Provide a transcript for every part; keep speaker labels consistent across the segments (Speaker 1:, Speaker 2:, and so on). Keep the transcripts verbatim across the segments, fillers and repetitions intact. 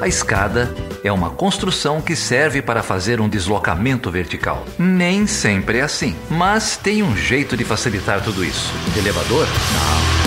Speaker 1: escada é uma construção que serve para fazer um deslocamento vertical. Nem sempre é assim, mas tem um jeito de facilitar tudo isso. Elevador? Não.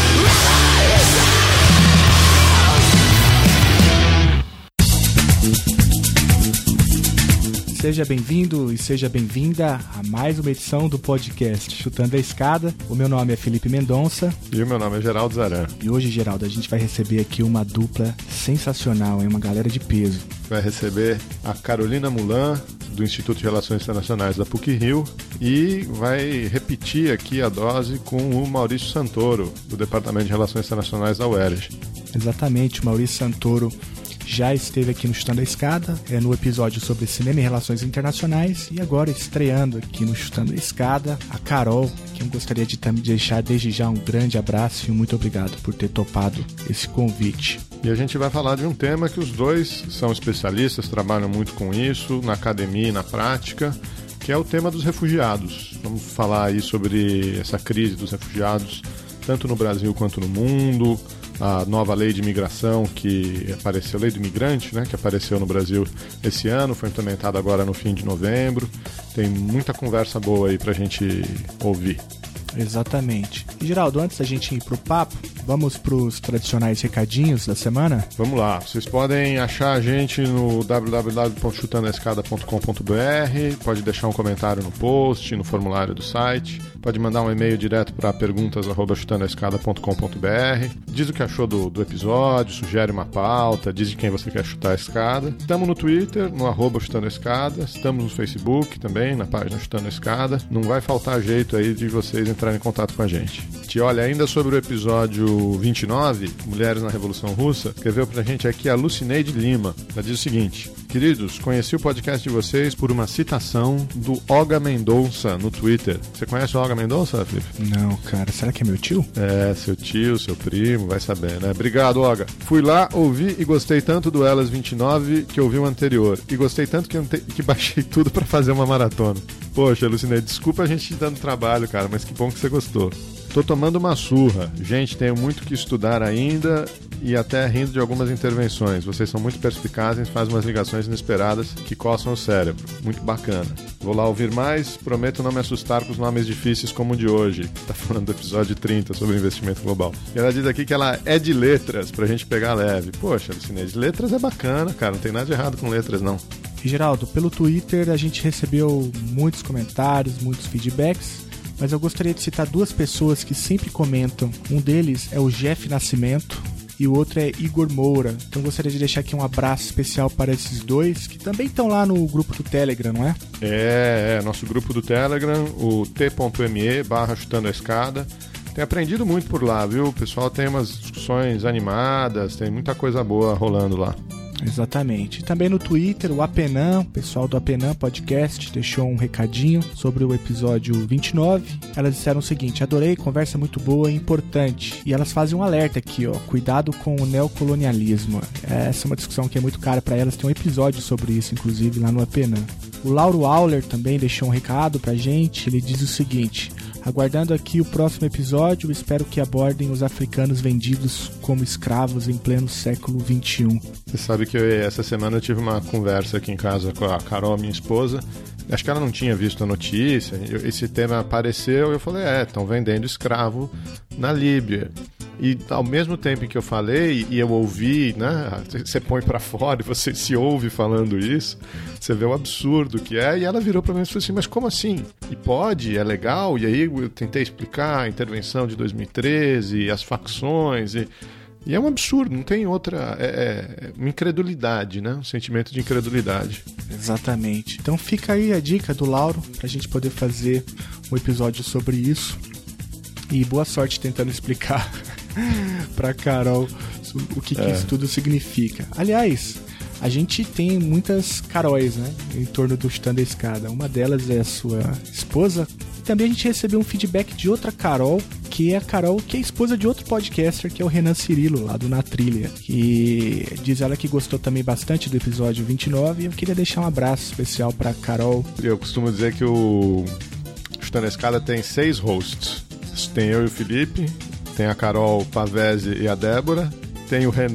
Speaker 2: Seja bem-vindo e seja bem-vinda a mais uma edição do podcast Chutando a Escada. O meu nome é Felipe Mendonça.
Speaker 3: E o meu nome é Geraldo Zaran.
Speaker 2: E hoje, Geraldo, a gente vai receber aqui uma dupla sensacional, hein? Uma galera de peso.
Speaker 3: Vai receber a Carolina Mulan, do Instituto de Relações Internacionais da PUC-Rio, e vai repetir aqui a dose com o Maurício Santoro, do Departamento de Relações Internacionais da U E R J.
Speaker 2: Exatamente, o Maurício Santoro já esteve aqui no Chutando a Escada, é, no episódio sobre cinema e relações internacionais, e agora estreando aqui no Chutando a Escada, a Carol, que eu gostaria de deixar desde já um grande abraço e um muito obrigado por ter topado esse convite.
Speaker 3: E a gente vai falar de um tema que os dois são especialistas, trabalham muito com isso, na academia e na prática, que é o tema dos refugiados. Vamos falar aí sobre essa crise dos refugiados, tanto no Brasil quanto no mundo, a nova lei de imigração que apareceu, lei do imigrante, né, que apareceu no Brasil esse ano, foi implementada agora no fim de novembro. Tem muita conversa boa aí pra gente ouvir.
Speaker 2: Exatamente. E, Geraldo, antes da gente ir pro papo, vamos pros tradicionais recadinhos da semana?
Speaker 3: Vamos lá. Vocês podem achar a gente no w w w ponto chutando a escada ponto com ponto b r, pode deixar um comentário no post, no formulário do site, pode mandar um e-mail direto para perguntas arroba chutando a escada ponto com ponto b r. Diz o que achou do, do episódio, sugere uma pauta, diz de quem você quer chutar a escada. Estamos no Twitter, no arroba chutando a escada, estamos no Facebook também, na página Chutando a Escada. Não vai faltar jeito aí de vocês entrarem em contato com a gente. E olha, ainda sobre o episódio vinte e nove, Mulheres na Revolução Russa, escreveu pra gente aqui a Lucineide Lima. Ela diz o seguinte: queridos, conheci o podcast de vocês por uma citação do Olga Mendonça no Twitter. Você conhece o Olga Mendonça, Felipe?
Speaker 2: Não, cara. Será que é meu tio?
Speaker 3: É, seu tio, seu primo, vai saber, né? Obrigado, Olga. Fui lá, ouvi e gostei tanto do Elas vinte e nove que ouvi o anterior. E gostei tanto que, ante... que baixei tudo pra fazer uma maratona. Poxa, Lucineide, desculpa a gente te dando trabalho, cara, mas que bom que você gostou. Tô tomando uma surra. Gente, tenho muito que estudar ainda e até rindo de algumas intervenções. Vocês são muito perspicazes, fazem umas ligações inesperadas que coçam o cérebro. Muito bacana. Vou lá ouvir mais, prometo não me assustar com os nomes difíceis como o de hoje. Tá falando do episódio trinta sobre investimento global. E ela diz aqui que ela é de letras, pra gente pegar leve. Poxa, Lucineide, letras é bacana, cara. Não tem nada de errado com letras, não.
Speaker 2: E, Geraldo, pelo Twitter a gente recebeu muitos comentários, muitos feedbacks, mas eu gostaria de citar duas pessoas que sempre comentam. Um deles é o Jeff Nascimento e o outro é Igor Moura. Então eu gostaria de deixar aqui um abraço especial para esses dois, que também estão lá no grupo do Telegram, não é?
Speaker 3: É, é nosso grupo do Telegram, o t.me barra chutando a escada. Tem aprendido muito por lá, viu? O pessoal tem umas discussões animadas, tem muita coisa boa rolando lá.
Speaker 2: Exatamente. E também no Twitter, o Apenan, o pessoal do Apenan Podcast deixou um recadinho sobre o episódio vinte e nove. Elas disseram o seguinte: adorei, conversa muito boa e importante. E elas fazem um alerta aqui, ó, cuidado com o neocolonialismo. Essa é uma discussão que é muito cara para elas, tem um episódio sobre isso, inclusive, lá no Apenan. O Lauro Auler também deixou um recado pra gente, ele diz o seguinte: aguardando aqui o próximo episódio, espero que abordem os africanos vendidos como escravos em pleno século vinte e um.
Speaker 3: Você sabe que eu, essa semana eu tive uma conversa aqui em casa com a Carol, minha esposa. Acho que ela não tinha visto a notícia, esse tema apareceu e eu falei, é, estão vendendo escravo na Líbia. E ao mesmo tempo em que eu falei e eu ouvi, né, você põe pra fora e você se ouve falando isso, você vê o absurdo que é, e ela virou pra mim e falou assim, mas como assim? E pode? É legal? E aí eu tentei explicar a intervenção de dois mil e treze, as facções, e, e é um absurdo, não tem outra, é, é uma incredulidade, né, um sentimento de incredulidade.
Speaker 2: Exatamente. Então fica aí a dica do Lauro pra gente poder fazer um episódio sobre isso, e boa sorte tentando explicar pra Carol o que, que é. isso tudo significa. Aliás, a gente tem muitas Caróis, né, em torno do Chutando a Escada. Uma delas é a sua esposa. E também a gente recebeu um feedback de outra Carol, que é a Carol, que é esposa de outro podcaster, que é o Renan Cirilo, lá do Na Trilha. Que diz ela que gostou também bastante do episódio vinte e nove. E eu queria deixar um abraço especial pra Carol.
Speaker 3: Eu costumo dizer que o Chutando a Escada tem seis hosts. Tem eu e o Felipe, tem a Carol Pavese e a Débora, tem o Renan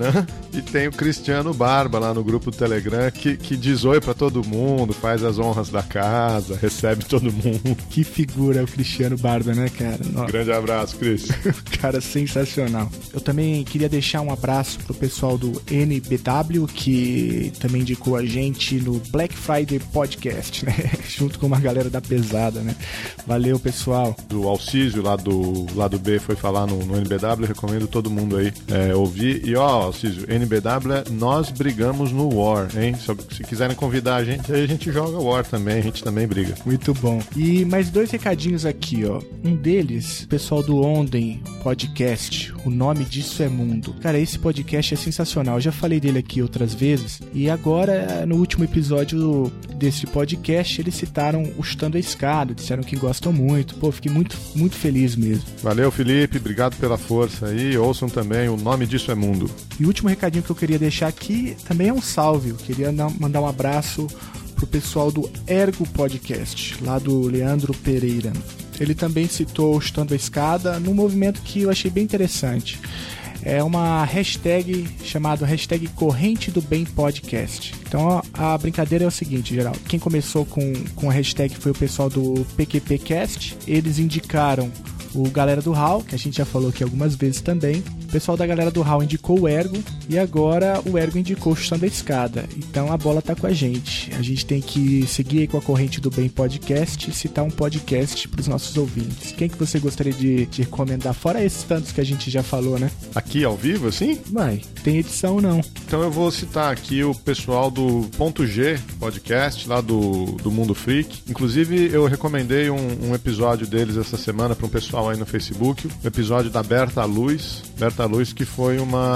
Speaker 3: E tem o Cristiano Barba lá no grupo do Telegram, que, que diz oi pra todo mundo, faz as honras da casa, recebe todo mundo.
Speaker 2: Que figura é o Cristiano Barba, né, cara? Nossa.
Speaker 3: Grande abraço, Cris.
Speaker 2: Cara, sensacional. Eu também queria deixar um abraço pro pessoal do N B W, que também indicou a gente no Black Friday Podcast, né? Junto com uma galera da pesada, né? Valeu, pessoal.
Speaker 3: Do Alcísio, lá do lado B, foi falar no, no N B W, recomendo todo mundo aí é, ouvir. E ó, Alcísio, N B W é Nós Brigamos no War, hein? Se, se quiserem convidar a gente, aí a gente joga War também, a gente também briga.
Speaker 2: Muito bom. E mais dois recadinhos aqui, ó. Um deles, pessoal do Onden Podcast, o nome disso é Mundo. Cara, esse podcast é sensacional, eu já falei dele aqui outras vezes, e agora, no último episódio desse podcast, eles citaram o Chutando a Escada, disseram que gostam muito. Pô, fiquei muito, muito feliz mesmo.
Speaker 3: Valeu, Felipe, obrigado pela força aí, ouçam também, o nome disso é Mundo.
Speaker 2: E o último recadinho que eu queria deixar aqui também é um salve, eu queria mandar um abraço pro pessoal do Ergo Podcast, lá do Leandro Pereira. Ele também citou o Chutando a Escada num movimento que eu achei bem interessante. É uma hashtag chamada hashtag Corrente do Bem Podcast. Então a brincadeira é o seguinte, geral. Quem começou com, com a hashtag foi o pessoal do P Q P Cast. Eles indicaram o Galera do Hall, que a gente já falou aqui algumas vezes também. O pessoal da Galera do Hall indicou o Ergo e agora o Ergo indicou o Chutando a Escada. Então a bola tá com a gente. A gente tem que seguir aí com a Corrente do Bem Podcast e citar um podcast pros nossos ouvintes. Quem que você gostaria de, de recomendar? Fora esses tantos que a gente já falou, né?
Speaker 3: Aqui ao vivo, assim?
Speaker 2: Vai, tem edição não.
Speaker 3: Então eu vou citar aqui o pessoal do Ponto G Podcast, lá do, do Mundo Freak. Inclusive eu recomendei um, um episódio deles essa semana para um pessoal aí no Facebook, o episódio da Berta Luz. Berta Luz, que foi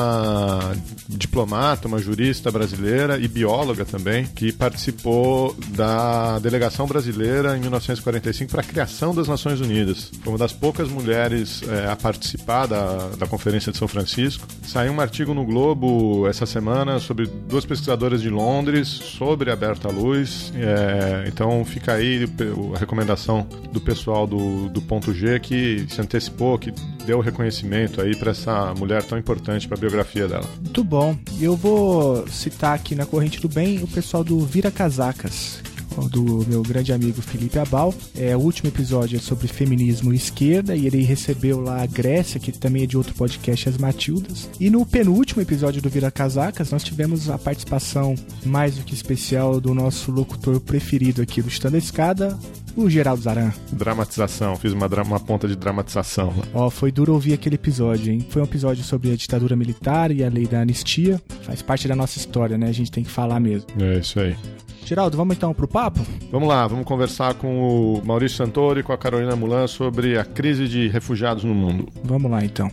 Speaker 3: uma diplomata, uma jurista brasileira e bióloga também, que participou da delegação brasileira em mil novecentos e quarenta e cinco para a criação das Nações Unidas. Foi uma das poucas mulheres é, a participar da, da Conferência de São Francisco. Saiu um artigo no Globo essa semana sobre duas pesquisadoras de Londres sobre a Berta Luz. É, então fica aí a recomendação do pessoal do, do Ponto G, que se antecipou, que deu reconhecimento aí para essa mulher tão importante para a biografia dela.
Speaker 2: Muito bom. E eu vou citar aqui na Corrente do Bem o pessoal do Vira Casacas, do meu grande amigo Felipe Abal. É, o último episódio é sobre feminismo e esquerda, e ele recebeu lá a Grécia, que também é de outro podcast, As Matildas. E no penúltimo episódio do Vira Casacas, nós tivemos a participação mais do que especial do nosso locutor preferido aqui do Chutando a Escada, o Geraldo Zaran.
Speaker 3: Dramatização, fiz uma, uma ponta de dramatização.
Speaker 2: Ó, foi duro ouvir aquele episódio, hein? Foi um episódio sobre a ditadura militar e a lei da anistia. Faz parte da nossa história, né? A gente tem que falar mesmo.
Speaker 3: É isso aí.
Speaker 2: Geraldo, vamos então pro papo?
Speaker 3: Vamos lá, vamos conversar com o Maurício Santoro e com a Carolina Mulan sobre a crise de refugiados no mundo.
Speaker 2: Vamos lá então.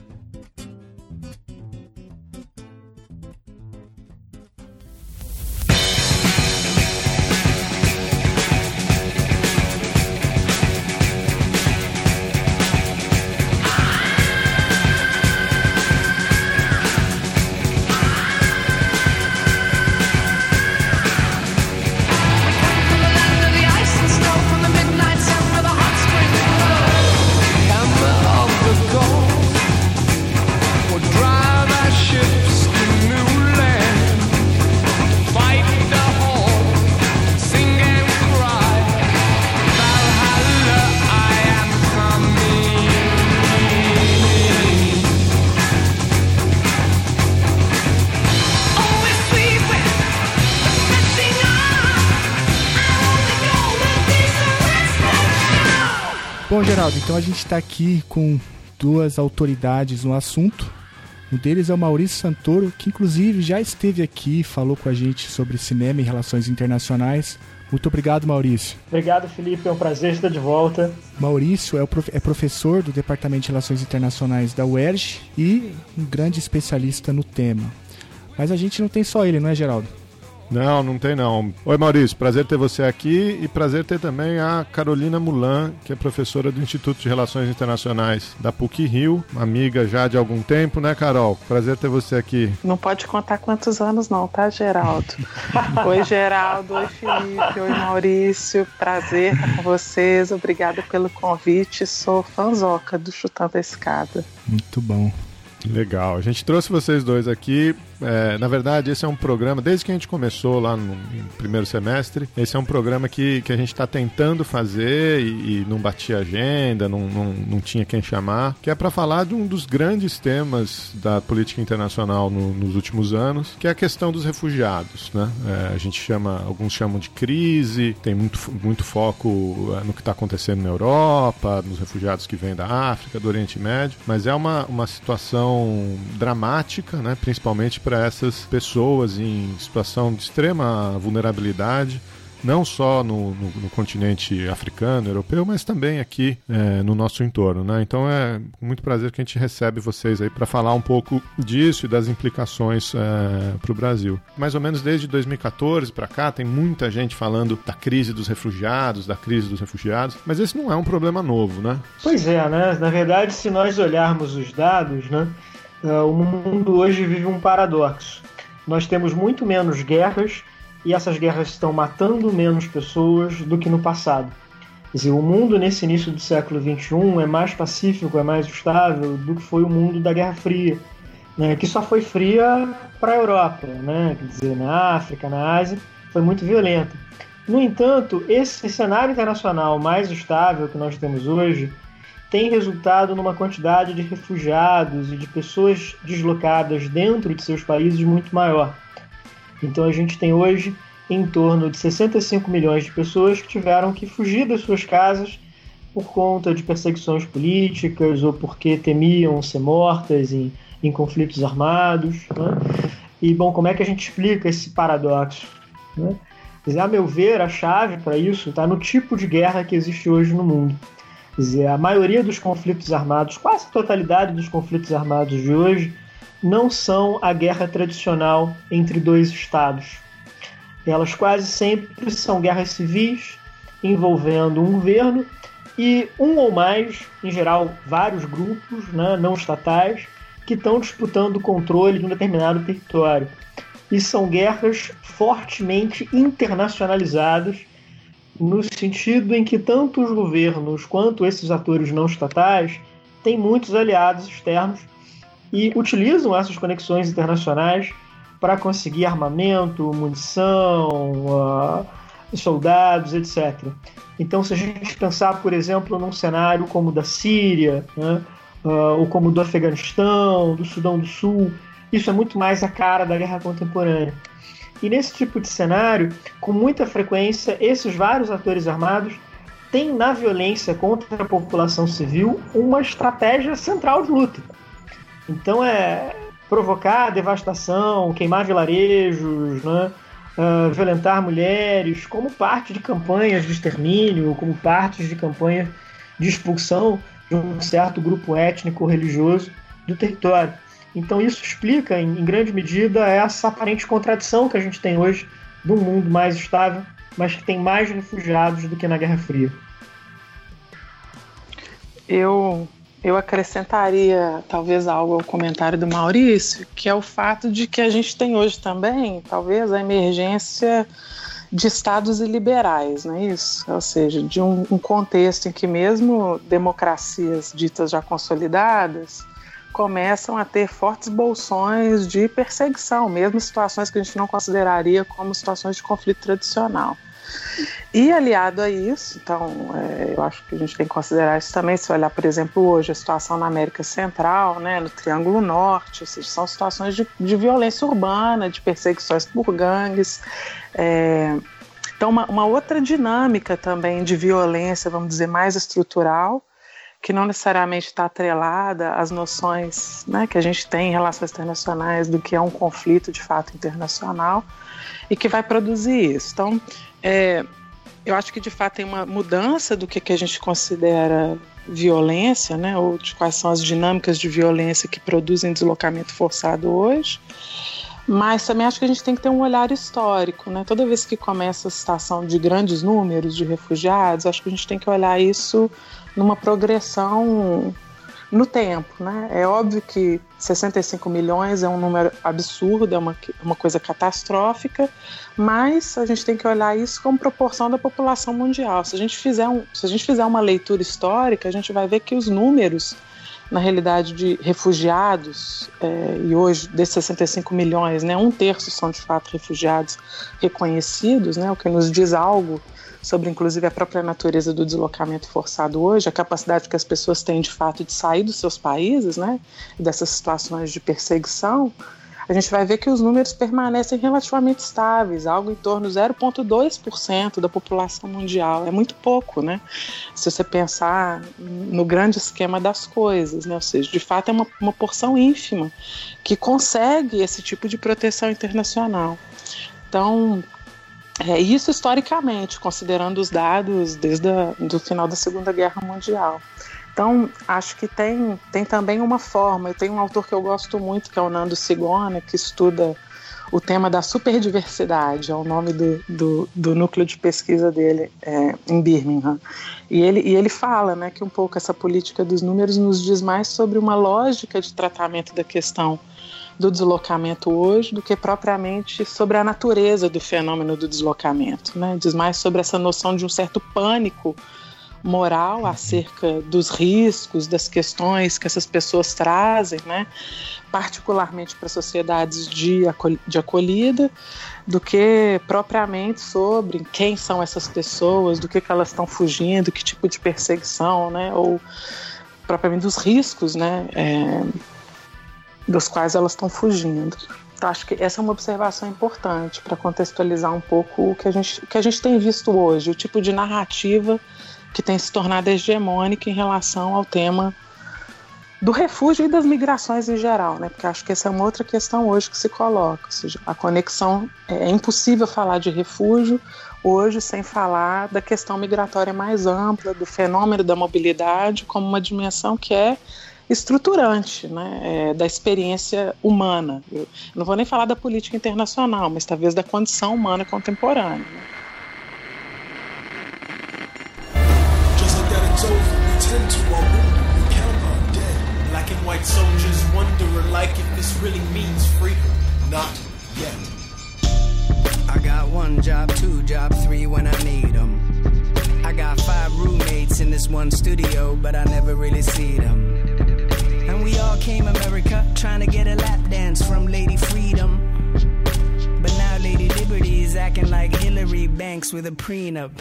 Speaker 2: Bom, Geraldo, então a gente está aqui com duas autoridades no assunto. Um deles é o Maurício Santoro, que inclusive já esteve aqui e falou com a gente sobre cinema e relações internacionais. Muito obrigado, Maurício.
Speaker 4: Obrigado, Felipe. É um prazer estar de volta.
Speaker 2: Maurício é, o prof... é professor do Departamento de Relações Internacionais da U E R J e um grande especialista no tema. Mas a gente não tem só ele, não é, Geraldo?
Speaker 3: Não, não tem não. Oi, Maurício, prazer ter você aqui e prazer ter também a Carolina Mulan, que é professora do Instituto de Relações Internacionais da P U C Rio, uma amiga já de algum tempo, né, Carol? Prazer ter você aqui.
Speaker 5: Não pode contar quantos anos não, tá, Geraldo? Oi, Geraldo, oi, Felipe, oi, Maurício, prazer estar com vocês, obrigada pelo convite, sou fanzoca do Chutando a Escada.
Speaker 2: Muito bom.
Speaker 3: Legal, a gente trouxe vocês dois aqui É, na verdade, esse é um programa, desde que a gente começou lá no, no primeiro semestre, esse é um programa que, que a gente está tentando fazer e, e não batia agenda, não, não, não tinha quem chamar, que é para falar de um dos grandes temas da política internacional no, nos últimos anos, que é a questão dos refugiados, né? É, a gente chama, alguns chamam de crise, tem muito, muito foco no que está acontecendo na Europa, nos refugiados que vêm da África, do Oriente Médio, mas é uma, uma situação dramática, né? Principalmente para essas pessoas em situação de extrema vulnerabilidade, não só no, no, no continente africano, europeu, mas também aqui é, no nosso entorno, né? Então é com muito prazer que a gente recebe vocês aí para falar um pouco disso e das implicações é, para o Brasil. Mais ou menos desde dois mil e catorze para cá tem muita gente falando da crise dos refugiados, da crise dos refugiados, mas esse não é um problema novo, né?
Speaker 4: Pois é, né? Na verdade, se nós olharmos os dados, né, uh, o mundo hoje vive um paradoxo. Nós temos muito menos guerras e essas guerras estão matando menos pessoas do que no passado. Quer dizer, o mundo nesse início do século vinte e um é mais pacífico, é mais estável do que foi o mundo da Guerra Fria, né, que só foi fria para a Europa, né, quer dizer, na África, na Ásia, foi muito violenta. No entanto, esse cenário internacional mais estável que nós temos hoje tem resultado numa quantidade de refugiados e de pessoas deslocadas dentro de seus países muito maior. Então a gente tem hoje em torno de sessenta e cinco milhões de pessoas que tiveram que fugir das suas casas por conta de perseguições políticas ou porque temiam ser mortas em, em conflitos armados, né? E, bom, como é que a gente explica esse paradoxo, né? Quer dizer, a meu ver, a chave para isso está no tipo de guerra que existe hoje no mundo. Quer dizer, a maioria dos conflitos armados, quase a totalidade dos conflitos armados de hoje, não são a guerra tradicional entre dois estados. Elas quase sempre são guerras civis envolvendo um governo e um ou mais, em geral, vários grupos, né, não estatais, que estão disputando o controle de um determinado território. E são guerras fortemente internacionalizadas, no sentido em que tanto os governos quanto esses atores não estatais têm muitos aliados externos e utilizam essas conexões internacionais para conseguir armamento, munição, uh, soldados, etcétera. Então, se a gente pensar, por exemplo, num cenário como o da Síria, né, uh, ou como o do Afeganistão, do Sudão do Sul, isso é muito mais a cara da guerra contemporânea. E nesse tipo de cenário, com muita frequência, esses vários atores armados têm na violência contra a população civil uma estratégia central de luta. Então é provocar devastação, queimar vilarejos, né? uh, violentar mulheres, como parte de campanhas de extermínio, como parte de campanhas de expulsão de um certo grupo étnico ou religioso do território. Então isso explica, em, em grande medida, essa aparente contradição que a gente tem hoje de um mundo mais estável, mas que tem mais refugiados do que na Guerra Fria.
Speaker 5: Eu... Eu acrescentaria talvez algo ao comentário do Maurício, que é o fato de que a gente tem hoje também, talvez, a emergência de estados iliberais, não é isso? Ou seja, de um, um contexto em que mesmo democracias ditas já consolidadas começam a ter fortes bolsões de perseguição, mesmo situações que a gente não consideraria como situações de conflito tradicional. E aliado a isso, então, é, eu acho que a gente tem que considerar isso também, se olhar, por exemplo, hoje a situação na América Central, né, no Triângulo Norte, ou seja, são situações de, de violência urbana, de perseguições por gangues, é, então uma, uma outra dinâmica também de violência, vamos dizer, mais estrutural, que não necessariamente está atrelada às noções, né, que a gente tem em relações internacionais do que é um conflito de fato internacional e que vai produzir isso. Então, é, eu acho que de fato tem uma mudança do que, que a gente considera violência, né, ou de quais são as dinâmicas de violência que produzem deslocamento forçado hoje, mas também acho que a gente tem que ter um olhar histórico, né? Toda vez que começa a situação de grandes números de refugiados, acho que a gente tem que olhar isso numa progressão no tempo, né? É óbvio que sessenta e cinco milhões é um número absurdo, é uma, uma coisa catastrófica, mas a gente tem que olhar isso como proporção da população mundial. Se a gente fizer, um, se a gente fizer uma leitura histórica, a gente vai ver que os números na realidade, de refugiados, é, e hoje, desses sessenta e cinco milhões, né, um terço são de fato refugiados reconhecidos, né, o que nos diz algo sobre, inclusive, a própria natureza do deslocamento forçado hoje, a capacidade que as pessoas têm, de fato, de sair dos seus países, né, dessas situações de perseguição. A gente vai ver que os números permanecem relativamente estáveis, algo em torno de zero vírgula dois por cento da população mundial. É muito pouco, né? Se você pensar no grande esquema das coisas, né? Ou seja, de fato é uma, uma porção ínfima que consegue esse tipo de proteção internacional. Então, é isso historicamente, considerando os dados desde o final da Segunda Guerra Mundial. Então, acho que tem, tem também uma forma. Eu tenho um autor que eu gosto muito, que é o Nando Sigona, que estuda o tema da superdiversidade, é o nome do, do, do núcleo de pesquisa dele é, em Birmingham. E ele, e ele fala, né, que um pouco essa política dos números nos diz mais sobre uma lógica de tratamento da questão do deslocamento hoje do que propriamente sobre a natureza do fenômeno do deslocamento, né? Diz mais sobre essa noção de um certo pânico moral acerca dos riscos, das questões que essas pessoas trazem, né, particularmente para sociedades de, acol- de acolhida, do que propriamente sobre quem são essas pessoas, do que, que elas estão fugindo, que tipo de perseguição, né, ou propriamente dos riscos, né, é, dos quais elas estão fugindo. Então, acho que essa é uma observação importante para contextualizar um pouco o que a gente, o que a gente tem visto hoje, o tipo de narrativa que tem se tornado hegemônica em relação ao tema do refúgio e das migrações em geral, né? Porque acho que essa é uma outra questão hoje que se coloca, ou seja, a conexão, é impossível falar de refúgio hoje sem falar da questão migratória mais ampla, do fenômeno da mobilidade como uma dimensão que é estruturante, né, é, da experiência humana. Eu não vou nem falar da política internacional, mas talvez da condição humana contemporânea, né?
Speaker 6: Over, we tend to our wounded, we count our dead. Black and white soldiers wonder alike if this really means freedom. Not yet.
Speaker 7: I got one job, two job, three when I need them. I got five roommates in this one studio, but I never really see them. And we all came America trying to get a lap dance from Lady Freedom. But now Lady Liberty is acting like Hillary Banks with a prenup.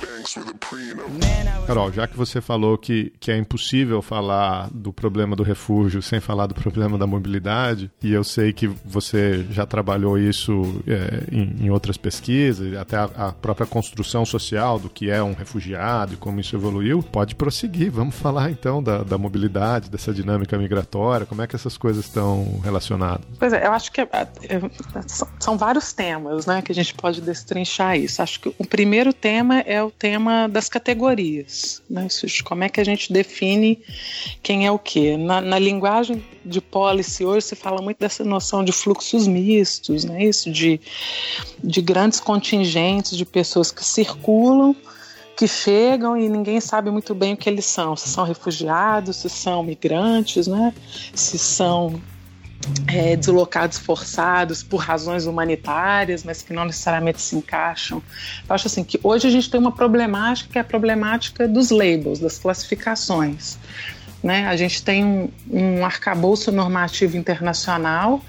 Speaker 3: Carol, já que você falou que, que é impossível falar do problema do refúgio sem falar do problema da mobilidade, e eu sei que você já trabalhou isso é, em, em outras pesquisas, até a, a própria construção social do que é um refugiado e como isso evoluiu, pode prosseguir. Vamos falar então da, da mobilidade, dessa dinâmica migratória, como é que essas coisas estão relacionadas?
Speaker 5: Pois é, eu acho que é, é, são vários temas, né, que a gente pode destrinchar isso. Acho que o primeiro tema é o tema das categorias, né? Como é que a gente define quem é o quê? Na, na linguagem de policy hoje se fala muito dessa noção de fluxos mistos, né? Isso, de, de grandes contingentes de pessoas que circulam, que chegam e ninguém sabe muito bem o que eles são, se são refugiados, se são migrantes, né? Se são É, deslocados forçados por razões humanitárias, mas que não necessariamente se encaixam. Eu acho assim que hoje a gente tem uma problemática que é a problemática dos labels, das classificações, né? A gente tem um, um arcabouço normativo internacional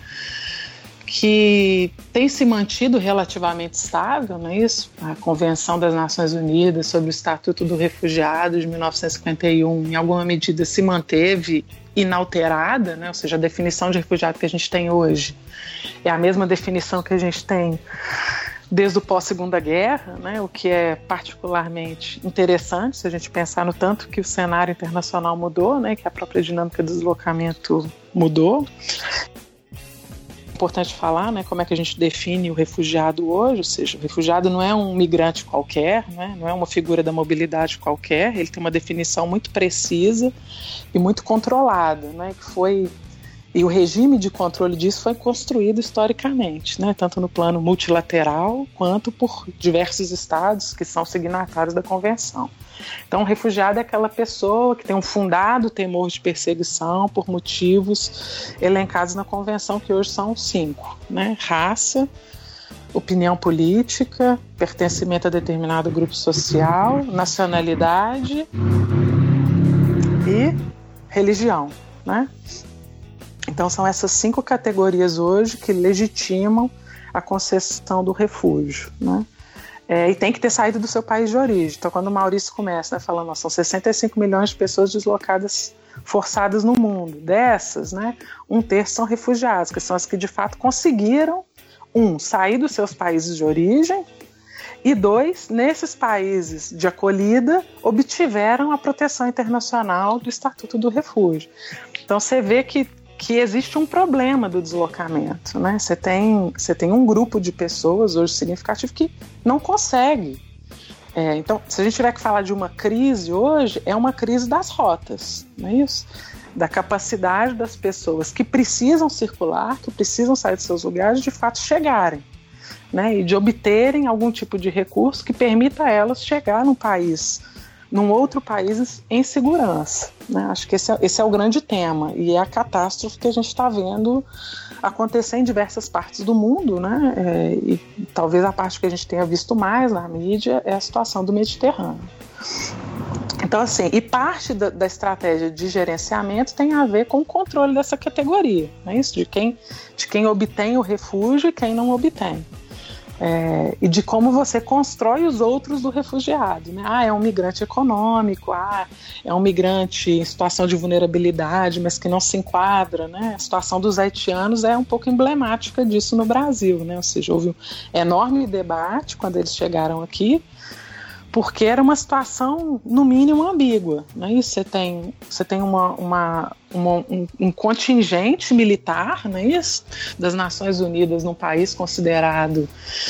Speaker 5: que tem se mantido relativamente estável, não é isso? A Convenção das Nações Unidas sobre o Estatuto do Refugiado de mil novecentos e cinquenta e um, em alguma medida, se manteve inalterada, né? Ou seja, a definição de refugiado que a gente tem hoje é a mesma definição que a gente tem desde o pós-Segunda Guerra, né? O que é particularmente interessante se a gente pensar no tanto que o cenário internacional mudou, né? Que a própria dinâmica do deslocamento mudou. Importante falar, né, como é que a gente define o refugiado hoje, ou seja, o refugiado não é um migrante qualquer, né, não é uma figura da mobilidade qualquer, ele tem uma definição muito precisa e muito controlada, né, que foi, e o regime de controle disso foi construído historicamente, né, tanto no plano multilateral quanto por diversos estados que são signatários da Convenção. Então, o refugiado é aquela pessoa que tem um fundado temor de perseguição por motivos elencados na Convenção, que hoje são cinco, né? Raça, opinião política, pertencimento a determinado grupo social, nacionalidade e religião. né? Então são essas cinco categorias hoje que legitimam a concessão do refúgio, né? É, e tem que ter saído do seu país de origem. Então quando o Maurício começa, né, falando, são sessenta e cinco milhões de pessoas deslocadas, forçadas no mundo. Dessas, né, um terço são refugiados, que são as que de fato conseguiram, um, sair dos seus países de origem, e dois, nesses países de acolhida, obtiveram a proteção internacional do Estatuto do Refúgio. Então você vê que que existe um problema do deslocamento, né? Você tem, você tem um grupo de pessoas hoje significativo que não consegue. É, então, se a gente tiver que falar de uma crise hoje, é uma crise das rotas, não é isso? Da capacidade das pessoas que precisam circular, que precisam sair de seus lugares, de fato chegarem, né? E de obterem algum tipo de recurso que permita a elas chegar num país, num outro país em segurança, né? Acho que esse é, esse é o grande tema e é a catástrofe que a gente está vendo acontecer em diversas partes do mundo, né? É, e talvez a parte que a gente tenha visto mais na mídia é a situação do Mediterrâneo. Então, assim, e parte da, da estratégia de gerenciamento tem a ver com o controle dessa categoria, não é isso? De quem, de quem obtém o refúgio e quem não obtém. É, e de como você constrói os outros do refugiado, né? Ah, é um migrante econômico, ah, é um migrante em situação de vulnerabilidade, mas que não se enquadra, né? A situação dos haitianos é um pouco emblemática disso no Brasil, né? Ou seja, houve um enorme debate quando eles chegaram aqui, porque era uma situação, no mínimo, ambígua, né? E você tem, você tem uma, uma, uma, um, um contingente militar, não é isso? Das Nações Unidas num país considerado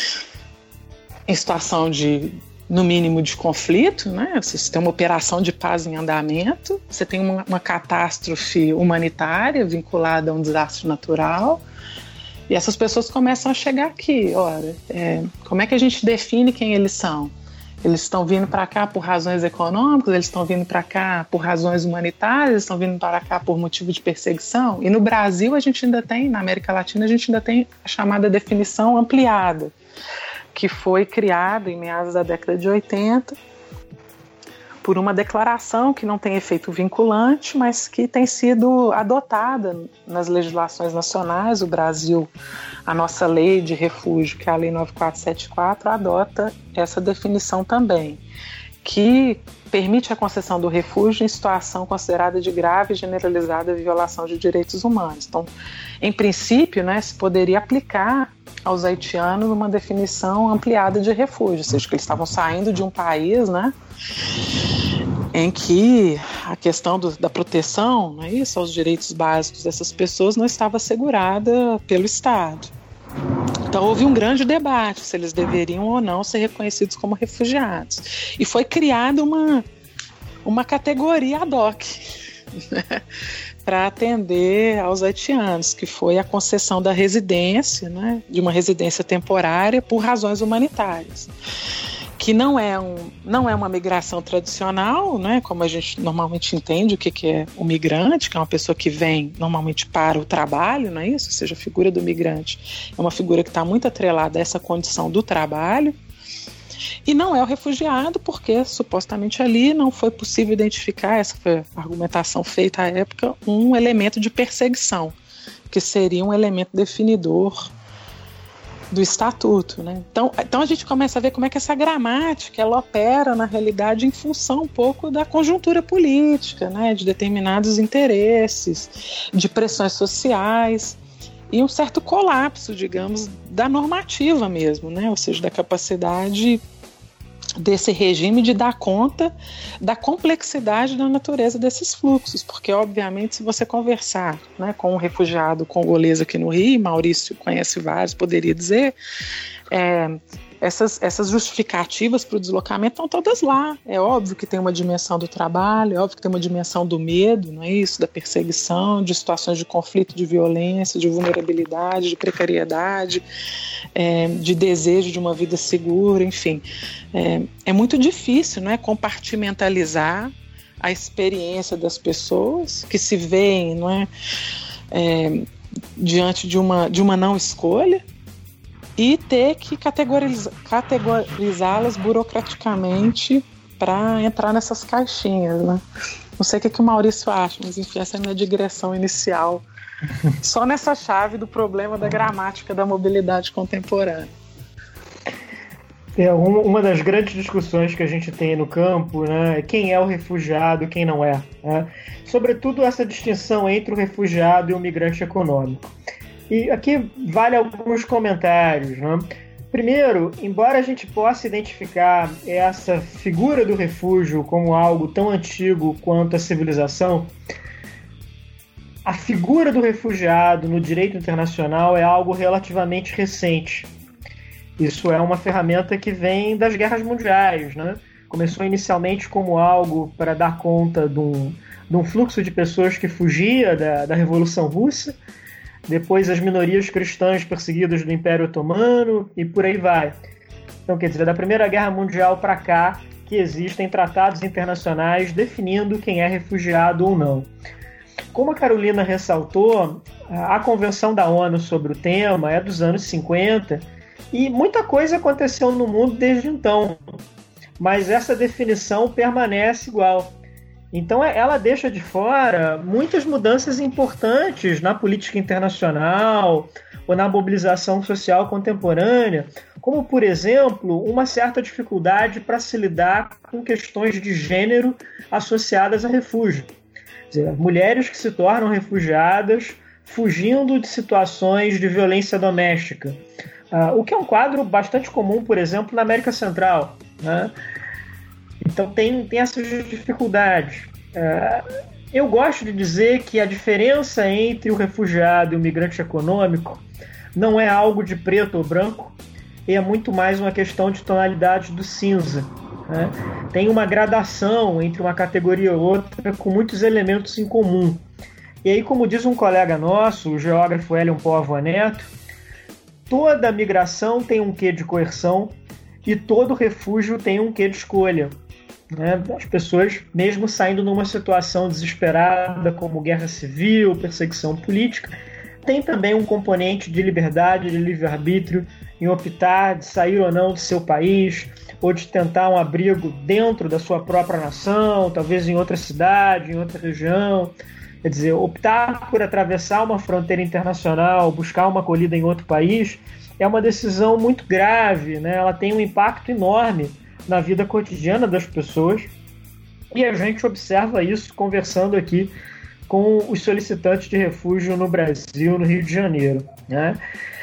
Speaker 5: em situação de, no mínimo, de conflito, né? Você tem uma operação de paz em andamento, você tem uma, uma catástrofe humanitária vinculada a um desastre natural, e essas pessoas começam a chegar aqui. Ora, é, como é que a gente define quem eles são? Eles estão vindo para cá por razões econômicas, eles estão vindo para cá por razões humanitárias, eles estão vindo para cá por motivo de perseguição. E no Brasil a gente ainda tem, na América Latina, a gente ainda tem a chamada definição ampliada, que foi criada em meados da década de oitenta por uma declaração que não tem efeito vinculante, mas que tem sido adotada nas legislações nacionais. O Brasil, a nossa lei de refúgio, que é a Lei nove mil quatrocentos e setenta e quatro, adota essa definição também, que permite a concessão do refúgio em situação considerada de grave e generalizada violação de direitos humanos. Então, em princípio, né, se poderia aplicar aos haitianos uma definição ampliada de refúgio, ou seja, que eles estavam saindo de um país, né, em que a questão do, da proteção, não é isso, aos direitos básicos dessas pessoas não estava assegurada pelo Estado. Então houve um grande debate se eles deveriam ou não ser reconhecidos como refugiados. E foi criada uma, uma categoria ad hoc, né, para atender aos haitianos, que foi a concessão da residência, né, de uma residência temporária por razões humanitárias, que não é, um, não é uma migração tradicional, né, como a gente normalmente entende o que, que é o migrante, que é uma pessoa que vem normalmente para o trabalho, não é isso? Ou seja, a figura do migrante é uma figura que está muito atrelada a essa condição do trabalho, e não é o refugiado, porque supostamente ali não foi possível identificar, essa foi a argumentação feita à época, um elemento de perseguição, que seria um elemento definidor do estatuto, né? Então, então a gente começa a ver como é que essa gramática ela opera na realidade em função um pouco da conjuntura política, né? De determinados interesses, de pressões sociais e um certo colapso, digamos, da normativa mesmo, né? Ou seja, da capacidade desse regime de dar conta da complexidade da natureza desses fluxos, porque obviamente se você conversar, né, com um refugiado congolês aqui no Rio, Maurício conhece vários, poderia dizer, é, essas, essas justificativas para o deslocamento estão todas lá. É óbvio que tem uma dimensão do trabalho, é óbvio que tem uma dimensão do medo, não é isso? Da perseguição, de situações de conflito, de violência, de vulnerabilidade, de precariedade, é, de desejo de uma vida segura, enfim. É, é muito difícil, não é, compartimentalizar a experiência das pessoas que se veem, não é, é, diante de uma, de uma não escolha, e ter que categoriza, categorizá-las burocraticamente para entrar nessas caixinhas, né? Não sei o que, que o Maurício acha, mas enfim, essa é a minha digressão inicial. Só nessa chave do problema da gramática da mobilidade contemporânea.
Speaker 4: É, uma das grandes discussões que a gente tem no campo, né, é quem é o refugiado e quem não é. Né? Sobretudo essa distinção entre o refugiado e o migrante econômico. E aqui vale alguns comentários. Né? Primeiro, embora a gente possa identificar essa figura do refúgio como algo tão antigo quanto a civilização, a figura do refugiado no direito internacional é algo relativamente recente. Isso é uma ferramenta que vem das guerras mundiais, né? Começou inicialmente como algo para dar conta de um, de um fluxo de pessoas que fugia da, da Revolução Russa, depois as minorias cristãs perseguidas do Império Otomano e por aí vai. Então, quer dizer, da Primeira Guerra Mundial para cá que existem tratados internacionais definindo quem é refugiado ou não. Como a Carolina ressaltou, a Convenção da ONU sobre o tema é dos anos cinquenta e muita coisa aconteceu no mundo desde então, mas essa definição permanece igual. Então ela deixa de fora muitas mudanças importantes na política internacional ou na mobilização social contemporânea, como, por exemplo, uma certa dificuldade para se lidar com questões de gênero associadas a refúgio. Quer dizer, mulheres que se tornam refugiadas fugindo de situações de violência doméstica. Uh, o que é um quadro bastante comum, por exemplo, na América Central. Né? Então tem, tem essas dificuldades. Uh, eu gosto de dizer que a diferença entre o refugiado e o migrante econômico não é algo de preto ou branco, é muito mais uma questão de tonalidade do cinza. Né? Tem uma gradação entre uma categoria e outra com muitos elementos em comum. E aí, como diz um colega nosso, o geógrafo Elion Póvoa Neto, toda migração tem um quê de coerção e todo refúgio tem um quê de escolha. Né? As pessoas, mesmo saindo numa situação desesperada, como guerra civil, perseguição política, tem também um componente de liberdade, de livre-arbítrio, em optar de sair ou não do seu país, ou de tentar um abrigo dentro da sua própria nação, talvez em outra cidade, em outra região. Quer dizer, optar por atravessar uma fronteira internacional, buscar uma acolhida em outro país, é uma decisão muito grave, né? Ela tem um impacto enorme na vida cotidiana das pessoas, e a gente observa isso conversando aqui com os solicitantes de refúgio no Brasil, no Rio de Janeiro. Né?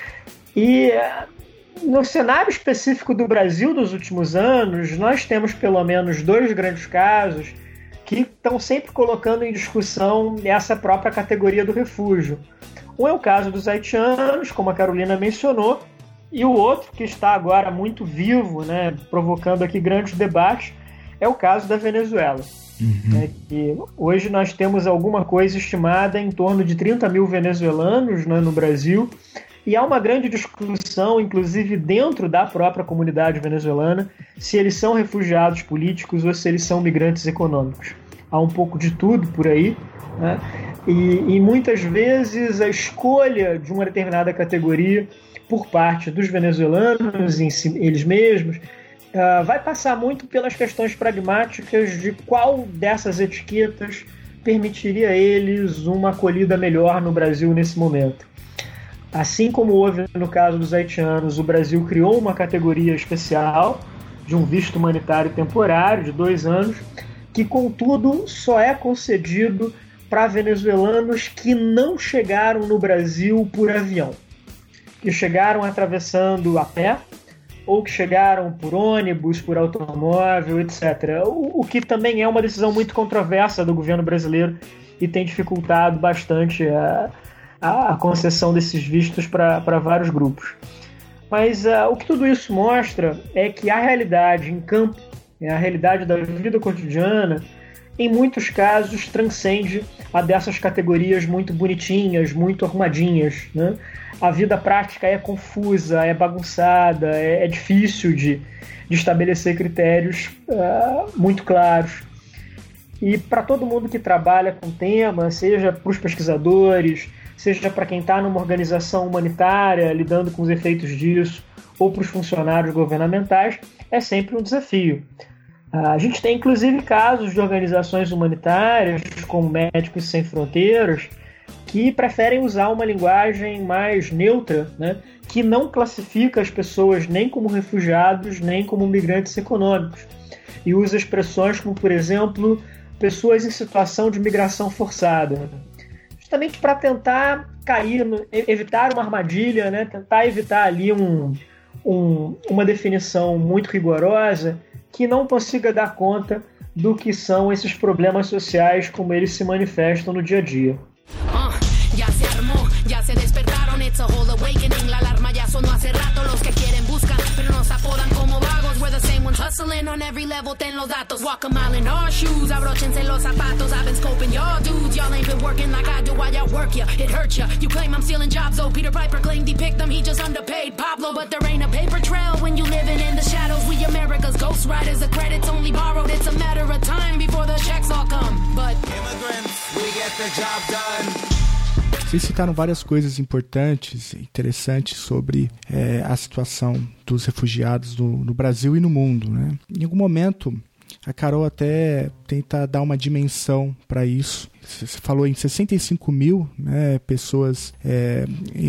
Speaker 4: E no cenário específico do Brasil dos últimos anos, nós temos pelo menos dois grandes casos que estão sempre colocando em discussão essa própria categoria do refúgio. Um é o caso dos haitianos, como a Carolina mencionou, e o outro, que está agora muito vivo, né, provocando aqui grandes debates, é o caso da Venezuela. Uhum. É que hoje nós temos alguma coisa estimada em torno de trinta mil venezuelanos, né, no Brasil, e há uma grande discussão, inclusive dentro da própria comunidade venezuelana, se eles são refugiados políticos ou se eles são migrantes econômicos. Há um pouco de tudo por aí, né? e, e muitas vezes a escolha de uma determinada categoria por parte dos venezuelanos, em si, eles mesmos, Uh, vai passar muito pelas questões pragmáticas de qual dessas etiquetas permitiria a eles uma acolhida melhor no Brasil nesse momento. Assim como houve no caso dos haitianos, o Brasil criou uma categoria especial de um visto humanitário temporário de dois anos, que contudo só é concedido para venezuelanos que não chegaram no Brasil por avião, que chegaram atravessando a pé, ou que chegaram por ônibus, por automóvel, etcétera. O, o que também é uma decisão muito controversa do governo brasileiro e tem dificultado bastante a, a, a concessão desses vistos para vários grupos. Mas uh, o que tudo isso mostra é que a realidade em campo, a realidade da vida cotidiana, em muitos casos transcende a dessas categorias muito bonitinhas, muito arrumadinhas, né? A vida prática é confusa, é bagunçada, é, é difícil de, de estabelecer critérios uh, muito claros. E para todo mundo que trabalha com o tema, seja para os pesquisadores, seja para quem está numa organização humanitária lidando com os efeitos disso, ou para os funcionários governamentais, é sempre um desafio. A gente tem, inclusive, casos de organizações humanitárias, como Médicos Sem Fronteiras, que preferem usar uma linguagem mais neutra, né, que não classifica as pessoas nem como refugiados, nem como migrantes econômicos. E usa expressões como, por exemplo, pessoas em situação de migração forçada. Justamente para tentar cair, no, evitar uma armadilha, né, tentar evitar ali um, um, uma definição muito rigorosa que não consiga dar conta do que são esses problemas sociais como eles se manifestam no dia a dia.
Speaker 8: Ya se armó, ya se despertaron, it's a whole awakening. La alarma ya sonó hace rato, los que quieren buscan, pero nos apodan como vagos. We're the same ones hustling on every level, ten los datos. Walk a mile in our shoes, abróchense los zapatos. I've been scoping y'all dudes, y'all ain't been working like I do while y'all work ya. It hurt ya, you claim I'm stealing jobs, though Peter Piper claimed he picked them, he just underpaid Pablo. But there ain't a paper trail when you living in the shadows. We America's ghost riders, the credit's only borrowed. It's a matter of time before the checks all come. But immigrants, we get the job done.
Speaker 2: Vocês citaram várias coisas importantes e interessantes sobre é, a situação dos refugiados no, no Brasil e no mundo, né? Em algum momento, a Carol até tenta dar uma dimensão para isso. Você falou em sessenta e cinco mil, né, pessoas é,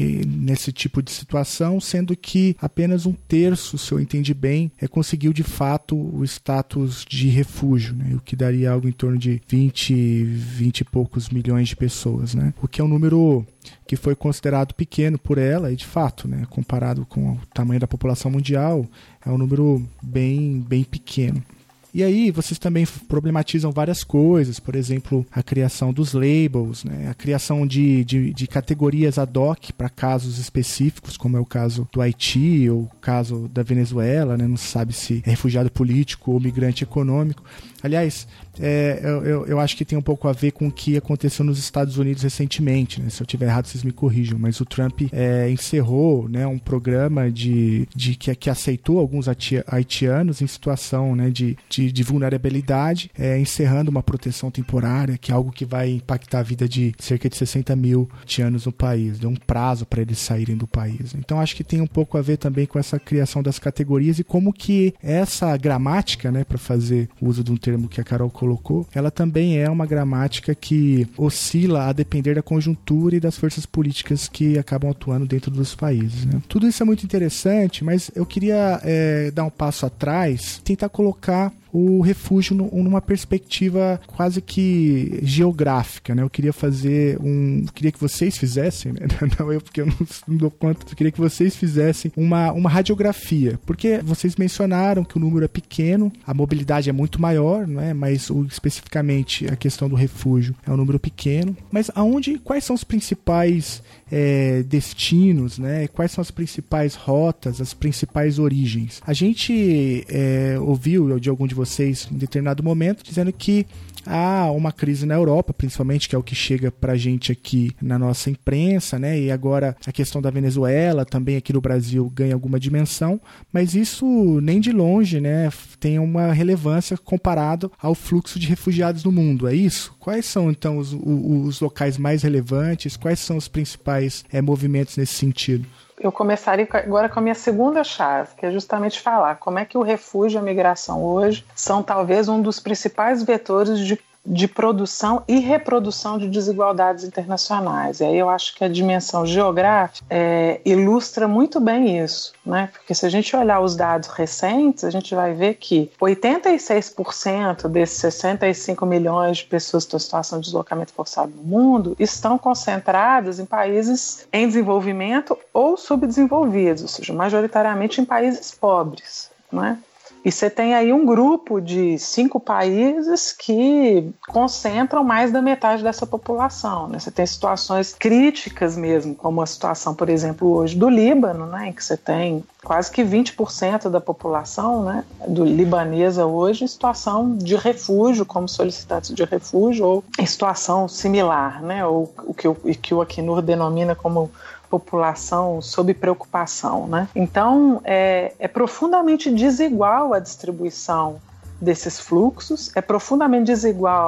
Speaker 2: nesse tipo de situação, sendo que apenas um terço, se eu entendi bem, é, conseguiu de fato o status de refúgio, né, o que daria algo em torno de vinte, vinte e poucos milhões de pessoas, né, o que é um número que foi considerado pequeno por ela e de fato, né, comparado com o tamanho da população mundial, é um número bem, bem pequeno. E aí vocês também problematizam várias coisas, por exemplo, a criação dos labels, né? A criação de, de, de categorias ad hoc para casos específicos, como é o caso do Haiti ou o caso da Venezuela, né? Não se sabe se é refugiado político ou migrante econômico. Aliás, é, eu, eu acho que tem um pouco a ver com o que aconteceu nos Estados Unidos recentemente, né? Se eu estiver errado, vocês me corrijam, mas o Trump é, encerrou, né, um programa de, de, que, que aceitou alguns haitianos em situação, né, de, de, de vulnerabilidade, é, encerrando uma proteção temporária, que é algo que vai impactar a vida de cerca de sessenta mil haitianos no país. Deu um prazo para eles saírem do país. Então acho que tem um pouco a ver também com essa criação das categorias e como que essa gramática, né, para fazer uso de um termo que a Carol colocou, ela também é uma gramática que oscila a depender da conjuntura e das forças políticas que acabam atuando dentro dos países, né? Tudo isso é muito interessante, mas eu queria é, dar um passo atrás, tentar colocar o refúgio numa perspectiva quase que geográfica, né? Eu queria fazer um... Eu queria que vocês fizessem, né? Não eu, porque eu não, não dou conta. Eu queria que vocês fizessem uma, uma radiografia, porque vocês mencionaram que o número é pequeno, a mobilidade é muito maior, né? Mas o, especificamente a questão do refúgio é um número pequeno. Mas aonde, quais são os principais é, destinos, né? Quais são as principais rotas, as principais origens? A gente é, ouviu de algum de vocês em determinado momento dizendo que há uma crise na Europa, principalmente, que é o que chega pra gente aqui na nossa imprensa, né? E agora a questão da Venezuela também aqui no Brasil ganha alguma dimensão, mas isso nem de longe, né, tem uma relevância comparado ao fluxo de refugiados no mundo, é isso? Quais são então os, os locais mais relevantes? Quais são os principais é, movimentos nesse sentido?
Speaker 5: Eu começaria agora com a minha segunda chave, que é justamente falar como é que o refúgio e a migração hoje são talvez um dos principais vetores de, de produção e reprodução de desigualdades internacionais. E aí eu acho que a dimensão geográfica é, ilustra muito bem isso, né? Porque se a gente olhar os dados recentes, a gente vai ver que oitenta e seis por cento desses sessenta e cinco milhões de pessoas que estão em situação de deslocamento forçado no mundo estão concentradas em países em desenvolvimento ou subdesenvolvidos, ou seja, majoritariamente em países pobres, né? E você tem aí um grupo de cinco países que concentram mais da metade dessa população, né? Você tem situações críticas mesmo, como a situação, por exemplo, hoje do Líbano, né? Em que você tem quase que vinte por cento da população, né, do libanesa hoje em situação de refúgio, como solicitantes de refúgio, ou em situação similar, né? Ou o que o, que o Acnur denomina como população sob preocupação, né? Então, é, é profundamente desigual a distribuição desses fluxos, é profundamente desigual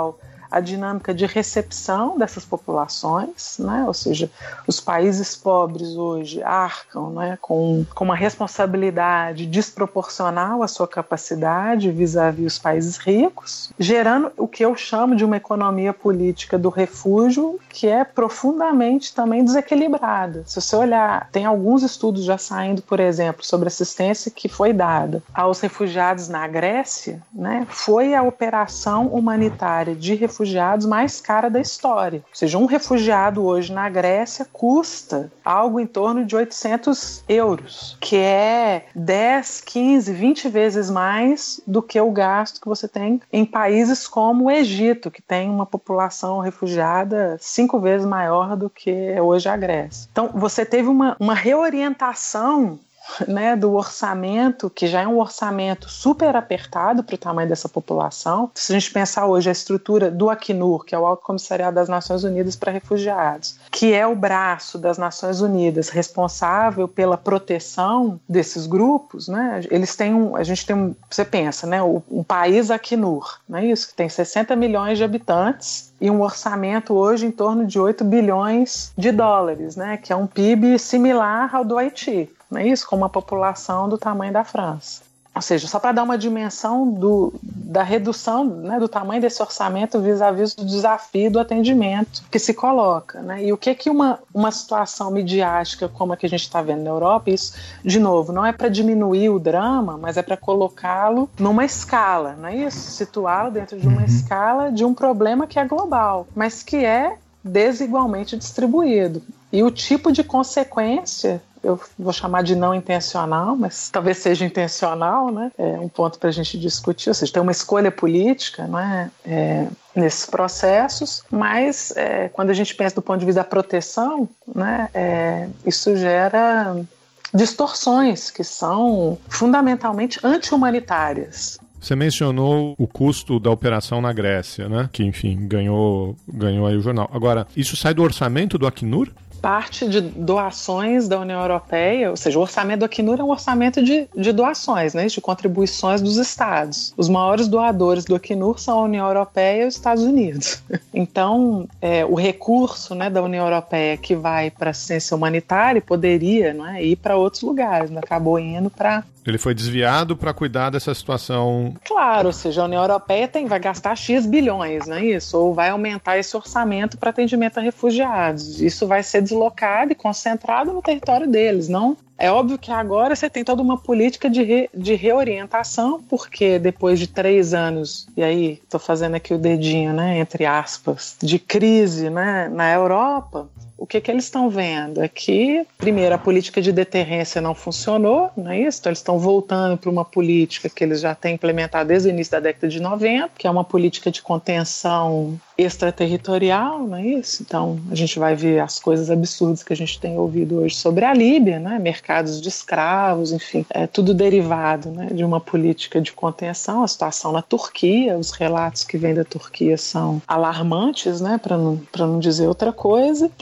Speaker 5: a dinâmica de recepção dessas populações, né? Ou seja, os países pobres hoje arcam, né, com, com uma responsabilidade desproporcional à sua capacidade vis-à-vis os países ricos, gerando o que eu chamo de uma economia política do refúgio que é profundamente também desequilibrada. Se você olhar, tem alguns estudos já saindo, por exemplo, sobre assistência que foi dada aos refugiados na Grécia, né, foi a operação humanitária de refugiados mais cara da história. Ou seja, um refugiado hoje na Grécia custa algo em torno de oitocentos euros, que é dez, quinze, vinte vezes mais do que o gasto que você tem em países como o Egito, que tem uma população refugiada cinco vezes maior do que é hoje a Grécia. Então, você teve uma, uma reorientação, né, do orçamento, que já é um orçamento super apertado para o tamanho dessa população. Se a gente pensar hoje a estrutura do Acnur, que é o Alto Comissariado das Nações Unidas para Refugiados, que é o braço das Nações Unidas responsável pela proteção desses grupos, né, eles têm um, a gente tem um, você pensa, né, um, um país Acnur, não é isso? Que tem sessenta milhões de habitantes e um orçamento hoje em torno de oito bilhões de dólares, né, que é um P I B similar ao do Haiti. Não é isso? Com uma população do tamanho da França. Ou seja, só para dar uma dimensão do, da redução, né, do tamanho desse orçamento vis-à-vis do desafio do atendimento que se coloca, né? E o que que uma, uma situação midiática como a que a gente está vendo na Europa, isso, de novo, não é para diminuir o drama, mas é para colocá-lo numa escala, não é isso? Situá-lo dentro de uma uhum. escala de um problema que é global, mas que é desigualmente distribuído. E o tipo de consequência, eu vou chamar de não intencional, mas talvez seja intencional, né? É um ponto para a gente discutir, ou seja, tem uma escolha política, não é? É, nesses processos, mas é, quando a gente pensa do ponto de vista da proteção, né, é, isso gera distorções que são fundamentalmente anti-humanitárias.
Speaker 3: Você mencionou o custo da operação na Grécia, né? Que, enfim, ganhou, ganhou aí o jornal. Agora, isso sai do orçamento do Acnur?
Speaker 5: Parte de doações da União Europeia, ou seja, o orçamento do Acnur é um orçamento de, de doações, né, de contribuições dos estados. Os maiores doadores do Acnur são a União Europeia e os Estados Unidos. Então, é, o recurso, né, da União Europeia que vai para a assistência humanitária poderia, não é, ir para outros lugares, né, acabou indo para...
Speaker 3: Ele foi desviado para cuidar dessa situação.
Speaker 5: Claro, ou seja, a União Europeia tem, vai gastar X bilhões, não é isso? Ou vai aumentar esse orçamento para atendimento a refugiados. Isso vai ser deslocado e concentrado no território deles, não? É óbvio que agora você tem toda uma política de, re, de reorientação, porque depois de três anos, e aí estou fazendo aqui o dedinho, né, entre aspas, de crise, né, na Europa, o que, que eles estão vendo é que, primeiro, a política de deterrência não funcionou, não é isso? Então eles estão voltando para uma política que eles já têm implementado desde o início da década de noventa, que é uma política de contenção extraterritorial, não é isso? Então a gente vai ver as coisas absurdas que a gente tem ouvido hoje sobre a Líbia, né? Mercados de escravos, enfim, é tudo derivado, né, de uma política de contenção. A situação na Turquia, os relatos que vêm da Turquia são alarmantes, né, para não, para não dizer outra coisa,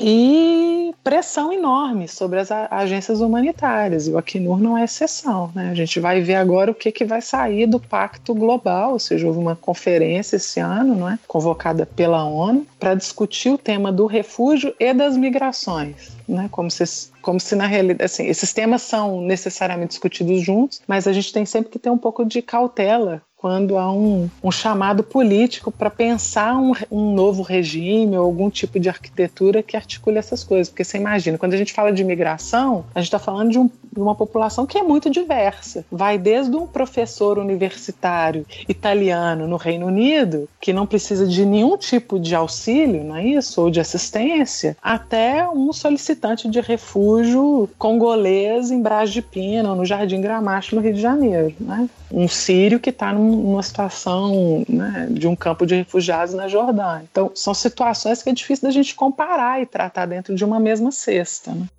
Speaker 5: e pressão enorme sobre as agências humanitárias, e o Acnur não é exceção, né? A gente vai ver agora o que, que vai sair do Pacto Global, ou seja, houve uma conferência esse ano, não é, convocada pela ONU, para discutir o tema do refúgio e das migrações, né? Como se, como se na realidade, assim, esses temas são necessariamente discutidos juntos, mas a gente tem sempre que ter um pouco de cautela quando há um, um chamado político para pensar um, um novo regime ou algum tipo de arquitetura que articule essas coisas. Porque você imagina, quando a gente fala de imigração, a gente está falando de, um, de uma população que é muito diversa. Vai desde um professor universitário italiano no Reino Unido, que não precisa de nenhum tipo de auxílio, não é isso? Ou de assistência, até um solicitante de refúgio congolês em Brás de Pina ou no Jardim Gramacho, no Rio de Janeiro, né? Um sírio que está numa situação, né, de um campo de refugiados na Jordânia. Então, são situações que é difícil da gente comparar e tratar dentro de uma mesma cesta, né?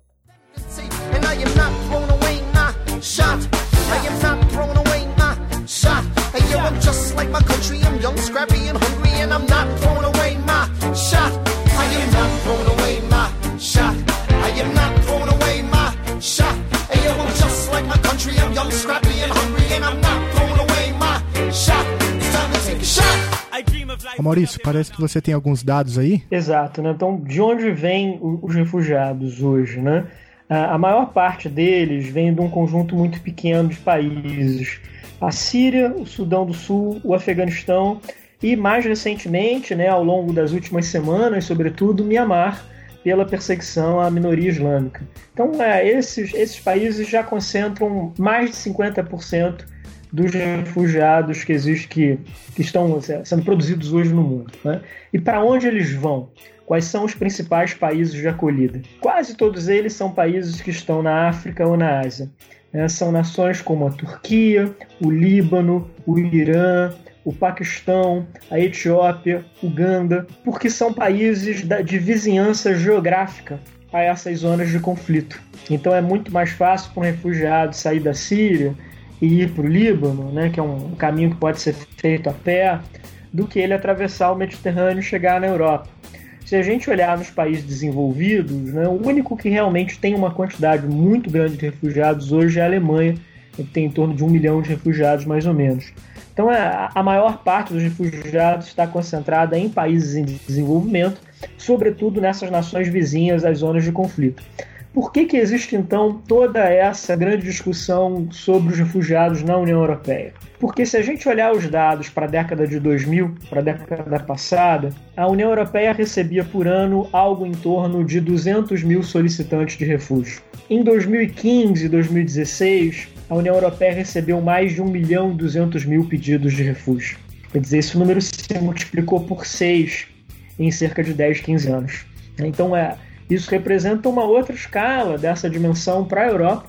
Speaker 2: Ô Maurício, parece que você tem alguns dados aí.
Speaker 4: Exato, né? Então, de onde vêm os refugiados hoje, né? A maior parte deles vem de um conjunto muito pequeno de países. A Síria, o Sudão do Sul, o Afeganistão e, mais recentemente, né, ao longo das últimas semanas, sobretudo, Mianmar, pela perseguição à minoria islâmica. Então, é, esses, esses países já concentram mais de cinquenta por cento dos refugiados que, existe, que, que estão sendo produzidos hoje no mundo, né? E para onde eles vão? Quais são os principais países de acolhida? Quase todos eles são países que estão na África ou na Ásia. Né? São nações como a Turquia, o Líbano, o Irã, o Paquistão, a Etiópia, Uganda, porque são países de vizinhança geográfica a essas zonas de conflito. Então é muito mais fácil para um refugiado sair da Síria e ir para o Líbano, né, que é um caminho que pode ser feito a pé, do que ele atravessar o Mediterrâneo e chegar na Europa. Se a gente olhar nos países desenvolvidos, né, o único que realmente tem uma quantidade muito grande de refugiados hoje é a Alemanha, que tem em torno de um milhão de refugiados, mais ou menos. Então, a maior parte dos refugiados está concentrada em países em desenvolvimento, sobretudo nessas nações vizinhas às zonas de conflito. Por que que existe, então, toda essa grande discussão sobre os refugiados na União Europeia? Porque se a gente olhar os dados para a década de dois mil, para a década passada, a União Europeia recebia por ano algo em torno de duzentos mil solicitantes de refúgio. Em dois mil e quinze e dois mil e dezesseis, a União Europeia recebeu mais de um milhão e duzentos mil pedidos de refúgio. Quer dizer, esse número se multiplicou por seis em cerca de dez, quinze anos. Então, é... isso representa uma outra escala dessa dimensão para a Europa,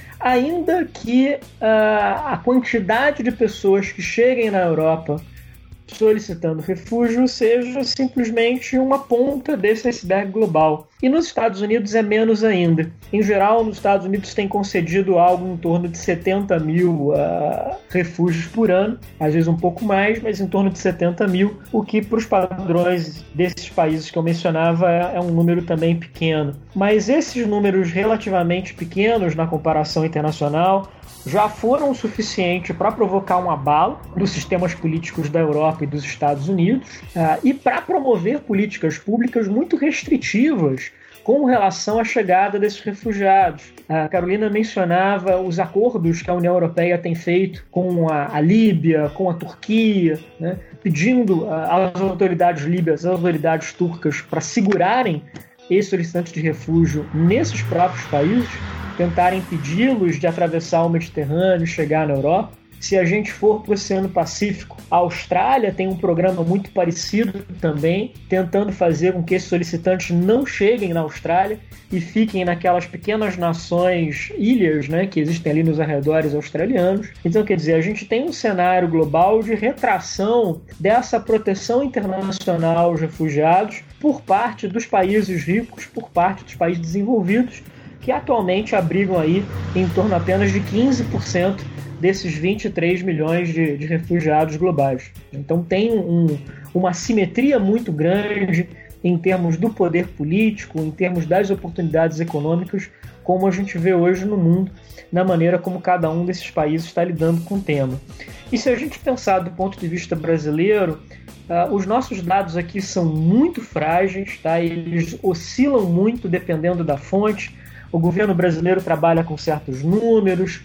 Speaker 4: ainda que uh, a quantidade de pessoas que cheguem na Europa solicitando refúgio seja simplesmente uma ponta desse iceberg global. E nos Estados Unidos é menos ainda. Em geral, nos Estados Unidos tem concedido algo em torno de setenta mil uh, refúgios por ano, às vezes um pouco mais, mas em torno de setenta mil, o que para os padrões desses países que eu mencionava é, é um número também pequeno. Mas esses números relativamente pequenos na comparação internacional já foram o suficiente para provocar um abalo dos sistemas políticos da Europa e dos Estados Unidos uh, e para promover políticas públicas muito restritivas com relação à chegada desses refugiados. A Carolina mencionava os acordos que a União Europeia tem feito com a, a Líbia, com a Turquia, né, pedindo uh, às autoridades líbias, às autoridades turcas, para segurarem esses solicitantes de refúgio nesses próprios países, tentarem impedi-los de atravessar o Mediterrâneo e chegar na Europa. Se a gente for para o Oceano Pacífico, a Austrália tem um programa muito parecido também, tentando fazer com que esses solicitantes não cheguem na Austrália e fiquem naquelas pequenas nações, ilhas, né, que existem ali nos arredores australianos. Então, quer dizer, a gente tem um cenário global de retração dessa proteção internacional aos refugiados por parte dos países ricos, por parte dos países desenvolvidos, que atualmente abrigam aí em torno apenas de quinze por cento desses vinte e três milhões de, de refugiados globais. Então tem um, uma assimetria muito grande em termos do poder político, em termos das oportunidades econômicas, como a gente vê hoje no mundo, na maneira como cada um desses países está lidando com o tema. E se a gente pensar do ponto de vista brasileiro, uh, os nossos dados aqui são muito frágeis, tá? Eles oscilam muito dependendo da fonte. O governo brasileiro trabalha com certos números,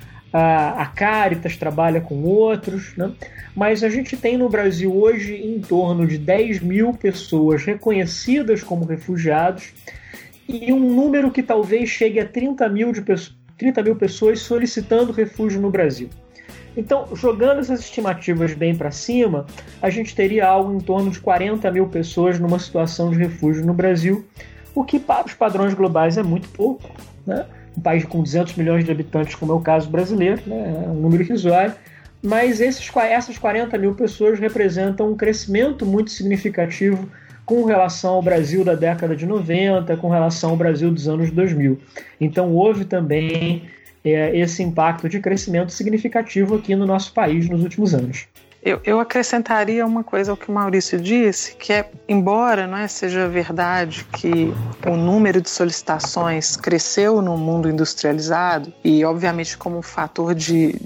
Speaker 4: a Caritas trabalha com outros, né? Mas a gente tem no Brasil hoje em torno de dez mil pessoas reconhecidas como refugiados e um número que talvez chegue a trinta mil, de pessoas, trinta mil pessoas solicitando refúgio no Brasil. Então, jogando essas estimativas bem para cima, a gente teria algo em torno de quarenta mil pessoas numa situação de refúgio no Brasil, o que para os padrões globais é muito pouco, né? Um país com duzentos milhões de habitantes, como é o caso brasileiro, né? É um número irrisório, mas esses, essas quarenta mil pessoas representam um crescimento muito significativo com relação ao Brasil da década de noventa, com relação ao Brasil dos anos dois mil. Então houve também é, esse impacto de crescimento significativo aqui no nosso país nos últimos anos.
Speaker 5: Eu, eu acrescentaria uma coisa ao que o Maurício disse, que é, embora não é, seja verdade que o número de solicitações cresceu no mundo industrializado, e obviamente como um fator de,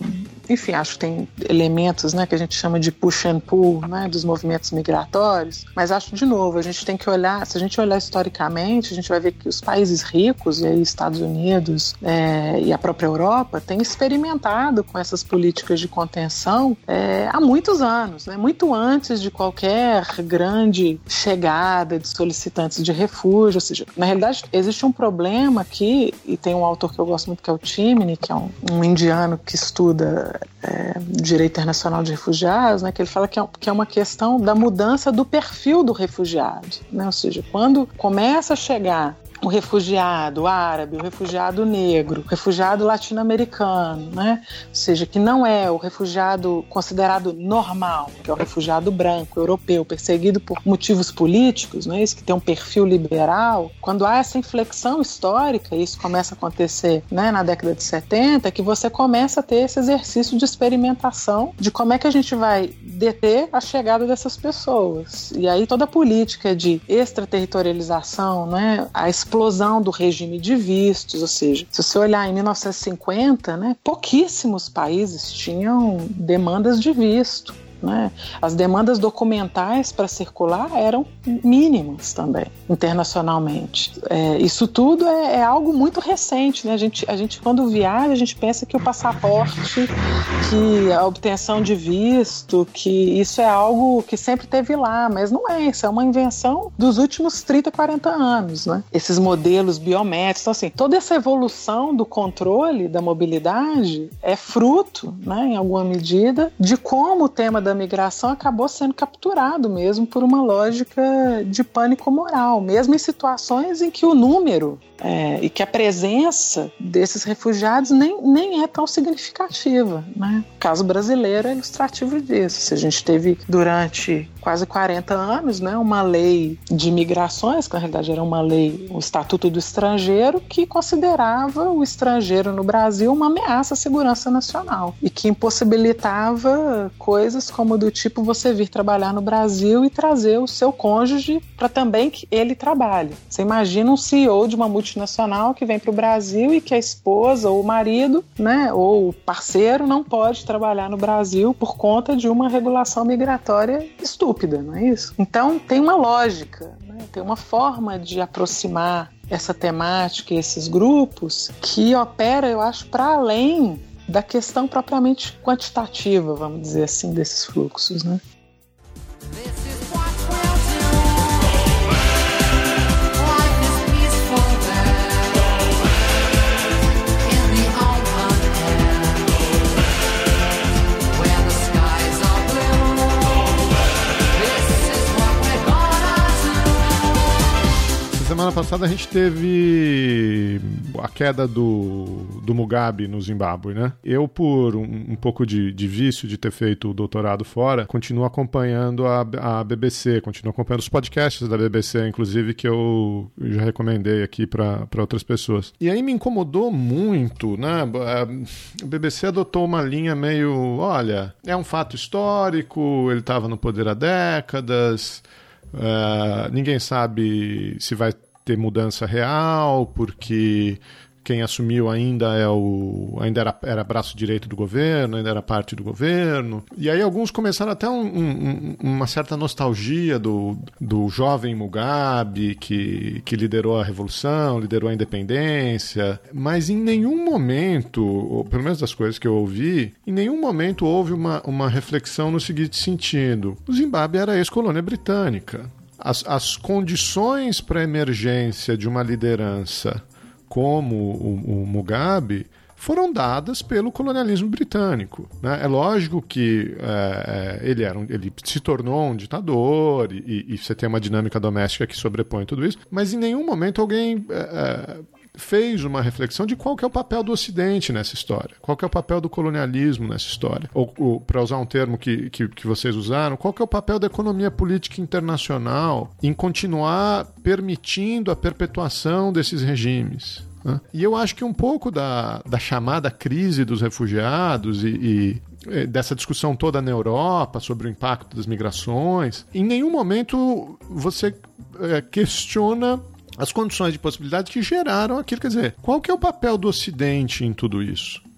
Speaker 5: enfim, acho que tem elementos, né, que a gente chama de push and pull, né, dos movimentos migratórios, mas acho, de novo, a gente tem que olhar, se a gente olhar historicamente, a gente vai ver que os países ricos, e aí Estados Unidos é, e a própria Europa, têm experimentado com essas políticas de contenção é, há muitos anos, né, muito antes de qualquer grande chegada de solicitantes de refúgio. Ou seja, na realidade, existe um problema aqui, e tem um autor que eu gosto muito, que é o Chimney, que é um, um indiano que estuda é, direito internacional de refugiados, né, que ele fala que é, que é uma questão da mudança do perfil do refugiado, né, ou seja, quando começa a chegar o refugiado árabe, o refugiado negro, o refugiado latino-americano, né? Ou seja, que não é o refugiado considerado normal, que é o refugiado branco, europeu, perseguido por motivos políticos, né? Esse que tem um perfil liberal. Quando há essa inflexão histórica, e isso começa a acontecer, né, na década de setenta, que você começa a ter esse exercício de experimentação de como é que a gente vai deter a chegada dessas pessoas. E aí toda a política de extraterritorialização, né, a explosão do regime de vistos, ou seja, se você olhar em mil novecentos e cinquenta, né, pouquíssimos países tinham demandas de visto, né? As demandas documentais para circular eram mínimas também, internacionalmente. É, isso tudo é, é algo muito recente, né? A gente, a gente, quando viaja, a gente pensa que o passaporte, que a obtenção de visto, que isso é algo que sempre teve lá, mas não é, isso é uma invenção dos últimos trinta, quarenta anos, né? Esses modelos biométricos, então, assim, toda essa evolução do controle da mobilidade é fruto, né, em alguma medida, de como o tema da migração acabou sendo capturado mesmo por uma lógica de pânico moral, mesmo em situações em que o número é, e que a presença desses refugiados nem, nem é tão significativa, né? O caso brasileiro é ilustrativo disso. Se a gente teve durante quase quarenta anos, né, uma lei de migrações, que na realidade era uma lei, o Estatuto do Estrangeiro, que considerava o estrangeiro no Brasil uma ameaça à segurança nacional e que impossibilitava coisas como do tipo você vir trabalhar no Brasil e trazer o seu cônjuge para também que ele trabalhe. Você imagina um C E O de uma multinacional que vem para o Brasil e que a esposa ou o marido, né, ou o parceiro não pode trabalhar no Brasil por conta de uma regulação migratória estúpida, não é isso? Então tem uma lógica, né, tem uma forma de aproximar essa temática e esses grupos que opera, eu acho, para além da questão propriamente quantitativa, vamos dizer assim, desses fluxos, né?
Speaker 3: Semana passada a gente teve a queda do, do Mugabe no Zimbábue, né? Eu, por um, um pouco de, de vício de ter feito o doutorado fora, continuo acompanhando a, a B B C, continuo acompanhando os podcasts da B B C, inclusive, que eu já recomendei aqui para outras pessoas. E aí me incomodou muito, né? A B B C adotou uma linha meio, olha, é um fato histórico, ele estava no poder há décadas, uh, ninguém sabe se vai ter mudança real, porque quem assumiu ainda é o ainda era, era braço direito do governo, ainda era parte do governo. E aí alguns começaram até um, um, uma certa nostalgia do, do jovem Mugabe que, que liderou a revolução, liderou a independência, mas em nenhum momento, ou pelo menos das coisas que eu ouvi, em nenhum momento houve uma, uma reflexão no seguinte sentido: o Zimbábue era ex-colônia britânica. As, as condições para a emergência de uma liderança como o, o Mugabe foram dadas pelo colonialismo britânico, né? É lógico que é, ele, era um, ele se tornou um ditador e, e você tem uma dinâmica doméstica que sobrepõe tudo isso, mas em nenhum momento alguém é, fez uma reflexão de qual que é o papel do Ocidente nessa história, qual que é o papel do colonialismo nessa história, ou, ou para usar um termo que, que, que vocês usaram, qual que é o papel da economia política internacional em continuar permitindo a perpetuação desses regimes. E eu acho que um pouco da, da chamada crise dos refugiados e, e dessa discussão toda na Europa sobre o impacto das migrações, em nenhum momento você é, questiona as condições de possibilidade que geraram aquilo. Quer dizer, qual que é o papel do Ocidente em tudo isso?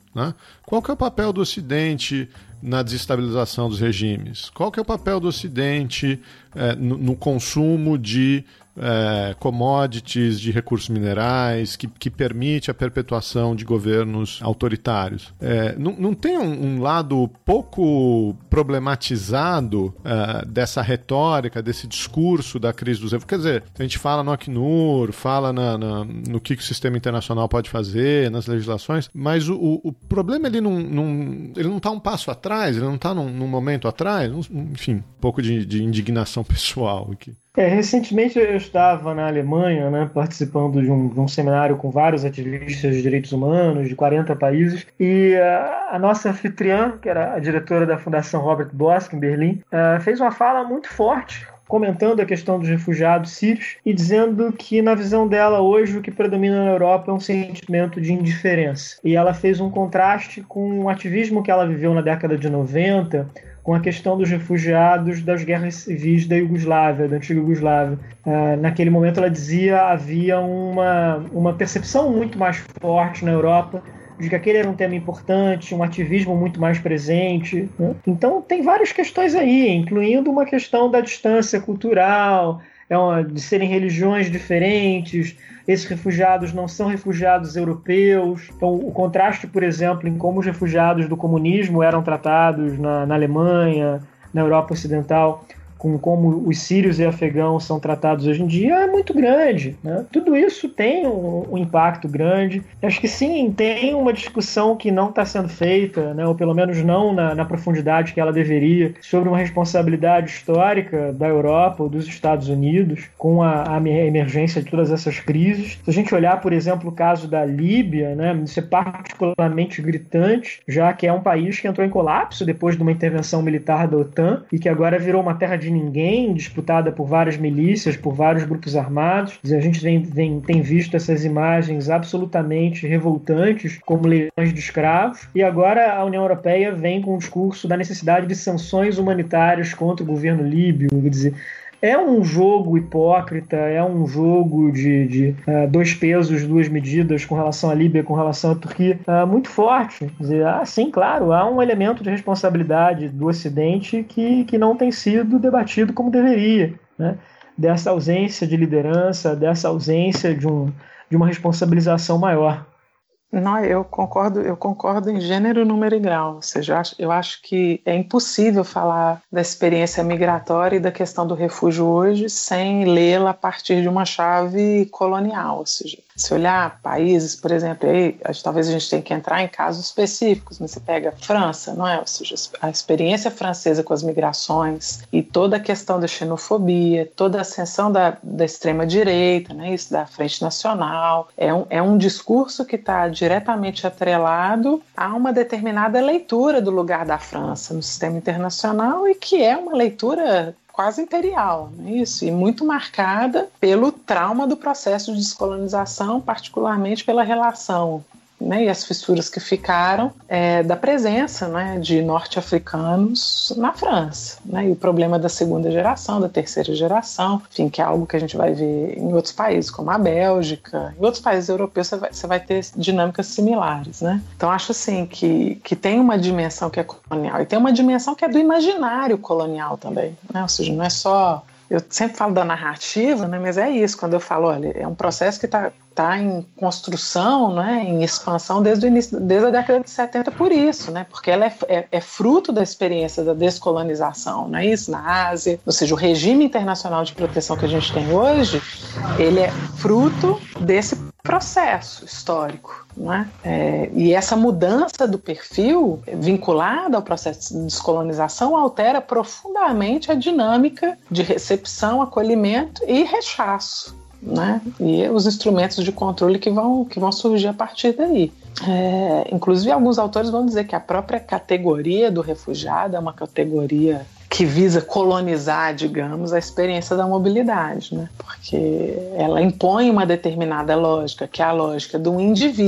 Speaker 3: né? Qual que é o papel do Ocidente na desestabilização dos regimes? Qual que é o papel do Ocidente é, no, no consumo de é, commodities, de recursos minerais, que, que permite a perpetuação de governos autoritários? É, não, não tem um, um lado pouco problematizado é, dessa retórica, desse discurso da crise dos... Quer dizer, a gente fala no Acnur, fala na, na, no que, que o sistema internacional pode fazer, nas legislações, mas o, o, o problema ele não está não, ele não tá um passo atrás, ele não está num, num momento atrás, enfim, um pouco de, de indignação pessoal aqui.
Speaker 4: É, recentemente eu estava na Alemanha, né, participando de um, de um seminário com vários ativistas de direitos humanos de quarenta países, e a, a nossa anfitriã, que era a diretora da Fundação Robert Bosch em Berlim, uh, fez uma fala muito forte comentando a questão dos refugiados sírios e dizendo que, na visão dela, hoje o que predomina na Europa é um sentimento de indiferença. E ela fez um contraste com o ativismo que ela viveu na década de noventa, com a questão dos refugiados das guerras civis da Iugoslávia, da antiga Iugoslávia. Uh, naquele momento, ela dizia havia uma, uma percepção muito mais forte na Europa de que aquele era um tema importante, um ativismo muito mais presente, né? Então tem várias questões aí, incluindo uma questão da distância cultural, é uma, de serem religiões diferentes. Esses refugiados não são refugiados europeus. Então o contraste, por exemplo, em como os refugiados do comunismo eram tratados na, na Alemanha, na Europa Ocidental, com como os sírios e afegãos são tratados hoje em dia, é muito grande, né? Tudo isso tem um, um impacto grande. Acho que sim, tem uma discussão que não está sendo feita, né? Ou pelo menos não na, na profundidade que ela deveria, sobre uma responsabilidade histórica da Europa ou dos Estados Unidos com a, a emergência de todas essas crises. Se a gente olhar, por exemplo, o caso da Líbia, né? Isso é particularmente gritante, já que é um país que entrou em colapso depois de uma intervenção militar da OTAN e que agora virou uma terra de ninguém, disputada por várias milícias, por vários grupos armados. A gente vem, vem, tem visto essas imagens absolutamente revoltantes, como leilões de escravos, e agora a União Europeia vem com o discurso da necessidade de sanções humanitárias contra o governo líbio. Quer dizer, é um jogo hipócrita, é um jogo de, de uh, dois pesos, duas medidas com relação à Líbia, com relação à Turquia, uh, muito forte. Quer dizer, ah, sim, claro, há um elemento de responsabilidade do Ocidente que, que não tem sido debatido como deveria, né? Dessa ausência de liderança, dessa ausência de, um, de uma responsabilização maior.
Speaker 5: Não, eu concordo, eu concordo em gênero, número e grau. Ou seja, eu acho, eu acho que é impossível falar da experiência migratória e da questão do refúgio hoje sem lê-la a partir de uma chave colonial. Ou seja, se olhar países, por exemplo, aí, talvez a gente tenha que entrar em casos específicos, mas você pega a França, não é? Ou seja, a experiência francesa com as migrações e toda a questão da xenofobia, toda a ascensão da, da extrema-direita, né? Isso da Frente Nacional, é um, é um discurso que está diretamente atrelado a uma determinada leitura do lugar da França no sistema internacional e que é uma leitura quase imperial, não é isso? E muito marcada pelo trauma do processo de descolonização, particularmente pela relação, né, e as fissuras que ficaram é, da presença, né, de norte-africanos na França, né, e o problema da segunda geração, da terceira geração, enfim, que é algo que a gente vai ver em outros países, como a Bélgica, em outros países europeus você vai, você vai ter dinâmicas similares, né? Então acho assim que, que tem uma dimensão que é colonial e tem uma dimensão que é do imaginário colonial também, né? Ou seja, não é só... Eu sempre falo da narrativa, né, mas é isso, quando eu falo, olha, é um processo que está tá em construção, né, em expansão desde o início, desde a década de setenta, por isso, né, porque ela é, é, é fruto da experiência da descolonização, não é isso, na Ásia. Ou seja, o regime internacional de proteção que a gente tem hoje, ele é fruto desse processo histórico, né? É, e essa mudança do perfil vinculada ao processo de descolonização altera profundamente a dinâmica de recepção, acolhimento e rechaço, né? E os instrumentos de controle que vão, que vão surgir a partir daí. É, inclusive alguns autores vão dizer que a própria categoria do refugiado é uma categoria que visa colonizar, digamos, a experiência da mobilidade, né? Porque ela impõe uma determinada lógica, que é a lógica do indivíduo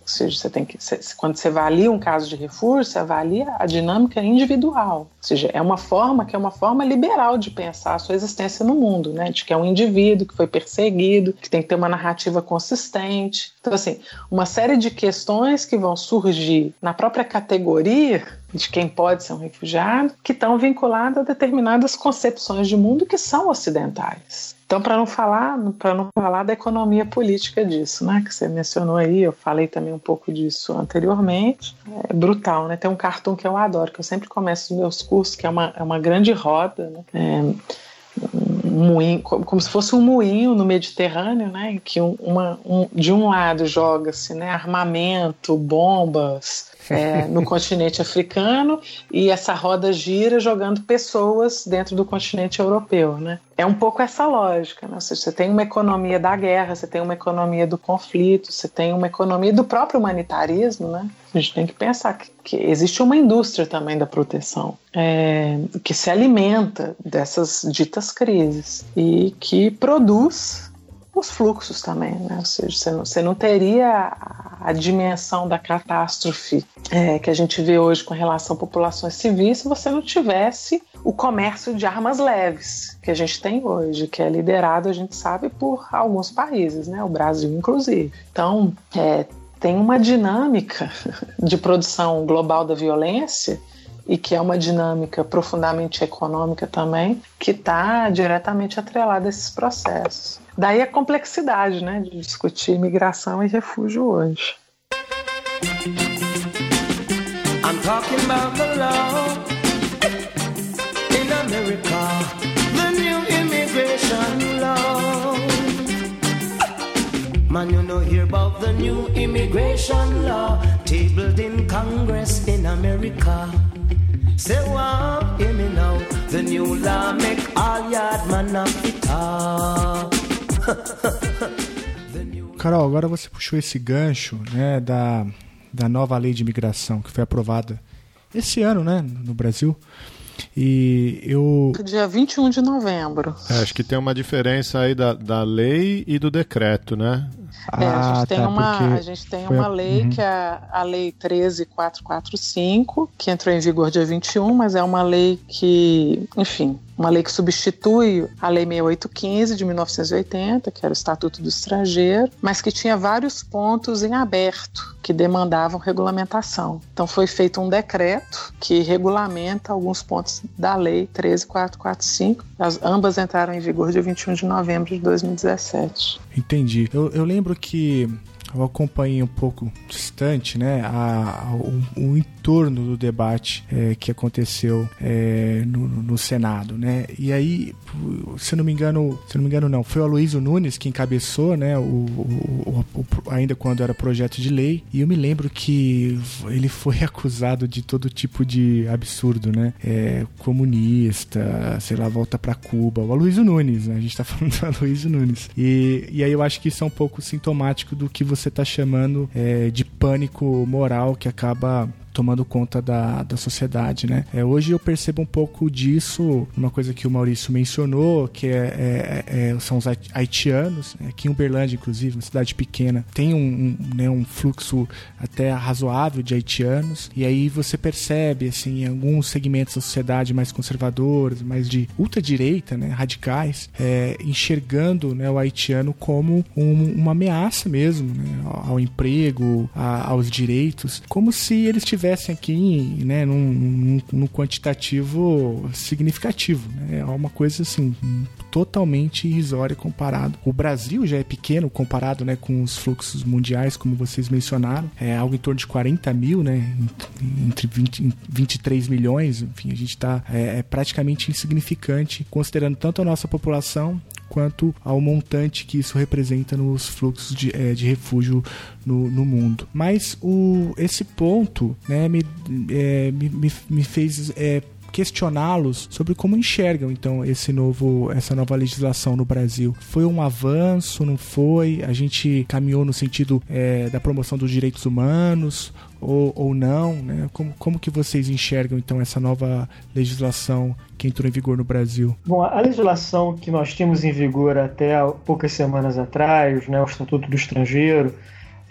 Speaker 5: Ou seja, você tem que, quando você avalia um caso de refúgio, você avalia a dinâmica individual. Ou seja, é uma forma que é uma forma liberal de pensar a sua existência no mundo, né? De que é um indivíduo que foi perseguido, que tem que ter uma narrativa consistente. Então, assim, uma série de questões que vão surgir na própria categoria de quem pode ser um refugiado, que estão vinculadas a determinadas concepções de mundo que são ocidentais. Então, para não falar, para não falar da economia política disso, né, que você mencionou aí, eu falei também um pouco disso anteriormente, é brutal, né? Tem um cartoon que eu adoro, que eu sempre começo os meus cursos, que é uma, é uma grande roda, né? É, um moinho, como se fosse um moinho no Mediterrâneo, né, em que uma, um, de um lado joga-se, né, armamento, bombas, É, no continente africano, e essa roda gira jogando pessoas dentro do continente europeu, né? É um pouco essa lógica, né? Ou seja, você tem uma economia da guerra, você tem uma economia do conflito, você tem uma economia do próprio humanitarismo, né? A gente tem que pensar que, que existe uma indústria também da proteção, é, que se alimenta dessas ditas crises e que produz os fluxos também, né? Ou seja, você não, você não teria a, a dimensão da catástrofe é, que a gente vê hoje com relação a populações civis se você não tivesse o comércio de armas leves que a gente tem hoje, que é liderado, a gente sabe, por alguns países, né? O Brasil, inclusive. Então, é, tem uma dinâmica de produção global da violência e que é uma dinâmica profundamente econômica também, que está diretamente atrelada a esses processos. Daí a complexidade, né, de discutir migração e refúgio hoje.
Speaker 6: I'm talking about the law in America, the new immigration law. Man, you know hear about the new immigration law tabled in Congress in America. Say what, hear me now. The new law make all yard man of it all.
Speaker 2: Carol, agora você puxou esse gancho, né, da, da nova lei de imigração que foi aprovada esse ano, né, no Brasil. E eu...
Speaker 5: Dia vinte e um de novembro.
Speaker 3: É, acho que tem uma diferença aí da, da lei e do decreto, né?
Speaker 5: É, a gente tem
Speaker 2: tá,
Speaker 5: uma, a gente tem uma lei uhum. que é a, a Lei treze mil quatrocentos e quarenta e cinco, que entrou em vigor dia vinte e um, mas é uma lei que, enfim, uma lei que substitui a Lei sessenta e oito quinze de mil novecentos e oitenta, que era o Estatuto do Estrangeiro, mas que tinha vários pontos em aberto que demandavam regulamentação. Então foi feito um decreto que regulamenta alguns pontos da Lei treze mil quatrocentos e quarenta e cinco. As, ambas entraram em vigor dia vinte e um de novembro de dois mil e dezessete.
Speaker 2: Entendi. Eu, eu lembro que eu acompanhei um pouco distante, né, a, a, o, o entorno do debate é, que aconteceu é, no, no Senado, né? E aí, se não me engano, se não me engano não, foi o Aloysio Nunes que encabeçou, né, o, o, o, o, ainda quando era projeto de lei, e eu me lembro que ele foi acusado de todo tipo de absurdo, né? É, comunista, sei lá, volta pra Cuba, o Aloysio Nunes, né? A gente tá falando do Aloysio Nunes. E, e aí eu acho que isso é um pouco sintomático do que você está chamando é, de pânico moral que acaba tomando conta da, da sociedade, né? É, hoje eu percebo um pouco disso, uma coisa que o Maurício mencionou, que é, é, é, são os haitianos, né? Aqui em Uberlândia, inclusive, uma cidade pequena, tem um, um, né, um fluxo até razoável de haitianos, e aí você percebe, assim, em alguns segmentos da sociedade mais conservadores, mais de ultradireita, né, radicais, é, enxergando, né, o haitiano como um, uma ameaça mesmo, né, ao emprego, a, aos direitos, como se eles tivessem estivessem aqui, né, num, num, num quantitativo significativo, né? É uma coisa assim totalmente irrisória comparado. O Brasil já é pequeno comparado, né, com os fluxos mundiais, como vocês mencionaram, é algo em torno de quarenta mil, né, entre vinte, vinte e três milhões, enfim, a gente está é, é praticamente insignificante, considerando tanto a nossa população quanto ao montante que isso representa nos fluxos de, é, de refúgio no, no mundo. Mas o, esse ponto, né, me, é, me, me fez é, questioná-los sobre como enxergam então esse novo, essa nova legislação no Brasil. Foi um avanço, não foi? A gente caminhou no sentido é, da promoção dos direitos humanos ou, ou não, né? Como, como que vocês enxergam então essa nova legislação que entrou em vigor no Brasil?
Speaker 4: Bom, a legislação que nós tínhamos em vigor até poucas semanas atrás, né, o Estatuto do Estrangeiro,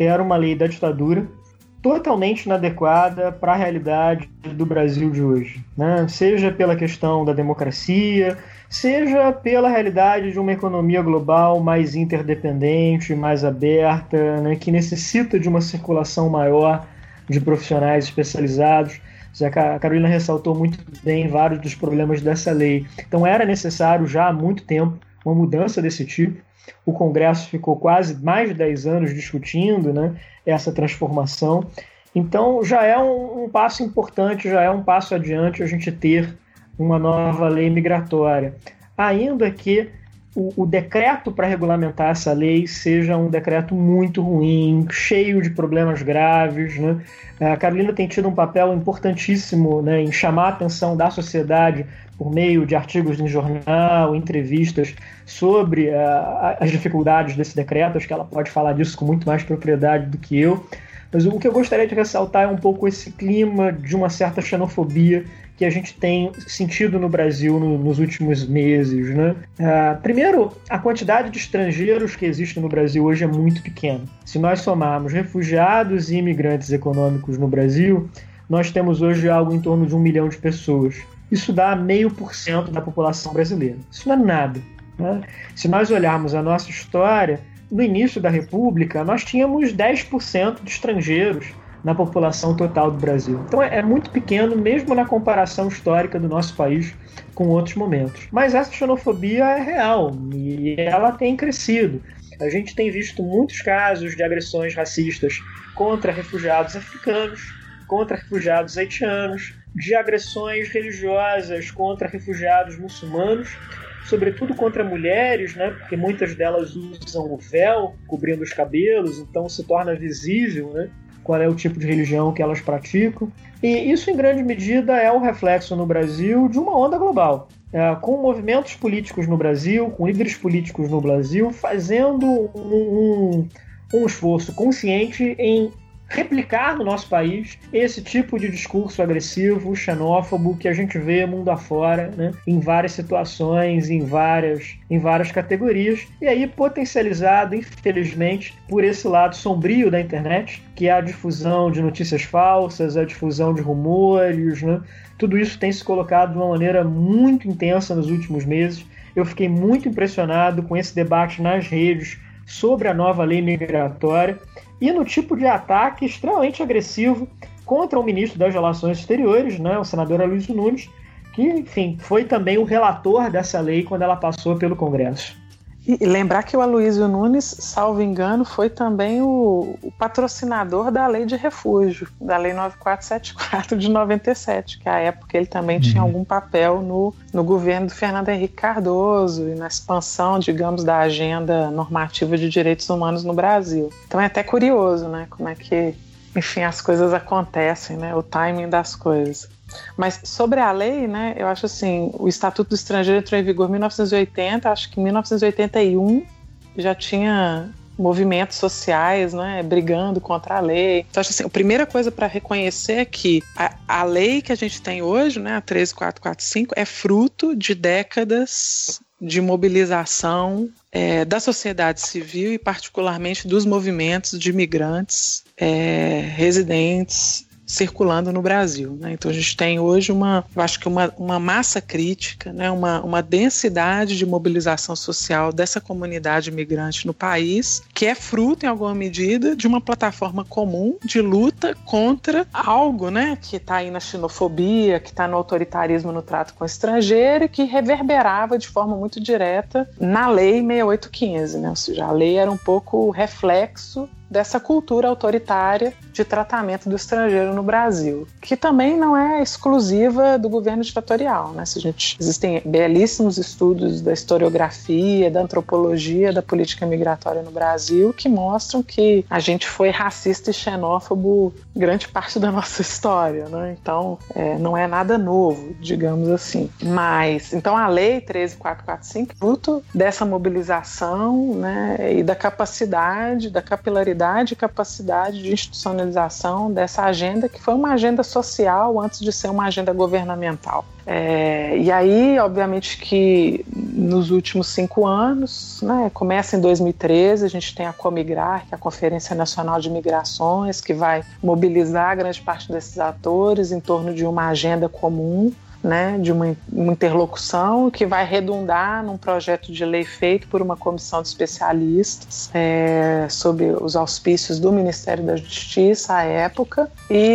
Speaker 4: era uma lei da ditadura, totalmente inadequada para a realidade do Brasil de hoje, né? Seja pela questão da democracia, seja pela realidade de uma economia global mais interdependente, mais aberta, né? Que necessita de uma circulação maior de profissionais especializados. A Carolina ressaltou muito bem vários dos problemas dessa lei. Então era necessário já há muito tempo uma mudança desse tipo. O Congresso ficou quase mais de dez anos discutindo, né, essa transformação. Então já é um, um passo importante, já é um passo adiante a gente ter uma nova lei migratória. Ainda que o, o decreto para regulamentar essa lei seja um decreto muito ruim, cheio de problemas graves, né? A Carolina tem tido um papel importantíssimo, né, em chamar a atenção da sociedade por meio de artigos em jornal, entrevistas sobre uh, as dificuldades desse decreto. Acho que ela pode falar disso com muito mais propriedade do que eu. Mas o que eu gostaria de ressaltar é um pouco esse clima de uma certa xenofobia que a gente tem sentido no Brasil no, nos últimos meses, né? Uh, primeiro, a quantidade de estrangeiros que existe no Brasil hoje é muito pequena. Se nós somarmos refugiados e imigrantes econômicos no Brasil, nós temos hoje algo em torno de um milhão de pessoas. Isso dá meio por cento da população brasileira. Isso não é nada, né? Se nós olharmos a nossa história, no início da República, nós tínhamos dez por cento de estrangeiros na população total do Brasil. Então é muito pequeno, mesmo na comparação histórica do nosso país com outros momentos. Mas essa xenofobia é real e ela tem crescido. A gente tem visto muitos casos de agressões racistas contra refugiados africanos, contra refugiados haitianos, de agressões religiosas contra refugiados muçulmanos, sobretudo contra mulheres, né, porque muitas delas usam o véu cobrindo os cabelos, então se torna visível, né, qual é o tipo de religião que elas praticam. E isso, em grande medida, é o reflexo no Brasil de uma onda global, é, com movimentos políticos no Brasil, com líderes políticos no Brasil, fazendo um, um, um esforço consciente em replicar no nosso país esse tipo de discurso agressivo, xenófobo que a gente vê mundo afora, né, em várias situações, em várias, em várias categorias, e aí potencializado, infelizmente, por esse lado sombrio da internet, que é a difusão de notícias falsas, a difusão de rumores, né? Tudo isso tem se colocado de uma maneira muito intensa nos últimos meses. Eu fiquei muito impressionado com esse debate nas redes sobre a nova lei migratória e no tipo de ataque extremamente agressivo contra o ministro das Relações Exteriores, né, o senador Aloysio Nunes, que, enfim, foi também o relator dessa lei quando ela passou pelo Congresso.
Speaker 5: E lembrar que o Aloysio Nunes, salvo engano, foi também o, o patrocinador da Lei de Refúgio, da Lei nove mil quatrocentos e setenta e quatro de noventa e sete, que à época ele também uhum. tinha algum papel no, no governo do Fernando Henrique Cardoso e na expansão, digamos, da agenda normativa de direitos humanos no Brasil. Então é até curioso, né, como é que, enfim, as coisas acontecem, né, o timing das coisas. Mas sobre a lei, né, eu acho assim, o Estatuto do Estrangeiro entrou em vigor em mil novecentos e oitenta, acho que em mil novecentos e oitenta e um já tinha movimentos sociais, né, brigando contra a lei. Então, acho assim, a primeira coisa para reconhecer é que a, a lei que a gente tem hoje, né, a treze mil quatrocentos e quarenta e cinco, é fruto de décadas de mobilização é, da sociedade civil e particularmente dos movimentos de imigrantes é, residentes circulando no Brasil, né? Então a gente tem hoje uma, eu acho que uma, uma massa crítica, né? uma, uma densidade de mobilização social dessa comunidade imigrante no país, que é fruto, em alguma medida, de uma plataforma comum de luta contra algo, né? Que está aí na xenofobia, que está no autoritarismo no trato com o estrangeiro e que reverberava de forma muito direta na Lei sessenta e oito quinze, né? Ou seja, a lei era um pouco o reflexo dessa cultura autoritária de tratamento do estrangeiro no Brasil, que também não é exclusiva do governo ditatorial, né? Se a gente, existem belíssimos estudos da historiografia, da antropologia, da política migratória no Brasil, que mostram que a gente foi racista e xenófobo grande parte da nossa história, né? Então, é, não é nada novo, digamos assim. Mas, então a Lei treze mil quatrocentos e quarenta e cinco, fruto dessa mobilização, né, e da capacidade, da capilaridade e capacidade de institucionalização dessa agenda, que foi uma agenda social antes de ser uma agenda governamental. É, e aí, obviamente que nos últimos cinco anos, né? Começa em dois mil e treze, a gente tem a Comigrar, que é a Conferência Nacional de Migrações, que vai mobilizar grande parte desses atores em torno de uma agenda comum, né, de uma, uma interlocução que vai redundar num projeto de lei feito por uma comissão de especialistas é, sob os auspícios do Ministério da Justiça à época,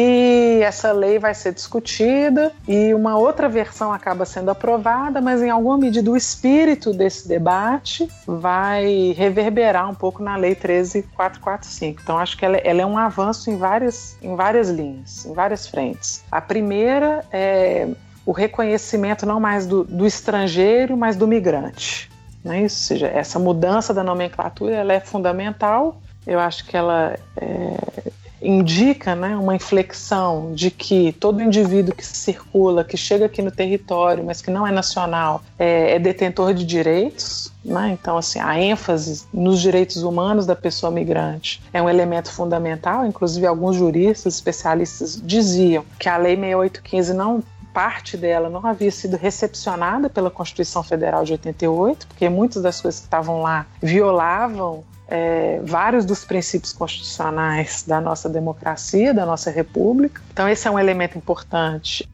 Speaker 5: e essa lei vai ser discutida e uma outra versão acaba sendo aprovada, mas em alguma medida o espírito desse debate vai reverberar um pouco na Lei treze mil quatrocentos e quarenta e cinco. Então acho que ela, ela é um avanço em várias, em várias linhas, em várias frentes. A primeira é o reconhecimento não mais do, do estrangeiro, mas do migrante. Não é isso? Ou seja, essa mudança da nomenclatura ela é fundamental. Eu acho que ela é, indica, né, uma inflexão de que todo indivíduo que circula, que chega aqui no território, mas que não é nacional, é, é detentor de direitos. Né? Então, assim, a ênfase nos direitos humanos da pessoa migrante é um elemento fundamental. Inclusive, alguns juristas, especialistas diziam que a Lei sessenta e oito quinze não... parte dela não havia sido recepcionada pela Constituição Federal de oitenta e oito, porque muitas das coisas que estavam lá violavam é, vários dos princípios constitucionais da nossa democracia, da nossa república. Então esse é um elemento importante.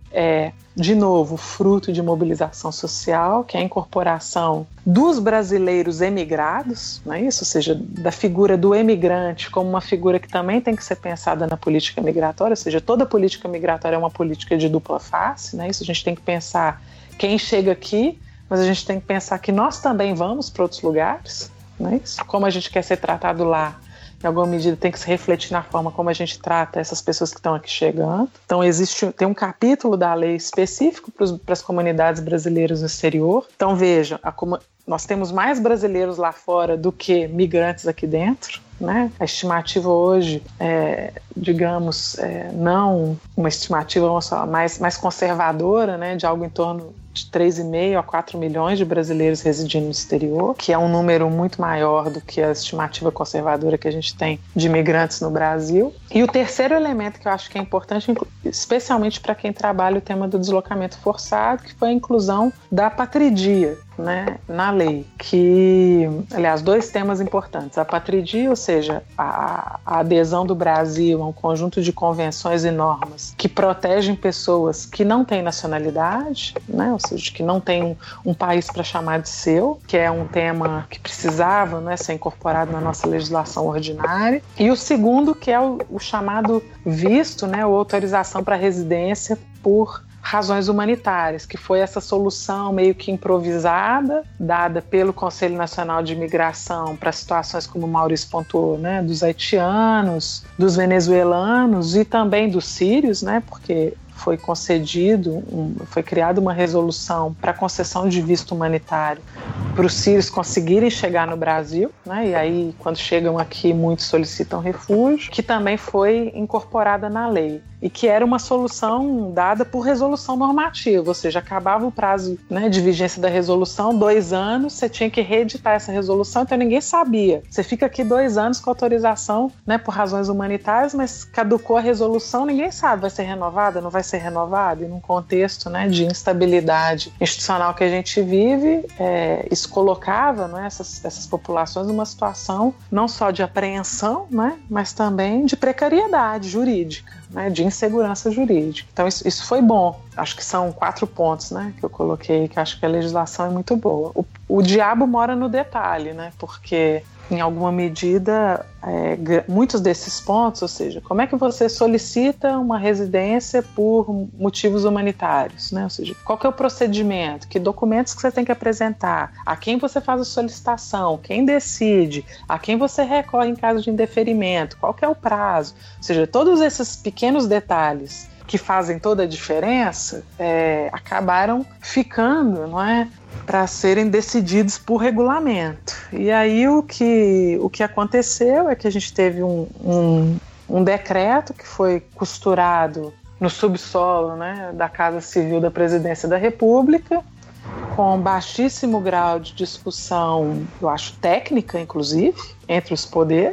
Speaker 5: É, de novo, fruto de mobilização social, que é a incorporação dos brasileiros emigrados, não é isso? Ou seja, da figura do emigrante como uma figura que também tem que ser pensada na política migratória, ou seja, toda política migratória é uma política de dupla face, não é isso? A gente tem que pensar quem chega aqui, mas a gente tem que pensar que nós também vamos para outros lugares, não é isso? Como a gente quer ser tratado lá, em alguma medida tem que se refletir na forma como a gente trata essas pessoas que estão aqui chegando. Então existe, tem um capítulo da lei específico para as comunidades brasileiras no exterior. Então veja, a, nós temos mais brasileiros lá fora do que migrantes aqui dentro. Né? A estimativa hoje é, digamos, é, não uma estimativa vamos falar, mais, mais conservadora, né? De algo em torno de três vírgula cinco a quatro milhões de brasileiros residindo no exterior, que é um número muito maior do que a estimativa conservadora que a gente tem de imigrantes no Brasil. E o terceiro elemento que eu acho que é importante, especialmente para quem trabalha o tema do deslocamento forçado, que foi a inclusão da patridia, né, na lei, que, aliás, dois temas importantes. A patridia, ou seja, a, a adesão do Brasil a um conjunto de convenções e normas que protegem pessoas que não têm nacionalidade, né, ou seja, que não têm um, um país para chamar de seu, que é um tema que precisava, né, ser incorporado na nossa legislação ordinária. E o segundo, que é o, o chamado visto, né, ou autorização para residência por razões humanitárias, que foi essa solução meio que improvisada, dada pelo Conselho Nacional de Imigração para situações como o Maurício pontuou, né, dos haitianos, dos venezuelanos e também dos sírios, né, porque foi concedido, um, foi criada uma resolução para concessão de visto humanitário para os sírios conseguirem chegar no Brasil, né? E aí, quando chegam aqui, muitos solicitam refúgio, que também foi incorporada na lei e que era uma solução dada por resolução normativa, ou seja, acabava o prazo, né, de vigência da resolução, dois anos, você tinha que reeditar essa resolução, então ninguém sabia. Você fica aqui dois anos com autorização, né, por razões humanitárias, mas caducou a resolução, ninguém sabe, vai ser renovada, não vai ser renovada? E num contexto, né, de instabilidade institucional que a gente vive, é, isso colocava, né, essas, essas populações numa situação não só de apreensão, né, mas também de precariedade jurídica, né, de insegurança jurídica. Então isso, isso foi bom. Acho que são quatro pontos, né, que eu coloquei, que acho que a legislação é muito boa. O, o diabo mora no detalhe, né, porque em alguma medida, é, muitos desses pontos, ou seja, como é que você solicita uma residência por motivos humanitários, né? Ou seja, qual que é o procedimento, que documentos que você tem que apresentar, a quem você faz a solicitação, quem decide, a quem você recorre em caso de indeferimento, qual que é o prazo, ou seja, todos esses pequenos detalhes que fazem toda a diferença, é, acabaram ficando, não é, para serem decididos por regulamento. E aí o que, o que aconteceu é que a gente teve um, um, um decreto que foi costurado no subsolo, né, da Casa Civil da Presidência da República, com baixíssimo grau de discussão, eu acho técnica, inclusive, entre os poderes,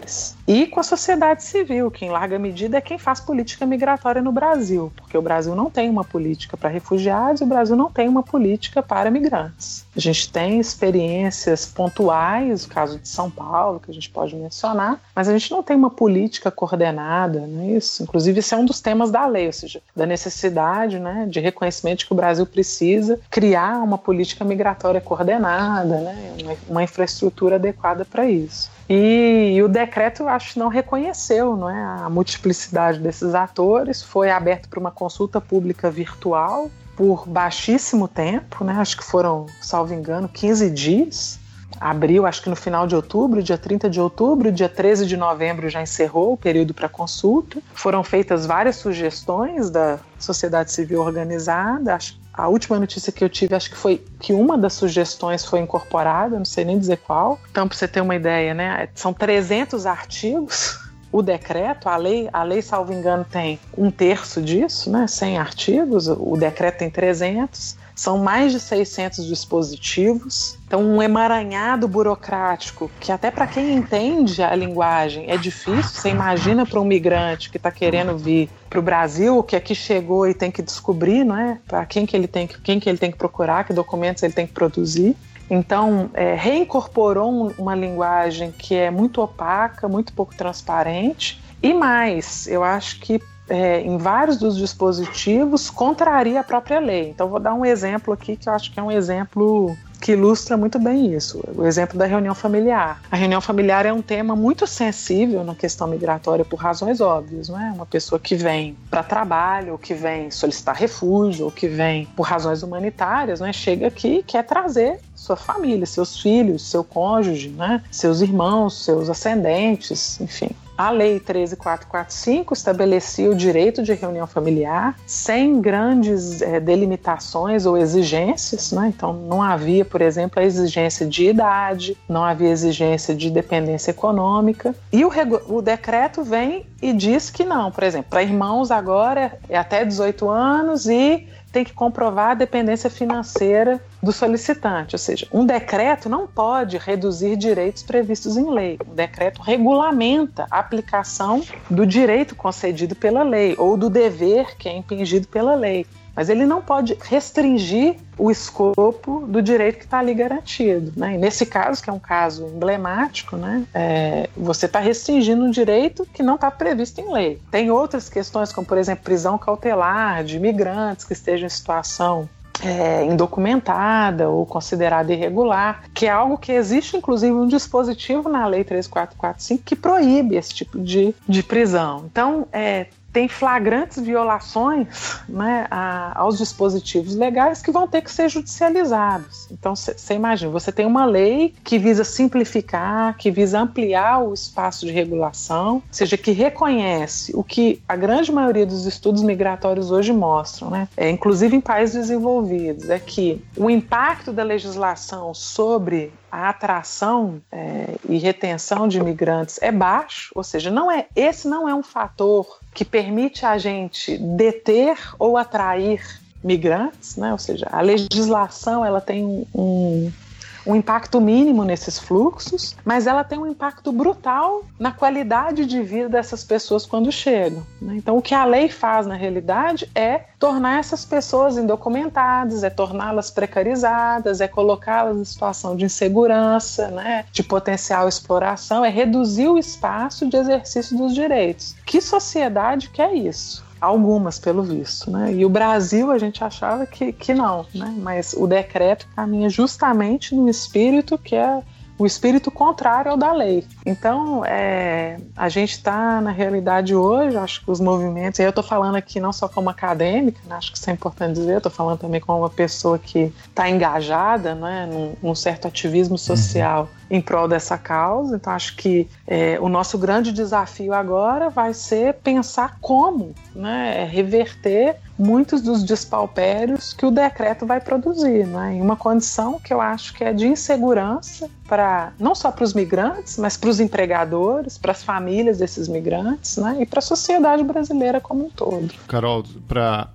Speaker 5: e com a sociedade civil, que em larga medida é quem faz política migratória no Brasil, porque o Brasil não tem uma política para refugiados e o Brasil não tem uma política para migrantes. A gente tem experiências pontuais, o caso de São Paulo, que a gente pode mencionar, mas a gente não tem uma política coordenada, não é isso? Inclusive, esse é um dos temas da lei, ou seja, da necessidade, né, de reconhecimento de que o Brasil precisa criar uma política migratória coordenada, né, uma, uma infraestrutura adequada para isso. E, e o decreto, eu acho, não reconheceu, não é, a multiplicidade desses atores, foi aberto para uma consulta pública virtual por baixíssimo tempo, né, acho que foram, salvo engano, quinze dias, abriu acho que no final de outubro, dia trinta de outubro, dia treze de novembro já encerrou o período para consulta, foram feitas várias sugestões da sociedade civil organizada, acho a última notícia que eu tive, acho que foi que uma das sugestões foi incorporada, não sei nem dizer qual. Então, para você ter uma ideia, né, são trezentos artigos, o decreto, a lei, a lei, salvo engano, tem um terço disso, né, cem artigos, o decreto tem trezentos, são mais de seiscentos dispositivos. Então, um emaranhado burocrático que até para quem entende a linguagem é difícil. Você imagina para um migrante que está querendo vir para o Brasil, que aqui chegou e tem que descobrir, não é? Para quem que ele tem que, quem que ele tem que procurar, que documentos ele tem que produzir. Então, é, reincorporou um, uma linguagem que é muito opaca, muito pouco transparente. E mais, eu acho que É, em vários dos dispositivos contraria a própria lei. Então vou dar um exemplo aqui que eu acho que é um exemplo que ilustra muito bem isso, o exemplo da reunião familiar. A reunião familiar é um tema muito sensível na questão migratória por razões óbvias, não é? Uma pessoa que vem para trabalho, ou que vem solicitar refúgio, ou que vem por razões humanitárias, não é? Chega aqui e quer trazer sua família, seus filhos, seu cônjuge, né? Seus irmãos, seus ascendentes, enfim. A Lei treze mil quatrocentos e quarenta e cinco estabelecia o direito de reunião familiar sem grandes é, delimitações ou exigências, né? Então não havia, por exemplo, a exigência de idade, não havia exigência de dependência econômica. E o, o decreto vem e diz que não, por exemplo, para irmãos agora é até dezoito anos e tem que comprovar a dependência financeira do solicitante, ou seja, um decreto não pode reduzir direitos previstos em lei. Um decreto regulamenta a aplicação do direito concedido pela lei ou do dever que é impingido pela lei. Mas ele não pode restringir o escopo do direito que está ali garantido, né? E nesse caso, que é um caso emblemático, né, é, você está restringindo um direito que não está previsto em lei. Tem outras questões, como, por exemplo, prisão cautelar de imigrantes que estejam em situação É, indocumentada ou considerada irregular, que é algo que existe, inclusive, um dispositivo na Lei treze mil quatrocentos e quarenta e cinco que proíbe esse tipo de, de prisão. Então, é, tem flagrantes violações, né, a, aos dispositivos legais que vão ter que ser judicializados. Então, você imagina, você tem uma lei que visa simplificar, que visa ampliar o espaço de regulação, ou seja, que reconhece o que a grande maioria dos estudos migratórios hoje mostram, né, é, inclusive em países desenvolvidos, é que o impacto da legislação sobre a atração é, e retenção de imigrantes é baixo, ou seja, não é, esse não é um fator que permite a gente deter ou atrair migrantes, né? Ou seja, a legislação ela tem um, um impacto mínimo nesses fluxos, mas ela tem um impacto brutal na qualidade de vida dessas pessoas quando chegam, né? Então, o que a lei faz na realidade é tornar essas pessoas indocumentadas, é torná-las precarizadas, é colocá-las em situação de insegurança, né, de potencial exploração, é reduzir o espaço de exercício dos direitos. Que sociedade quer isso? Algumas, pelo visto, né? E o Brasil, a gente achava que, que não, né? Mas o decreto caminha justamente no espírito que é o espírito contrário ao da lei. Então, é, a gente está, na realidade, hoje, acho que os movimentos, e eu estou falando aqui não só como acadêmica, né, acho que isso é importante dizer, eu estou falando também como uma pessoa que está engajada, né, num, num certo ativismo social uhum. em prol dessa causa. Então, acho que é, o nosso grande desafio agora vai ser pensar como, né, reverter muitos dos despaupérios que o decreto vai produzir, né, em uma condição que eu acho que é de insegurança, para, não só para os migrantes, mas para os empregadores, para as famílias desses migrantes, né, e para a sociedade brasileira como um todo.
Speaker 3: Carol, para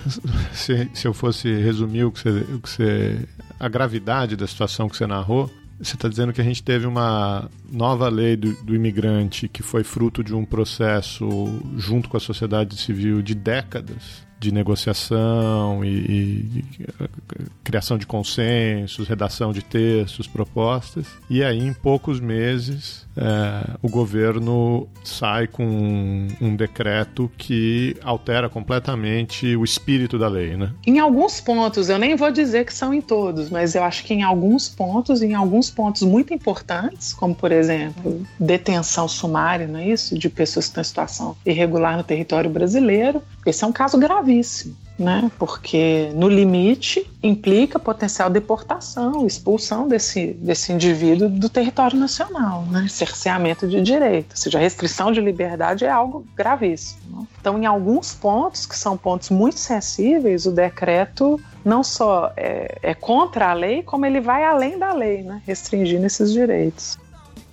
Speaker 3: se, se eu fosse resumir o que você, o que você, a gravidade da situação que você narrou, Você está dizendo que a gente teve uma nova lei do, do imigrante que foi fruto de um processo junto com a sociedade civil de décadas de negociação e, e, e criação de consensos, redação de textos, propostas. E aí, em poucos meses, é, o governo sai com um, um decreto que altera completamente o espírito da lei, né?
Speaker 5: Em alguns pontos, eu nem vou dizer que são em todos, mas eu acho que em alguns pontos, em alguns pontos muito importantes, como, por exemplo, detenção sumária, não é isso? De pessoas que estão em situação irregular no território brasileiro. Esse é um caso gravíssimo, né? Porque no limite implica potencial deportação, expulsão desse, desse indivíduo do território nacional, né? Cerceamento de direito, ou seja, a restrição de liberdade é algo gravíssimo, né? Então, em alguns pontos, que são pontos muito sensíveis, o decreto não só é, é contra a lei, como ele vai além da lei, né? Restringindo esses direitos.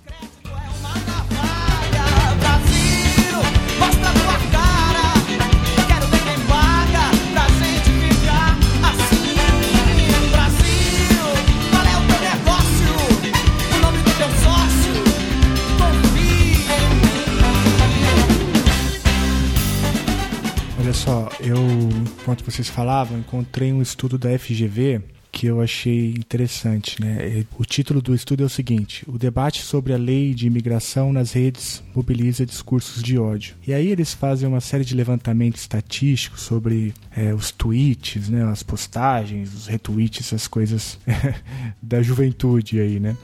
Speaker 2: Olha só, eu, enquanto vocês falavam, encontrei um estudo da F G V que eu achei interessante, né? O título do estudo é o seguinte: o debate sobre a lei de imigração nas redes mobiliza discursos de ódio. E aí eles fazem uma série de levantamentos estatísticos sobre é, os tweets, né? As postagens, os retweets, essas coisas da juventude aí, né?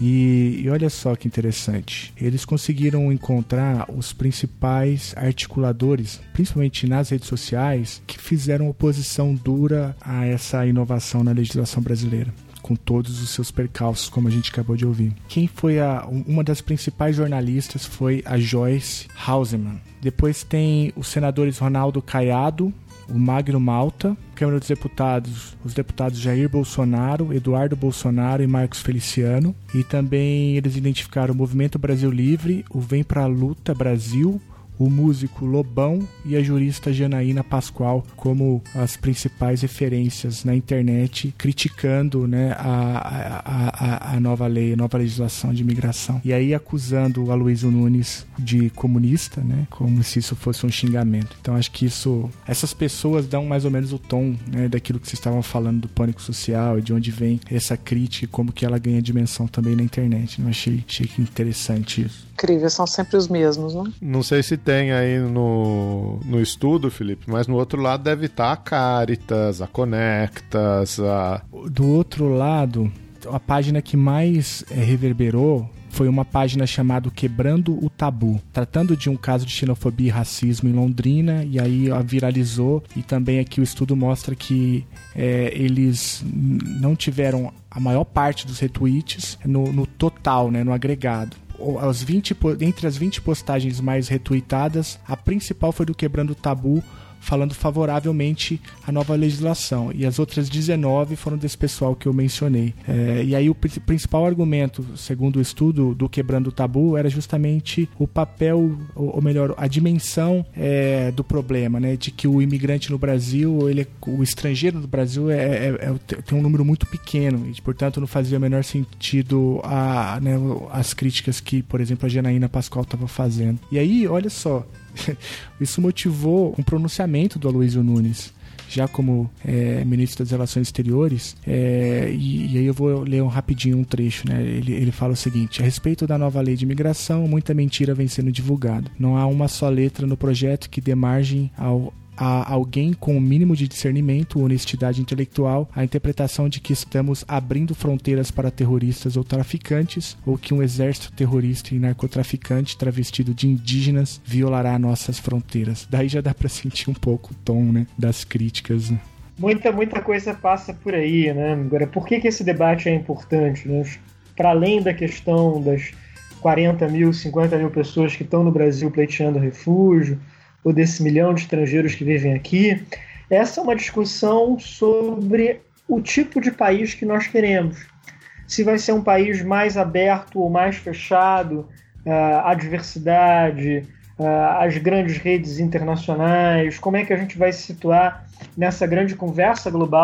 Speaker 2: E, e olha só que interessante, eles conseguiram encontrar os principais articuladores, principalmente nas redes sociais, que fizeram oposição dura a essa inovação na legislação brasileira, com todos os seus percalços, como a gente acabou de ouvir. Quem foi a, uma das principais jornalistas foi a Joyce Hauserman. Depois tem os senadores Ronaldo Caiado, o Magno Malta, Câmara dos Deputados, os deputados Jair Bolsonaro, Eduardo Bolsonaro e Marcos Feliciano. E também eles identificaram o Movimento Brasil Livre, o Vem Pra Luta Brasil, o músico Lobão e a jurista Janaína Pascoal como as principais referências na internet, criticando, né, a, a, a, a nova lei, a nova legislação de imigração. E aí acusando o Aloysio Nunes de comunista, né, como se isso fosse um xingamento. Então acho que isso, essas pessoas dão mais ou menos o tom, né, daquilo que vocês estavam falando do pânico social e de onde vem essa crítica e como que ela ganha dimensão também na internet. Eu achei, achei interessante isso.
Speaker 5: Incrível, são sempre os mesmos, né?
Speaker 3: Não sei se tem aí no, no estudo, Felipe, mas no outro lado deve estar a Caritas, a Conectas, a...
Speaker 2: Do outro lado, a página que mais é, reverberou foi uma página chamada Quebrando o Tabu, tratando de um caso de xenofobia e racismo em Londrina, e aí ó, viralizou, e também aqui o estudo mostra que é, eles não tiveram a maior parte dos retweets no, no total, né, no agregado. As vinte, entre as vinte postagens mais retweetadas, a principal foi do Quebrando o Tabu, falando favoravelmente à nova legislação, e as outras dezenove foram desse pessoal que eu mencionei. É, e aí o pr- principal argumento, segundo o estudo do Quebrando o Tabu, era justamente o papel, ou, ou melhor, a dimensão é, do problema, né, de que o imigrante no Brasil, ele, o estrangeiro no Brasil é, é, é, tem um número muito pequeno, e portanto não fazia o menor sentido a, né, as críticas que, por exemplo, a Janaína Pascoal estava fazendo. E aí, olha só, isso motivou um pronunciamento do Aloysio Nunes, já como é, ministro das Relações Exteriores, é, e, e aí eu vou ler um rapidinho um trecho, né? Ele, ele fala o seguinte: a respeito da nova lei de imigração, muita mentira vem sendo divulgada. Não há uma só letra no projeto que dê margem ao a alguém com o mínimo de discernimento, honestidade intelectual, a interpretação de que estamos abrindo fronteiras para terroristas ou traficantes, ou que um exército terrorista e narcotraficante travestido de indígenas violará nossas fronteiras. Daí já dá para sentir um pouco o tom, né, das críticas, né?
Speaker 4: Muita, muita coisa passa por aí, né? Agora, por que, que esse debate é importante, né? Para além da questão das quarenta mil, cinquenta mil pessoas que estão no Brasil pleiteando refúgio, ou desse milhão de estrangeiros que vivem aqui, essa é uma discussão sobre o tipo de país que nós queremos. Se vai ser um país mais aberto ou mais fechado uh, à diversidade, uh, às grandes redes internacionais, como é que a gente vai se situar nessa grande conversa global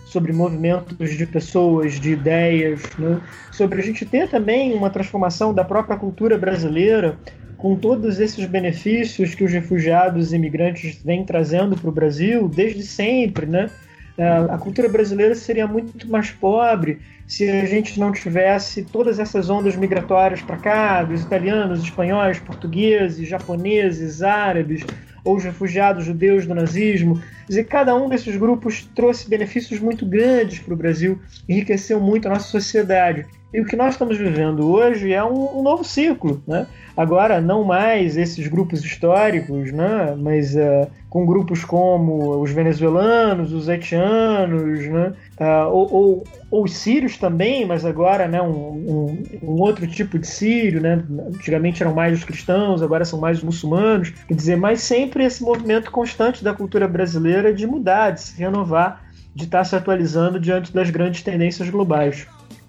Speaker 4: sobre movimentos de pessoas, de ideias, né? Sobre a gente ter também uma transformação da própria cultura brasileira, com todos esses benefícios que os refugiados e imigrantes vêm trazendo para o Brasil desde sempre, né? A cultura brasileira seria muito mais pobre se a gente não tivesse todas essas ondas migratórias para cá, dos italianos, espanhóis, portugueses, japoneses, árabes, ou os refugiados judeus do nazismo. Quer dizer, cada um desses grupos trouxe benefícios muito grandes para o Brasil, enriqueceu muito a nossa sociedade. E o que nós estamos vivendo hoje é um, um novo ciclo, né? Agora, não mais esses grupos históricos, né? Mas uh, com grupos como os venezuelanos, os haitianos, né? uh, ou, ou, ou os sírios também, mas agora, né, um, um, um outro tipo de sírio, né? Antigamente eram mais os cristãos, agora são mais os muçulmanos. Quer dizer, mas sempre esse movimento constante da cultura brasileira de mudar, de se renovar, de estar se atualizando diante das grandes tendências globais.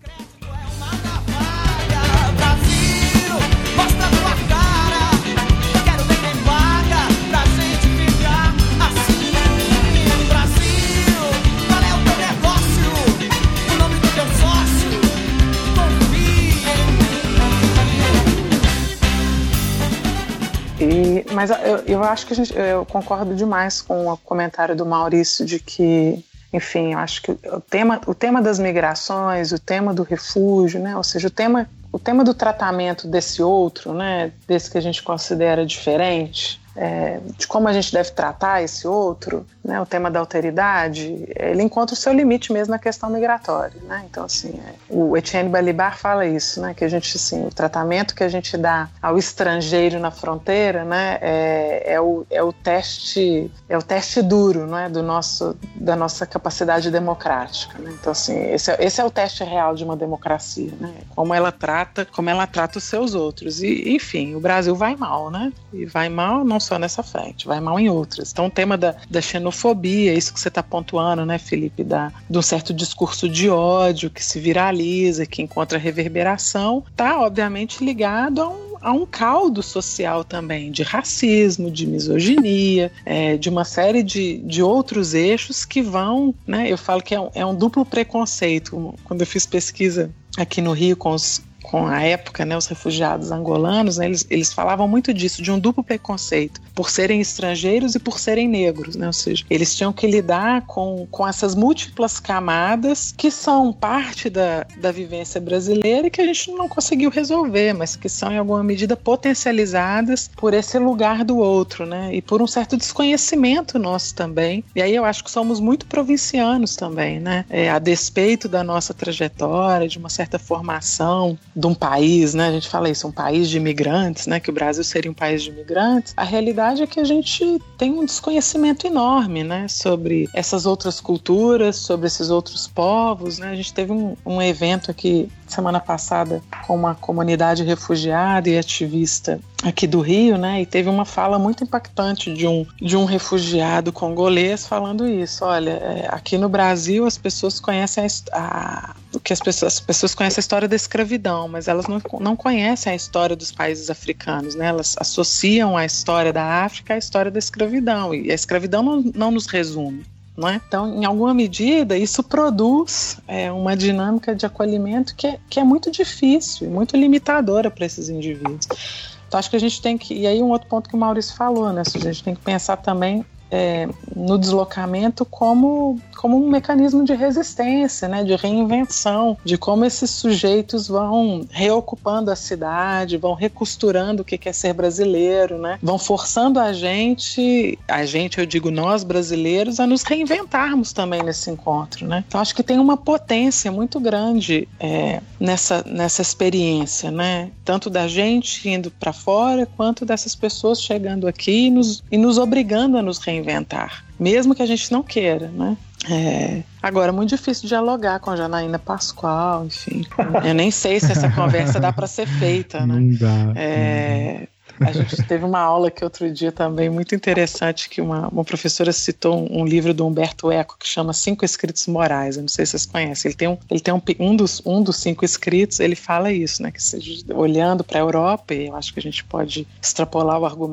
Speaker 5: E, mas eu, eu acho que a gente, eu concordo demais com o comentário do Maurício de que, enfim, eu acho que o tema, o tema das migrações, o tema do refúgio, né, ou seja, o tema, o tema do tratamento desse outro, né, desse que a gente considera diferente, é, de como a gente deve tratar esse outro, né, o tema da alteridade, ele encontra o seu limite mesmo na questão migratória, né? Então, assim, é, o Etienne Balibar fala isso, né, que a gente, assim, o tratamento que a gente dá ao estrangeiro na fronteira, né, é, é, o, é o teste, é o teste duro, né, do nosso, da nossa capacidade democrática, né? Então, assim, esse é, esse é o teste real de uma democracia, né? Como ela trata, como ela trata os seus outros. E, enfim, o Brasil vai mal, né? E vai mal não só nessa frente, vai mal em outras. Então o tema da, da xenofobia, isso que você está pontuando, né, Felipe, da, de um certo discurso de ódio que se viraliza, que encontra reverberação, está obviamente ligado a um, a um caldo social também, de racismo, de misoginia, é, de uma série de, de outros eixos que vão, né, eu falo que é um, é um duplo preconceito. Quando eu fiz pesquisa aqui no Rio com os com a época, né, os refugiados angolanos, né, eles, eles falavam muito disso, de um duplo preconceito, por serem estrangeiros e por serem negros, né, ou seja, eles tinham que lidar com, com essas múltiplas camadas que são parte da, da vivência brasileira e que a gente não conseguiu resolver, mas que são em alguma medida potencializadas por esse lugar do outro, né, e por um certo desconhecimento nosso também. E aí eu acho que somos muito provincianos também, né, é, a despeito da nossa trajetória, de uma certa formação de um país, né? A gente fala isso, um país de imigrantes, né? Que o Brasil seria um país de imigrantes. A realidade é que a gente tem um desconhecimento enorme, né? Sobre essas outras culturas, sobre esses outros povos, né? A gente teve um, um evento aqui semana passada com uma comunidade refugiada e ativista aqui do Rio, né? E teve uma fala muito impactante de um, de um refugiado congolês falando isso. Olha, é, aqui no Brasil as pessoas conhecem a, a, o que as pessoas, as pessoas conhecem a história da escravidão, mas elas não, não conhecem a história dos países africanos, né? Elas associam a história da África à história da escravidão, e a escravidão não, não nos resume. Não é? Então, em alguma medida, isso produz é, uma dinâmica de acolhimento que é, que é muito difícil e muito limitadora para esses indivíduos. Então, acho que a gente tem que... E aí um outro ponto que o Maurício falou, né? A gente tem que pensar também é, no deslocamento como, como um mecanismo de resistência, né? De reinvenção, de como esses sujeitos vão reocupando a cidade, vão recosturando o que é ser brasileiro, né? Vão forçando a gente, a gente, eu digo nós brasileiros, a nos reinventarmos também nesse encontro, né? Então acho que tem uma potência muito grande é, nessa, nessa experiência, né? Tanto da gente indo para fora, quanto dessas pessoas chegando aqui e nos, e nos obrigando a nos reinventar, mesmo que a gente não queira, né? É, agora, é muito difícil dialogar com a Janaína Pascoal, enfim. Eu nem sei se essa conversa dá para ser feita, né?
Speaker 2: Não dá.
Speaker 5: É, a gente teve uma aula que outro dia também muito interessante, que uma, uma professora citou um, um livro do Humberto Eco que chama Cinco Escritos Morais. Eu não sei se vocês conhecem. Ele tem um, ele tem um, um, dos, um dos cinco escritos, ele fala isso, né? Que seja, olhando para a Europa, e eu acho que a gente pode extrapolar o argumento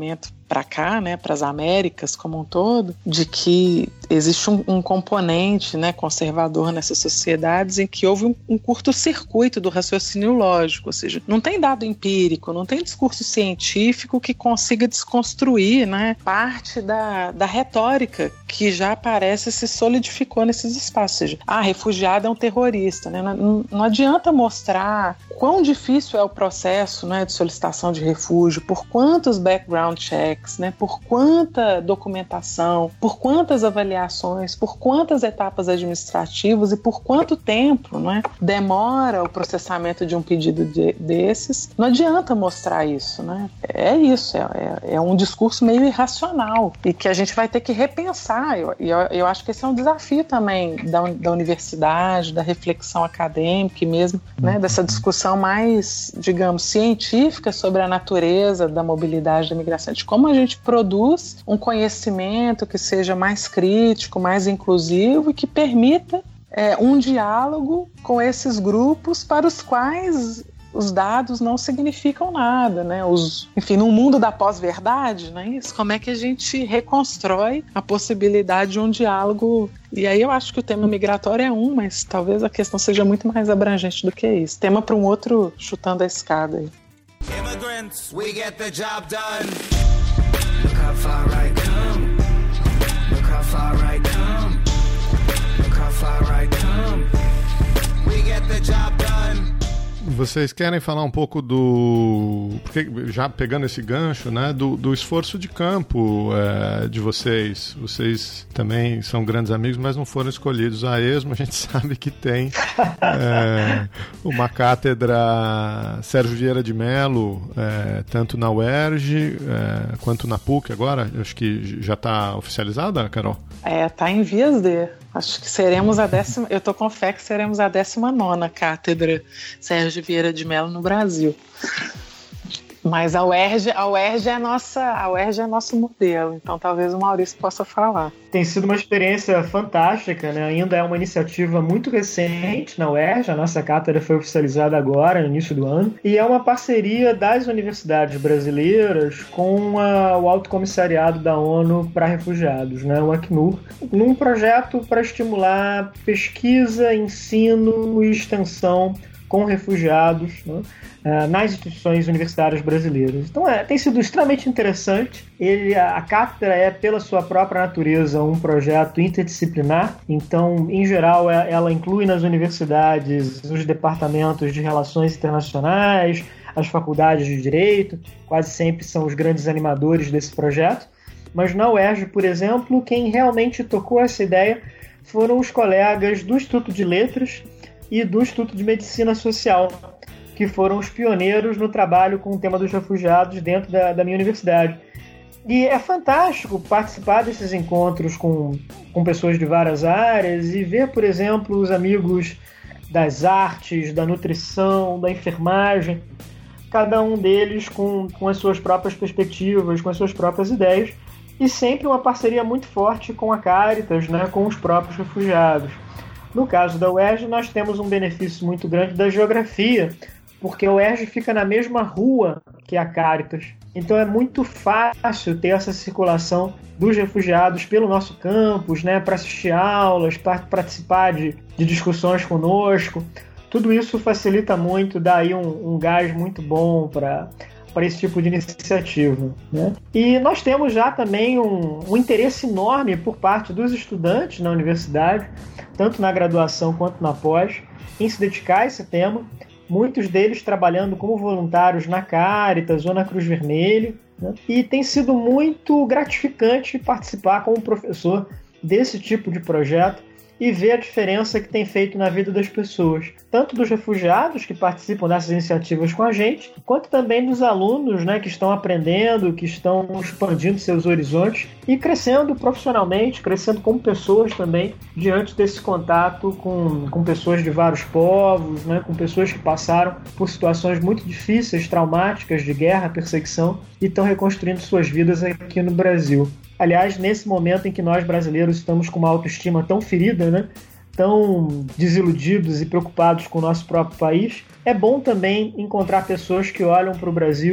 Speaker 5: para cá, né, para as Américas como um todo, de que existe um, um componente, né, conservador nessas sociedades em que houve um, um curto-circuito do raciocínio lógico, ou seja, não tem dado empírico, não tem discurso científico que consiga desconstruir, né, parte da, da retórica que já aparece se solidificou nesses espaços, ou seja, ah, refugiado é um terrorista, né, não, não adianta mostrar quão difícil é o processo, né, de solicitação de refúgio, por quantos background checks, né, por quanta documentação, por quantas avaliações, por quantas etapas administrativas e por quanto tempo, né, demora o processamento de um pedido de, desses. Não adianta mostrar isso, né? É isso, é, é, é um discurso meio irracional e que a gente vai ter que repensar. Eu, eu, eu acho que esse é um desafio também da, da universidade, da reflexão acadêmica e mesmo, né, dessa discussão mais, digamos, científica sobre a natureza da mobilidade da migração, de como a gente produz um conhecimento que seja mais crítico, mais inclusivo e que permita é, um diálogo com esses grupos para os quais os dados não significam nada, né? Os, enfim, no mundo da pós-verdade, né? Isso, como é que a gente reconstrói a possibilidade de um diálogo? E aí eu acho que o tema migratório é um, mas talvez a questão seja muito mais abrangente do que isso. Tema para um outro chutando a escada aí.
Speaker 6: Immigrants, we get the job done. Look how far I come. Look how far I come. Look how far I come. We get the job done.
Speaker 3: Vocês querem falar um pouco do... Porque já pegando esse gancho, né? Do, do esforço de campo é, de vocês. Vocês também são grandes amigos, mas não foram escolhidos a esmo. A gente sabe que tem é, uma cátedra Sérgio Vieira de Mello, é, tanto na U E R J é, quanto na P U C agora. Acho que já está oficializada, Carol?
Speaker 5: É, está em vias de... Acho que seremos a décima, eu tô com fé que seremos a décima nona cátedra Sérgio Vieira de Mello no Brasil. Mas a U E R J, a U E R J é nossa, a U E R J é nosso modelo, então talvez o Maurício possa falar.
Speaker 4: Tem sido uma experiência fantástica, né? Ainda é uma iniciativa muito recente na U E R J, a nossa cátedra foi oficializada agora, no início do ano, e é uma parceria das universidades brasileiras com a, o Alto Comissariado da ONU para Refugiados, né? O Acnur, num projeto para estimular pesquisa, ensino e extensão com refugiados, né, nas instituições universitárias brasileiras. Então é, tem sido extremamente interessante. Ele, a, a cátedra é, pela sua própria natureza, um projeto interdisciplinar. Então, em geral, é, ela inclui nas universidades os departamentos de relações internacionais, as faculdades de direito, quase sempre são os grandes animadores desse projeto. Mas na U E R J, por exemplo, quem realmente tocou essa ideia foram os colegas do Instituto de Letras e do Instituto de Medicina Social, que foram os pioneiros no trabalho com o tema dos refugiados dentro da, da minha universidade. E é fantástico participar desses encontros com, com pessoas de várias áreas e ver, por exemplo, os amigos das artes, da nutrição, da enfermagem, cada um deles com, com as suas próprias perspectivas, com as suas próprias ideias, e sempre uma parceria muito forte com a Caritas, né, com os próprios refugiados. No caso da U E R J, nós temos um benefício muito grande da geografia, porque a U E R J fica na mesma rua que a Caritas. Então é muito fácil ter essa circulação dos refugiados pelo nosso campus, né, para assistir aulas, para participar de, de discussões conosco. Tudo isso facilita muito, dá aí um, um gás muito bom para para esse tipo de iniciativa, né? E nós temos já também um, um interesse enorme por parte dos estudantes na universidade, tanto na graduação quanto na pós, em se dedicar a esse tema, muitos deles trabalhando como voluntários na Caritas ou na Cruz Vermelha, né? E tem sido muito gratificante participar como professor desse tipo de projeto e ver a diferença que tem feito na vida das pessoas, tanto dos refugiados que participam dessas iniciativas com a gente, quanto também dos alunos, né, que estão aprendendo, que estão expandindo seus horizontes e crescendo profissionalmente, crescendo como pessoas também, diante desse contato com, com pessoas de vários povos, né, com pessoas que passaram por situações muito difíceis, traumáticas, de guerra, perseguição, e estão reconstruindo suas vidas aqui no Brasil. Aliás, nesse momento em que nós brasileiros estamos com uma autoestima tão ferida, né, tão desiludidos e preocupados com o nosso próprio país, é bom também encontrar pessoas que olham para o Brasil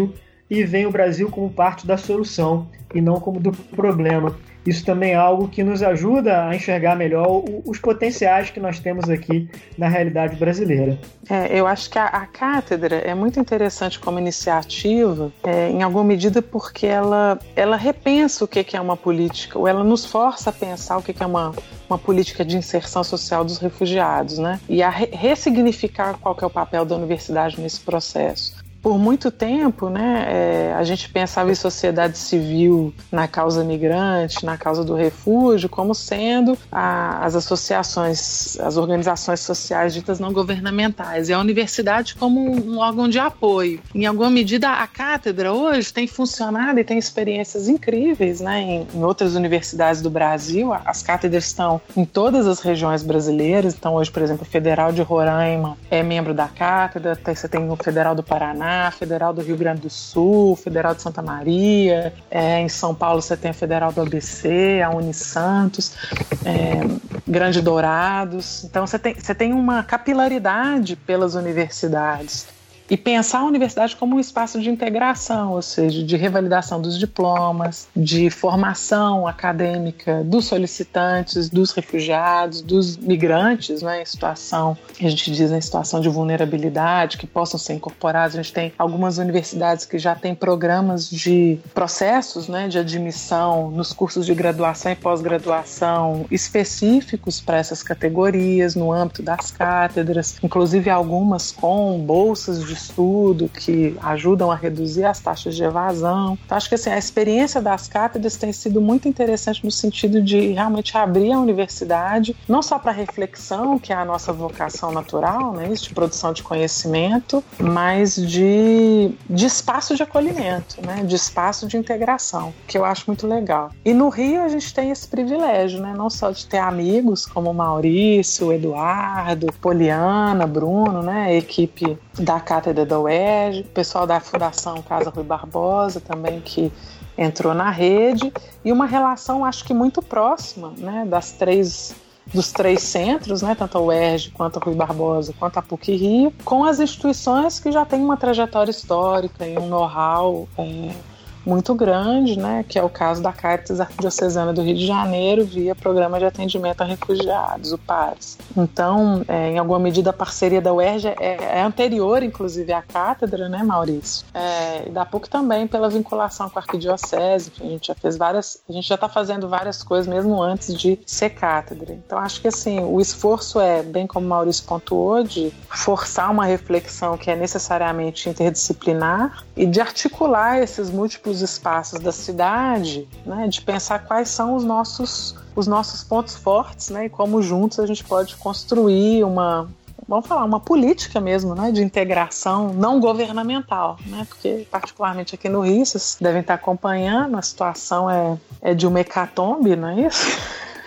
Speaker 4: e veem o Brasil como parte da solução e não como do problema. Isso também é algo que nos ajuda a enxergar melhor os potenciais que nós temos aqui na realidade brasileira.
Speaker 5: É, eu acho que a, a cátedra é muito interessante como iniciativa, é, em alguma medida porque ela, ela repensa o que, que é uma política, ou ela nos força a pensar o que, que é uma, uma política de inserção social dos refugiados, né? E a re- ressignificar qual que é o papel da universidade nesse processo. Por muito tempo, né, é, a gente pensava em sociedade civil na causa migrante, na causa do refúgio, como sendo a, as associações, as organizações sociais ditas não governamentais, e a universidade como um, um órgão de apoio. Em alguma medida, a cátedra hoje tem funcionado e tem experiências incríveis, né, em, em outras universidades do Brasil. As cátedras estão em todas as regiões brasileiras. Então, hoje, por exemplo, a Federal de Roraima é membro da cátedra, você tem o Federal do Paraná, a Federal do Rio Grande do Sul, Federal de Santa Maria, é, em São Paulo você tem a Federal do A B C, a Unisantos, é, Grande Dourados. Então você tem, você tem uma capilaridade pelas universidades. E pensar a universidade como um espaço de integração, ou seja, de revalidação dos diplomas, de formação acadêmica dos solicitantes, dos refugiados, dos migrantes, né, em situação, a gente diz em situação de vulnerabilidade, que possam ser incorporados. A gente tem algumas universidades que já têm programas de processos, né, de admissão nos cursos de graduação e pós-graduação específicos para essas categorias, no âmbito das cátedras, inclusive algumas com bolsas de estudo que ajudam a reduzir as taxas de evasão. Então, acho que assim, a experiência das cátedras tem sido muito interessante no sentido de realmente abrir a universidade, não só para reflexão, que é a nossa vocação natural, né, isso de produção de conhecimento, mas de, de espaço de acolhimento, né, de espaço de integração, que eu acho muito legal. E no Rio a gente tem esse privilégio, né, não só de ter amigos como o Maurício, o Eduardo, Poliana, Bruno, né, a equipe da cátedra da U E R J, o pessoal da Fundação Casa Rui Barbosa também, que entrou na rede, e uma relação, acho que muito próxima, né, das três, dos três centros, né, tanto a U E R J, quanto a Rui Barbosa, quanto a PUC Rio, com as instituições que já têm uma trajetória histórica e um know-how é, muito grande, né, que é o caso da Cáritas Arquidiocesana do Rio de Janeiro via Programa de Atendimento a Refugiados, o PARES. Então, é, em alguma medida, a parceria da U E R J é, é anterior, inclusive, à cátedra, né, Maurício? É, e da PUC também, pela vinculação com a Arquidiocese. A gente já fez várias, a gente já está fazendo várias coisas mesmo antes de ser cátedra. Então, acho que assim, o esforço é, bem como o Maurício pontuou, de forçar uma reflexão que é necessariamente interdisciplinar e de articular esses múltiplos espaços da cidade, né, de pensar quais são os nossos, os nossos pontos fortes, né, e como juntos a gente pode construir uma, vamos falar, uma política mesmo, né, de integração não governamental, né, porque particularmente aqui no Rio, vocês devem estar acompanhando, a situação é, é de uma hecatombe, não é isso?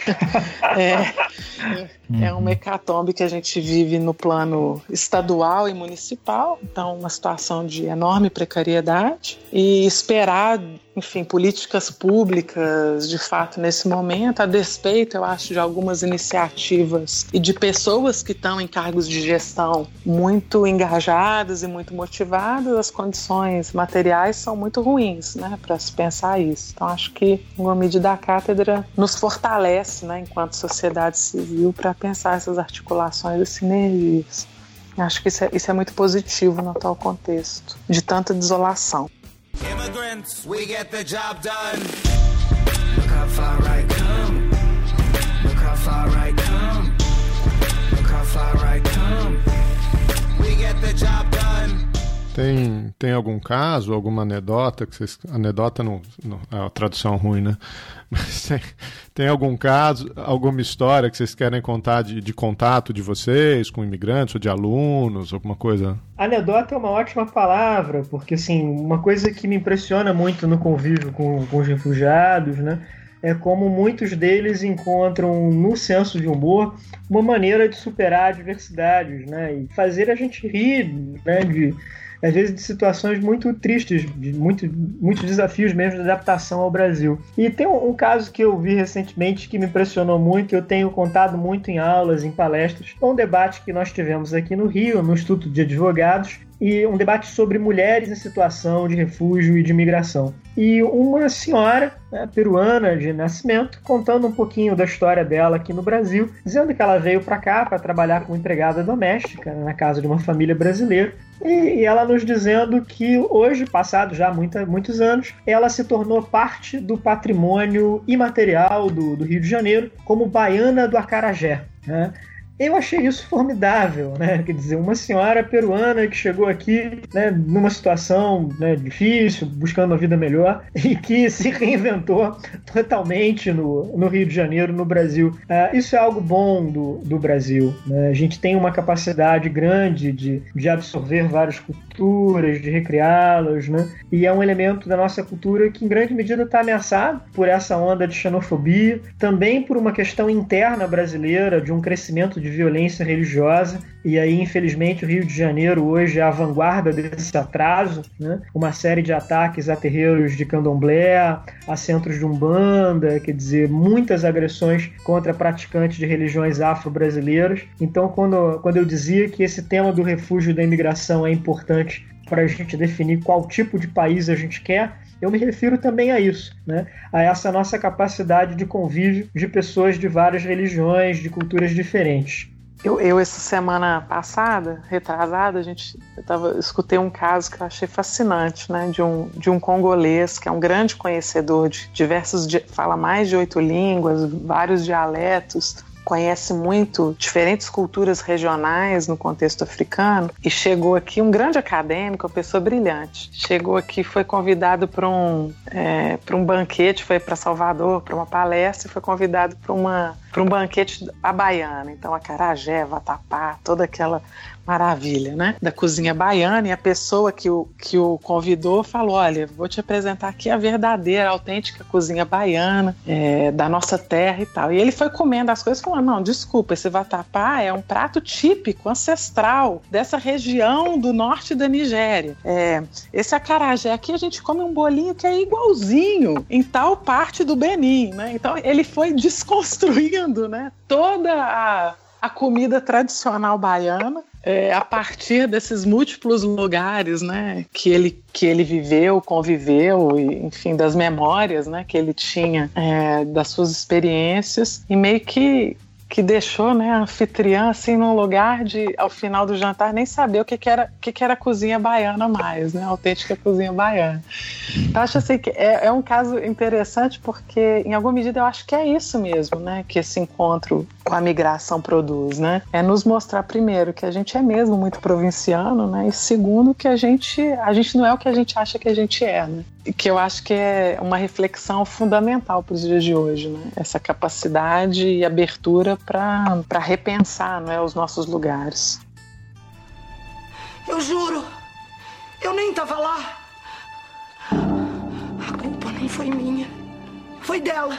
Speaker 5: É, é uma hecatombe que a gente vive no plano estadual e municipal, então uma situação de enorme precariedade, e esperar, enfim, políticas públicas de fato nesse momento, a despeito, eu acho, de algumas iniciativas e de pessoas que estão em cargos de gestão muito engajadas e muito motivadas, as condições materiais são muito ruins, né, para se pensar isso. Então acho que uma medida da cátedra nos fortalece, né, enquanto sociedade civil, para pensar essas articulações e sinergias. Acho que isso é, isso é muito positivo no atual contexto de tanta desolação.
Speaker 6: Immigrants, we get the job done. Look how far I come. Look how far I come. Look how far I come. We get the job done.
Speaker 3: Tem, tem algum caso, alguma anedota que vocês... Anedota não, não é a tradução ruim, né? Mas tem, tem algum caso, alguma história que vocês querem contar de, de contato de vocês com imigrantes ou de alunos, alguma coisa?
Speaker 4: Anedota é uma ótima palavra, porque assim, uma coisa que me impressiona muito no convívio com, com os refugiados, né, é como muitos deles encontram no senso de humor uma maneira de superar adversidades, né, e fazer a gente rir, né, de às vezes de situações muito tristes, de muito, muitos desafios mesmo de adaptação ao Brasil. E tem um, um caso que eu vi recentemente que me impressionou muito, eu tenho contado muito em aulas, em palestras, um debate que nós tivemos aqui no Rio, no Instituto de Advogados, e um debate sobre mulheres em situação de refúgio e de imigração. E uma senhora, né, peruana de nascimento, contando um pouquinho da história dela aqui no Brasil, dizendo que ela veio para cá para trabalhar como empregada doméstica na casa de uma família brasileira. E, e ela nos dizendo que hoje, passado já muita, muitos anos, ela se tornou parte do patrimônio imaterial do, do Rio de Janeiro como baiana do acarajé, né? Eu achei isso formidável, né? Quer dizer, uma senhora peruana que chegou aqui, né, numa situação, né, difícil, buscando uma vida melhor, e que se reinventou totalmente no, no Rio de Janeiro, no Brasil. Uh, isso é algo bom do, do Brasil, né? A gente tem uma capacidade grande de, de absorver várias culturas, de recriá-las, né? E é um elemento da nossa cultura que, em grande medida, está ameaçado por essa onda de xenofobia, também por uma questão interna brasileira, de um crescimento de de violência religiosa, e aí infelizmente o Rio de Janeiro hoje é a vanguarda desse atraso, né? Uma série de ataques a terreiros de candomblé, a centros de umbanda, quer dizer, muitas agressões contra praticantes de religiões afro-brasileiras. Então quando, quando eu dizia que esse tema do refúgio e da imigração é importante para a gente definir qual tipo de país a gente quer, eu me refiro também a isso, né? A essa nossa capacidade de convívio de pessoas de várias religiões, de culturas diferentes.
Speaker 5: Eu, eu essa semana passada, retrasada, a gente, eu tava, eu escutei um caso que eu achei fascinante, né? De um, de um congolês que é um grande conhecedor de diversos, fala mais de oito línguas, vários dialetos, conhece muito diferentes culturas regionais no contexto africano, e chegou aqui um grande acadêmico, uma pessoa brilhante. Chegou aqui, foi convidado para um, é, para um banquete, foi para Salvador, para uma palestra, e foi convidado para uma para um banquete à baiana. Então, acarajé, vatapá, toda aquela maravilha, né, da cozinha baiana, e a pessoa que o, que o convidou falou: olha, vou te apresentar aqui a verdadeira, a autêntica cozinha baiana, é, da nossa terra e tal. E ele foi comendo as coisas e falou: não, desculpa, esse vatapá é um prato típico, ancestral, dessa região do norte da Nigéria. É, esse acarajé aqui a gente come um bolinho que é igualzinho em tal parte do Benin, né? Então ele foi desconstruindo, né, toda a, a comida tradicional baiana, É, a partir desses múltiplos lugares, né, que ele, que ele viveu, conviveu, e, enfim, das memórias, né, que ele tinha, é, das suas experiências, e meio que, que deixou, né, a anfitriã assim, num lugar de, ao final do jantar, nem saber o que, que, era, o que, que era a cozinha baiana mais, né, a autêntica cozinha baiana. Eu acho assim, que é, é um caso interessante porque, em alguma medida, eu acho que é isso mesmo, né, que esse encontro com a migração produz, né? É nos mostrar, primeiro, que a gente é mesmo muito provinciano, né? E segundo, que a gente, a gente não é o que a gente acha que a gente é, né? E que eu acho que é uma reflexão fundamental para os dias de hoje, né? Essa capacidade e abertura para para repensar, não é, os nossos lugares.
Speaker 9: Eu juro, eu nem estava lá. A culpa não foi minha, foi dela.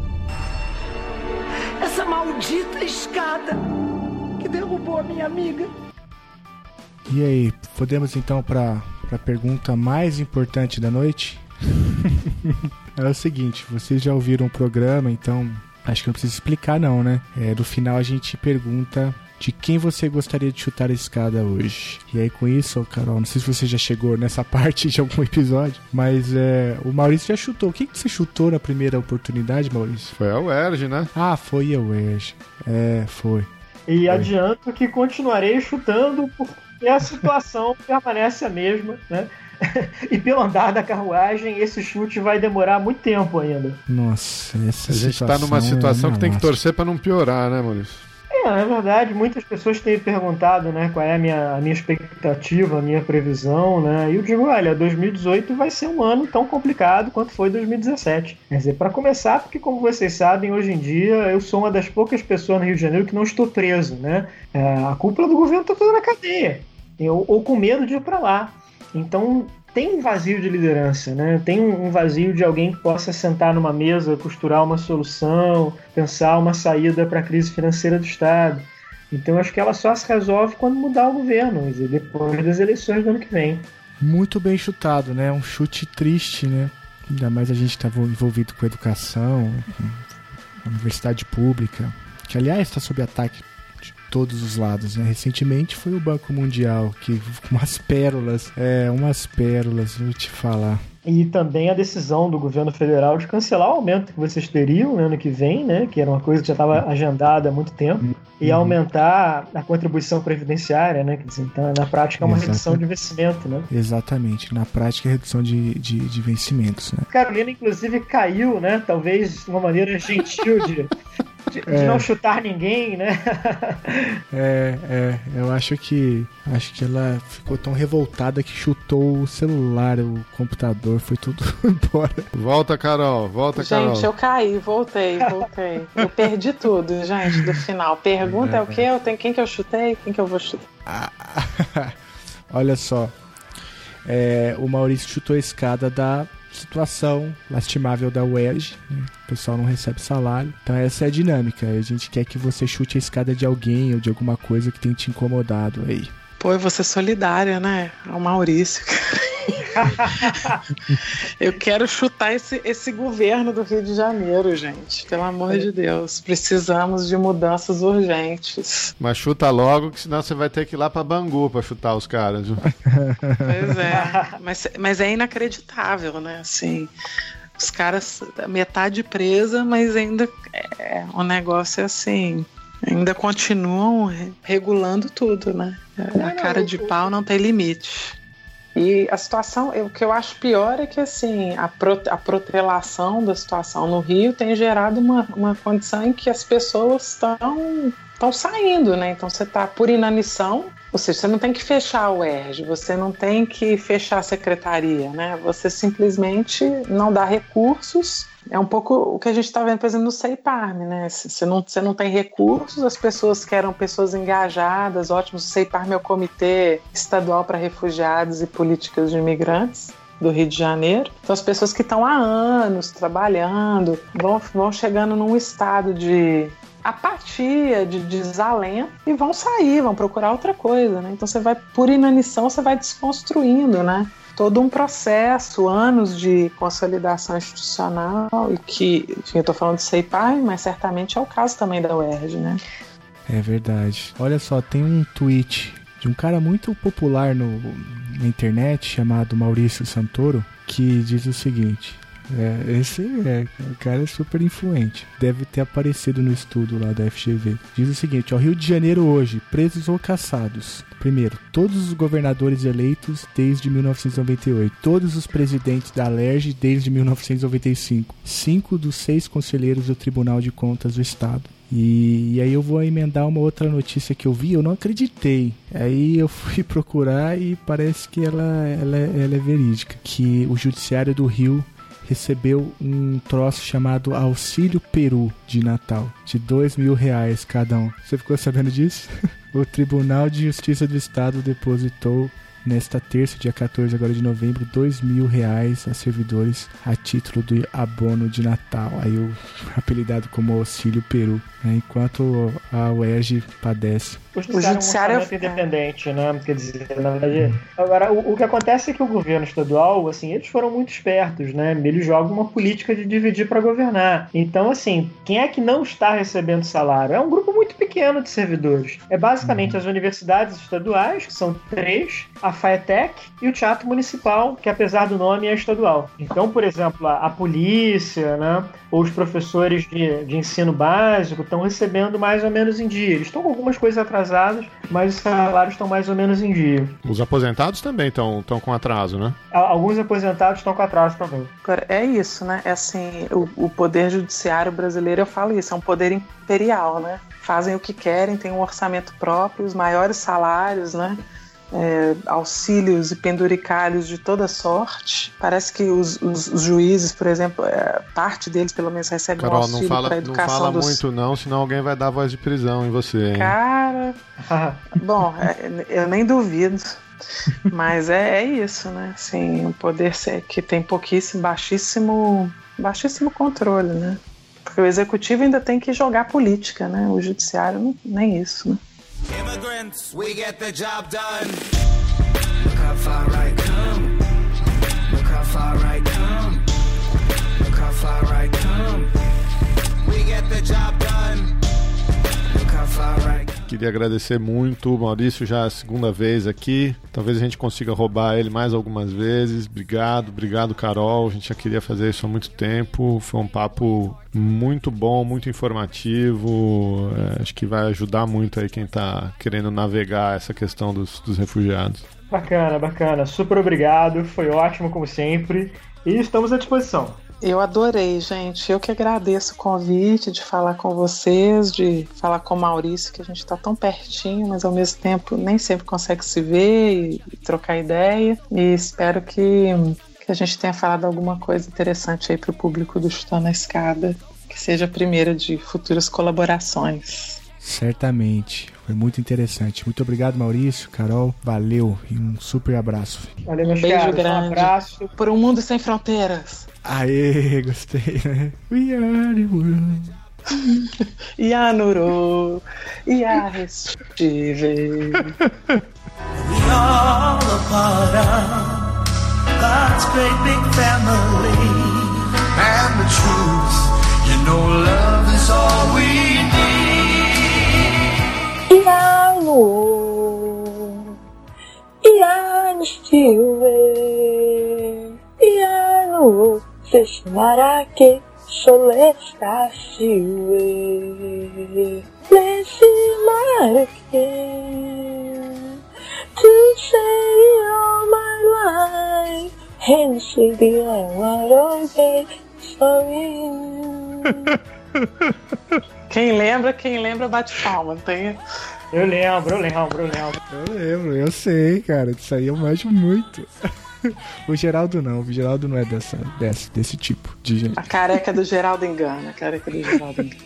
Speaker 9: Essa maldita escada que derrubou a minha amiga.
Speaker 2: E aí, podemos então para a pergunta mais importante da noite? É o seguinte, vocês já ouviram o programa, então acho que não precisa explicar não, né? É, no final a gente pergunta de quem você gostaria de chutar a escada hoje. E aí com isso, Carol, não sei se você já chegou nessa parte de algum episódio, mas é, o Maurício já chutou. O que, que você chutou na primeira oportunidade, Maurício?
Speaker 3: Foi a U E R J, né?
Speaker 2: Ah, foi a U E R J. É, foi.
Speaker 4: E foi. Adianto que continuarei chutando porque a situação permanece a mesma, né? E pelo andar da carruagem, esse chute vai demorar muito tempo ainda.
Speaker 2: Nossa, essa
Speaker 3: a gente
Speaker 2: situação
Speaker 3: tá numa situação
Speaker 2: é
Speaker 3: que tem que torcer para não piorar, né, Maurício?
Speaker 4: É, na verdade, muitas pessoas têm perguntado, né, qual é a minha, a minha expectativa, a minha previsão, né? E eu digo, olha, dois mil e dezoito vai ser um ano tão complicado quanto foi dois mil e dezessete. Quer dizer, para começar, porque como vocês sabem, hoje em dia eu sou uma das poucas pessoas no Rio de Janeiro que não estou preso, né? É, a cúpula do governo está toda na cadeia, eu, ou com medo de ir para lá. Então tem um vazio de liderança, né? Tem um vazio de alguém que possa sentar numa mesa, costurar uma solução, pensar uma saída para a crise financeira do Estado. Então acho que ela só se resolve quando mudar o governo, quer dizer, depois das eleições do ano que vem.
Speaker 2: Muito bem chutado, né? Um chute triste, né? Ainda mais a gente estava envolvido com educação, com universidade pública, que aliás está sob ataque de todos os lados, né? Recentemente foi o Banco Mundial, que umas pérolas, é, umas pérolas, vou te falar.
Speaker 4: E também a decisão do governo federal de cancelar o aumento que vocês teriam no ano que vem, né? Que era uma coisa que já estava agendada há muito tempo, uhum. e aumentar a contribuição previdenciária, né? Quer dizer, então, na prática é uma Exatamente. redução de investimento, né?
Speaker 2: Exatamente, na prática é redução de, de, de vencimentos, né?
Speaker 4: Carolina, inclusive, caiu, né? Talvez de uma maneira gentil de... De, de é. não chutar ninguém, né?
Speaker 2: É, é, eu acho que acho que ela ficou tão revoltada que chutou o celular, o computador, foi tudo embora.
Speaker 3: Volta, Carol, volta,
Speaker 5: gente,
Speaker 3: Carol.
Speaker 5: Gente, eu caí, voltei, voltei. Eu perdi tudo, gente, do final. Pergunta é, é o quê? Eu tenho, quem que eu chutei? Quem que eu vou chutar?
Speaker 2: Ah, olha só, é, o Maurício chutou a escada da situação lastimável da U E R J, né? O pessoal não recebe salário, então essa é a dinâmica. A gente quer que você chute a escada de alguém ou de alguma coisa que tenha te incomodado aí.
Speaker 5: Pô, eu vou ser solidária, né? Ao Maurício. Eu quero chutar esse, esse governo do Rio de Janeiro, gente. Pelo amor é. de Deus. Precisamos de mudanças urgentes.
Speaker 3: Mas chuta logo, que senão você vai ter que ir lá pra Bangu pra chutar os caras.
Speaker 5: Pois é. Mas, mas é inacreditável, né? Assim, os caras, metade presa, mas ainda é, o negócio é assim... Ainda continuam regulando tudo, né? A cara de pau não tem limite. E a situação, o que eu acho pior é que assim, a, pro, a protrelação da situação no Rio tem gerado uma, uma condição em que as pessoas estão estão saindo, né? Então você está por inanição, ou seja, você não tem que fechar a U E R J, você não tem que fechar a secretaria, né? Você simplesmente não dá recursos. É um pouco o que a gente está vendo, por exemplo, no CEIPARM, né? Você não, você não tem recursos, as pessoas que eram pessoas engajadas, ótimos. O CEIPARM é o Comitê Estadual para Refugiados e Políticas de Imigrantes do Rio de Janeiro. Então as pessoas que estão há anos trabalhando vão, vão chegando num estado de apatia, de desalento e vão sair, vão procurar outra coisa, né? Então você vai, por inanição, você vai desconstruindo, né? Todo um processo, anos de consolidação institucional e que, enfim, eu estou falando de CEIPARM, mas certamente é o caso também da U E R J, né?
Speaker 2: É verdade. Olha só, tem um tweet de um cara muito popular no, na internet chamado Maurício Santoro que diz o seguinte... É, esse é, o cara é super influente. Deve ter aparecido no estudo lá da F G V. Diz o seguinte, ó, Rio de Janeiro hoje, presos ou caçados. Primeiro, todos os governadores eleitos desde mil novecentos e noventa e oito. Todos os presidentes da Alerj desde mil novecentos e noventa e cinco. Cinco dos seis conselheiros do Tribunal de Contas do Estado. E, e aí eu vou emendar uma outra notícia que eu vi, eu não acreditei. Aí eu fui procurar e parece que ela, ela, ela é verídica. Que o Judiciário do Rio recebeu um troço chamado Auxílio Peru de Natal, de dois mil reais cada um. Você ficou sabendo disso? O Tribunal de Justiça do Estado depositou nesta terça, dia quatorze agora de novembro, dois mil reais a servidores a título de abono de Natal. Aí o apelidado como Auxílio Peru, né? Enquanto a U E R J padece.
Speaker 4: O judiciário é um independente, né? Quer dizer, na verdade... Agora, o, o que acontece é que o governo estadual, assim, eles foram muito espertos, né? Eles jogam uma política de dividir para governar. Então, assim, quem é que não está recebendo salário? É um grupo muito pequeno de servidores. É basicamente as universidades estaduais, que são três, a FAETEC e o Teatro Municipal, que apesar do nome é estadual. Então, por exemplo, a, a polícia, né? Ou os professores de, de ensino básico estão recebendo mais ou menos em dia. Eles estão com algumas coisas atrasadas, mas os salários estão mais ou menos em dia.
Speaker 3: Os aposentados também estão com atraso, né?
Speaker 4: Alguns aposentados estão com atraso também.
Speaker 5: Agora, é isso, né? É assim, o, o poder judiciário brasileiro, eu falo isso, é um poder imperial, né? Fazem o que querem, têm um orçamento próprio, os maiores salários, né? É, auxílios e penduricalhos de toda sorte. Parece que os, os, os juízes, por exemplo, é, parte deles pelo menos recebe
Speaker 3: Carol,
Speaker 5: um auxílio para a educação.
Speaker 3: Não fala
Speaker 5: dos...
Speaker 3: muito não, senão alguém vai dar voz de prisão em você, hein?
Speaker 5: Cara, bom, é, eu nem duvido. Mas é, é isso, né? Assim, um poder que tem pouquíssimo, baixíssimo, baixíssimo controle, né? Porque o executivo ainda tem que jogar política, né? O judiciário não, nem isso, né?
Speaker 6: Immigrants, we get the job done.
Speaker 7: Look how far I come. Look how far I come. Look how far I come.
Speaker 6: We get the job done.
Speaker 7: Look how far I come.
Speaker 3: Queria agradecer muito o Maurício, já a segunda vez aqui. Talvez a gente consiga roubar ele mais algumas vezes. Obrigado, obrigado, Carol. A gente já queria fazer isso há muito tempo. Foi um papo muito bom, muito informativo. É, acho que vai ajudar muito aí quem está querendo navegar essa questão dos, dos refugiados.
Speaker 4: Bacana, bacana. Super obrigado. Foi ótimo, como sempre. E estamos à disposição.
Speaker 5: Eu adorei, gente. Eu que agradeço o convite de falar com vocês, de falar com o Maurício, que a gente está tão pertinho, mas ao mesmo tempo nem sempre consegue se ver e, e trocar ideia. E espero que, que a gente tenha falado alguma coisa interessante aí para o público do Chutando a Escada, que seja a primeira de futuras colaborações.
Speaker 2: Certamente. Foi muito interessante. Muito obrigado, Maurício, Carol. Valeu e um super abraço.
Speaker 4: Valeu, meus
Speaker 5: Um beijo
Speaker 4: caros.
Speaker 5: grande.
Speaker 4: Um abraço.
Speaker 5: Por um mundo sem fronteiras.
Speaker 2: Aê, gostei, né? We are the world.
Speaker 5: Yanuro, Yarestive.
Speaker 6: We all a part of God's great big family. And the truth, you know love is all we need.
Speaker 10: Yanuro, Yarestive. Yanuro. Sesmarake solestaciwe Sesmarake to say all my life hence the Amaroke sorry.
Speaker 5: Quem lembra, quem lembra bate palma, não tem?
Speaker 4: Eu lembro, eu lembro, eu lembro.
Speaker 2: Eu lembro, eu sei, cara. Isso aí eu manjo muito. O Geraldo não, o Geraldo não é dessa, desse, desse tipo de gente.
Speaker 5: A careca do Geraldo engana, a careca do Geraldo engana.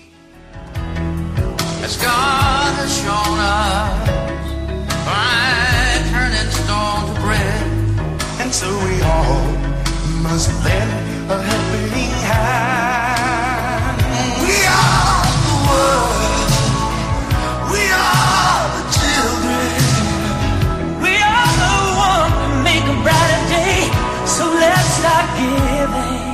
Speaker 6: As God has shown us by turning stone to bread, and so we all must lend a helping hand. We are the world, we are the children, we are the one to make a brighter day, so let's start giving.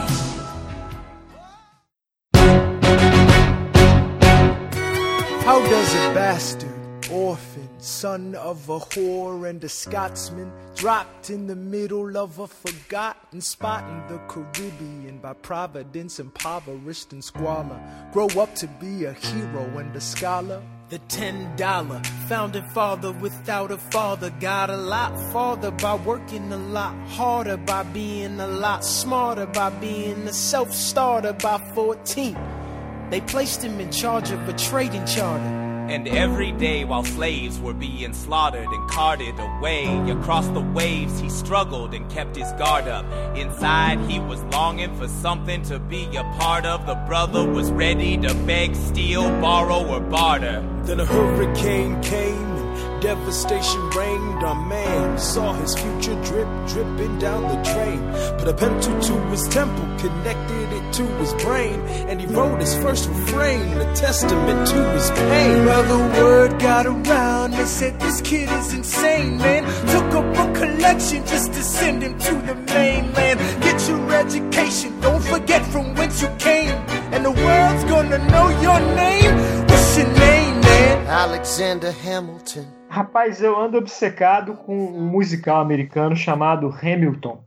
Speaker 11: How does a bastard, orphan, son of a whore and a Scotsman, dropped in the middle of a forgotten spot in the Caribbean by providence, impoverished and squalor, grow up to be a hero and a scholar? The ten dollar founding father without a father got a lot farther by working a lot harder, by being a lot smarter, by being a self-starter. By fourteen, they placed him in charge of a trading charter.
Speaker 12: And every day while slaves were being slaughtered and carted away across the waves, he struggled and kept his guard up. Inside he was longing for something to be a part of. The brother was ready to beg, steal, borrow, or barter.
Speaker 11: Then a hurricane came and devastation reigned. Our man saw his future drip, dripping down the drain. Put a pencil to his temple, connected it to his brain, and he wrote his first refrain, a testament to his pain. Well, the word got around, they said this kid is insane, man. Took up a collection just to send him to the mainland. Get your education, don't forget from whence you came, and the world's gonna know your name. What's your name, man? Alexander Hamilton.
Speaker 4: Rapaz, eu ando obcecado com um musical americano chamado Hamilton,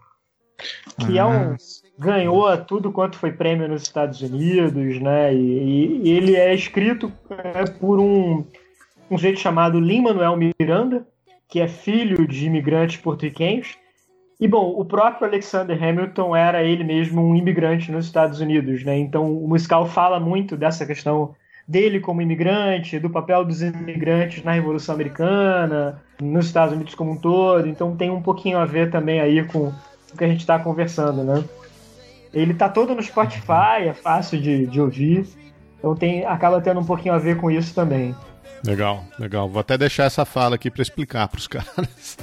Speaker 4: que ah. é um... ganhou tudo quanto foi prêmio nos Estados Unidos, né? E, e ele é escrito é, por um, um sujeito chamado Lin-Manuel Miranda, que é filho de imigrantes porto-riquenhos. E, bom, o próprio Alexander Hamilton era ele mesmo um imigrante nos Estados Unidos, né? Então, o musical fala muito dessa questão dele como imigrante, do papel dos imigrantes na Revolução Americana, nos Estados Unidos como um todo. Então, tem um pouquinho a ver também aí com o que a gente está conversando, né? Ele tá todo no Spotify, é fácil de, de ouvir, então tem, acaba tendo um pouquinho a ver com isso também.
Speaker 3: Legal, legal. Vou até deixar essa fala aqui para explicar pros caras.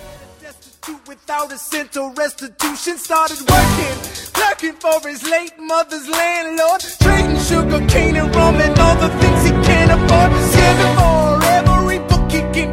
Speaker 11: Without a cent or restitution, started working, clerking for his late mother's landlord, trading sugar cane and rum and all the things he can't afford. Scamming for every book he can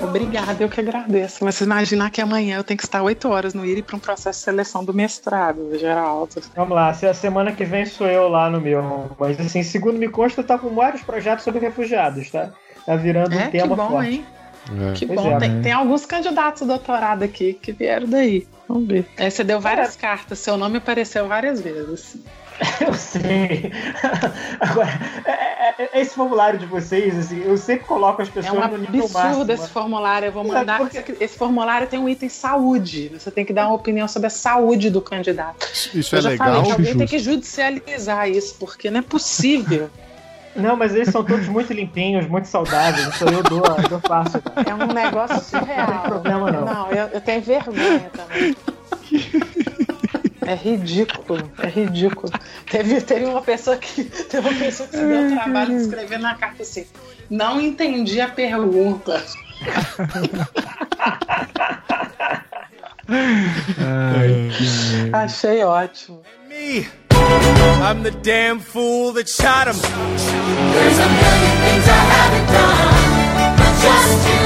Speaker 5: Obrigada, eu que agradeço. Mas você imaginar que amanhã eu tenho que estar oito horas no I R I para um processo de seleção do mestrado, Geraldo.
Speaker 4: Vamos lá, se a semana que vem sou eu lá no meu. Mas assim, segundo me consta, tá com vários projetos sobre refugiados, tá? Tá virando um
Speaker 5: é,
Speaker 4: tema
Speaker 5: que bom,
Speaker 4: forte.
Speaker 5: Hein?
Speaker 3: É.
Speaker 5: Que
Speaker 4: Pois
Speaker 5: bom,
Speaker 4: é.
Speaker 5: tem, tem alguns candidatos a doutorado aqui que vieram daí. Vamos ver. É, você deu várias é. cartas, seu nome apareceu várias vezes.
Speaker 4: Eu sei. Agora, é, é, esse formulário de vocês, assim, eu sempre coloco as pessoas
Speaker 5: é um
Speaker 4: no nível máximo. É
Speaker 5: absurdo esse formulário. Eu vou mandar. Porque... Esse formulário tem um item saúde. Você tem que dar uma opinião sobre a saúde do candidato.
Speaker 3: Isso
Speaker 5: eu
Speaker 3: é
Speaker 5: já
Speaker 3: legal.
Speaker 5: Falei que alguém
Speaker 3: justo.
Speaker 5: tem que judicializar isso, porque não é possível.
Speaker 4: Não, mas eles são todos muito limpinhos, muito saudáveis. Então eu dou, eu faço.
Speaker 5: É um negócio surreal.
Speaker 4: Não tem problema, não.
Speaker 5: Não, eu, eu tenho vergonha também. É ridículo, é ridículo. Teve, teve uma pessoa que teve uma pessoa que se deu o trabalho de escrever na carta assim: não entendi a pergunta.
Speaker 2: Ai,
Speaker 5: achei ótimo.
Speaker 11: Me, I'm the damn fool that shot him.
Speaker 6: There's a million things I haven't done, just